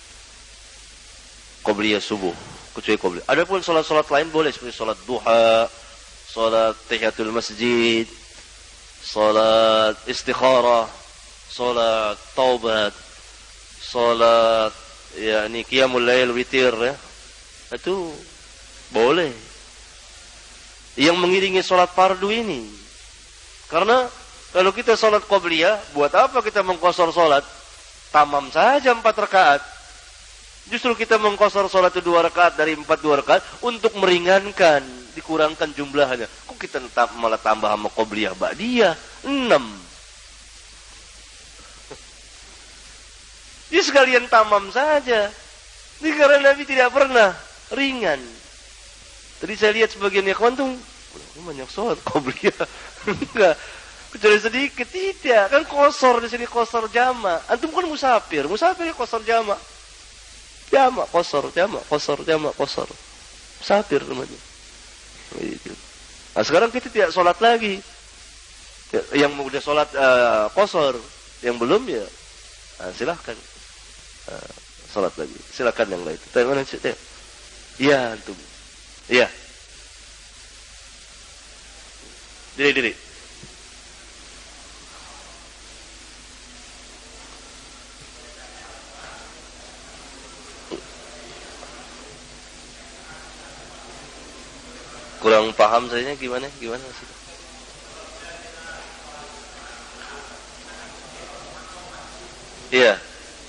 qobliyah subuh, kecuali qobliyah. Adapun solat-solat lain boleh, seperti solat duha, solat tahiyatul masjid, solat istikharah, solat taubat, solat yakni qiyamul lail witir, ya. Itu boleh. Yang mengiringi solat fardu ini. Karena kalau kita solat qobliyah, buat apa kita mengqasar solat? Tamam saja empat rakaat. Justru kita mengqasar solat itu dua rakaat dari empat dua rakaat untuk meringankan, dikurangkan jumlahnya. Kok kita malah tambah sama qobliyah ba'diyah enam? Dia sekalian tamam saja. Ini karena Nabi tidak pernah ringan. Tadi saya lihat sebagian ikhwan tuh banyak sholat qobliyah. Enggak. Kecuali sedikit, tidak. Kan kosor di sini, kosor jama. Antum kan musafir. Musafir ya kosor jama. Jama, kosor, jama, kosor, jama, kosor. Musafir namanya. Nah sekarang kita tidak sholat lagi. Yang udah sholat uh, kosor. Yang belum ya nah, silahkan uh, sholat lagi. Silahkan yang lain. Tanya mana sih? Iya antum. Iya. Diri diri. Kurang paham saya gimana? Gimana sih? Iya.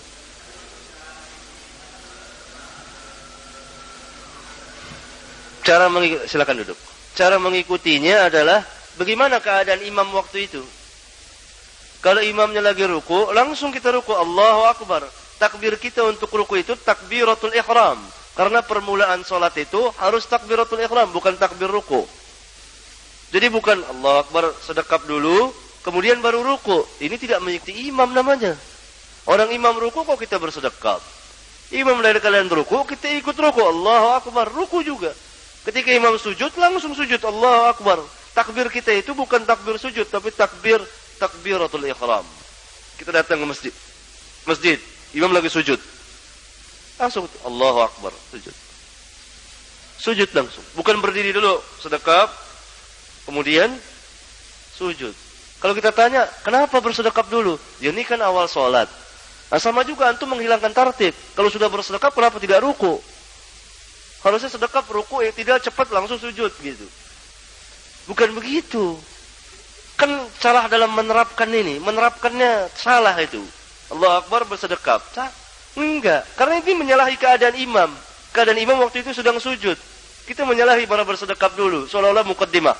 Cara mengikuti, silakan duduk. Cara mengikutinya adalah bagaimana keadaan imam waktu itu. Kalau imamnya lagi ruku, langsung kita ruku, Allahu Akbar. Takbir kita untuk ruku itu takbiratul ihram. Karena permulaan solat itu harus takbiratul ihram, bukan takbir ruku. Jadi bukan Allahu Akbar sedekap dulu, kemudian baru ruku. Ini tidak mengikuti imam namanya. Orang imam ruku kok kita bersedekap. Imam dari kalian ruku, kita ikut ruku, Allahu Akbar, ruku juga. Ketika imam sujud, langsung sujud, Allahu Akbar. Takbir kita itu bukan takbir sujud, tapi takbir takbiratul ihram. Kita datang ke masjid. Masjid, imam lagi sujud. Langsung Allahu Akbar, sujud. Sujud langsung. Bukan berdiri dulu, sedekap, kemudian sujud. Kalau kita tanya, kenapa bersedekap dulu? Ya ini kan awal sholat. Nah, sama juga antum menghilangkan tartib. Kalau sudah bersedekap, kenapa tidak ruku? Harusnya sedekap ruku, eh, tidak cepat langsung sujud gitu. Bukan begitu. Kan salah dalam menerapkan ini. Menerapkannya salah itu. Allahu Akbar bersedekap. Enggak. Karena ini menyalahi keadaan imam. Keadaan imam waktu itu sedang sujud. Kita menyalahi para bersedekap dulu. Seolah-olah muqaddimah.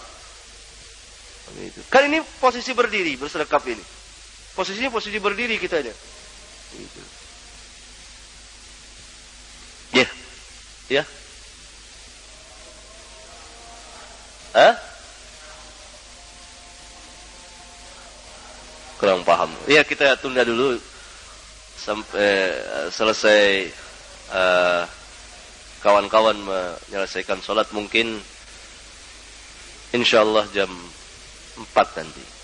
Kan ini posisi berdiri, bersedekap ini. Posisinya posisi berdiri kitanya. Ya. Yeah. Ya. Yeah. Hah? Kurang paham. Iya, kita tunda dulu sampai uh, selesai uh, kawan-kawan menyelesaikan sholat, mungkin insyaallah jam empat nanti.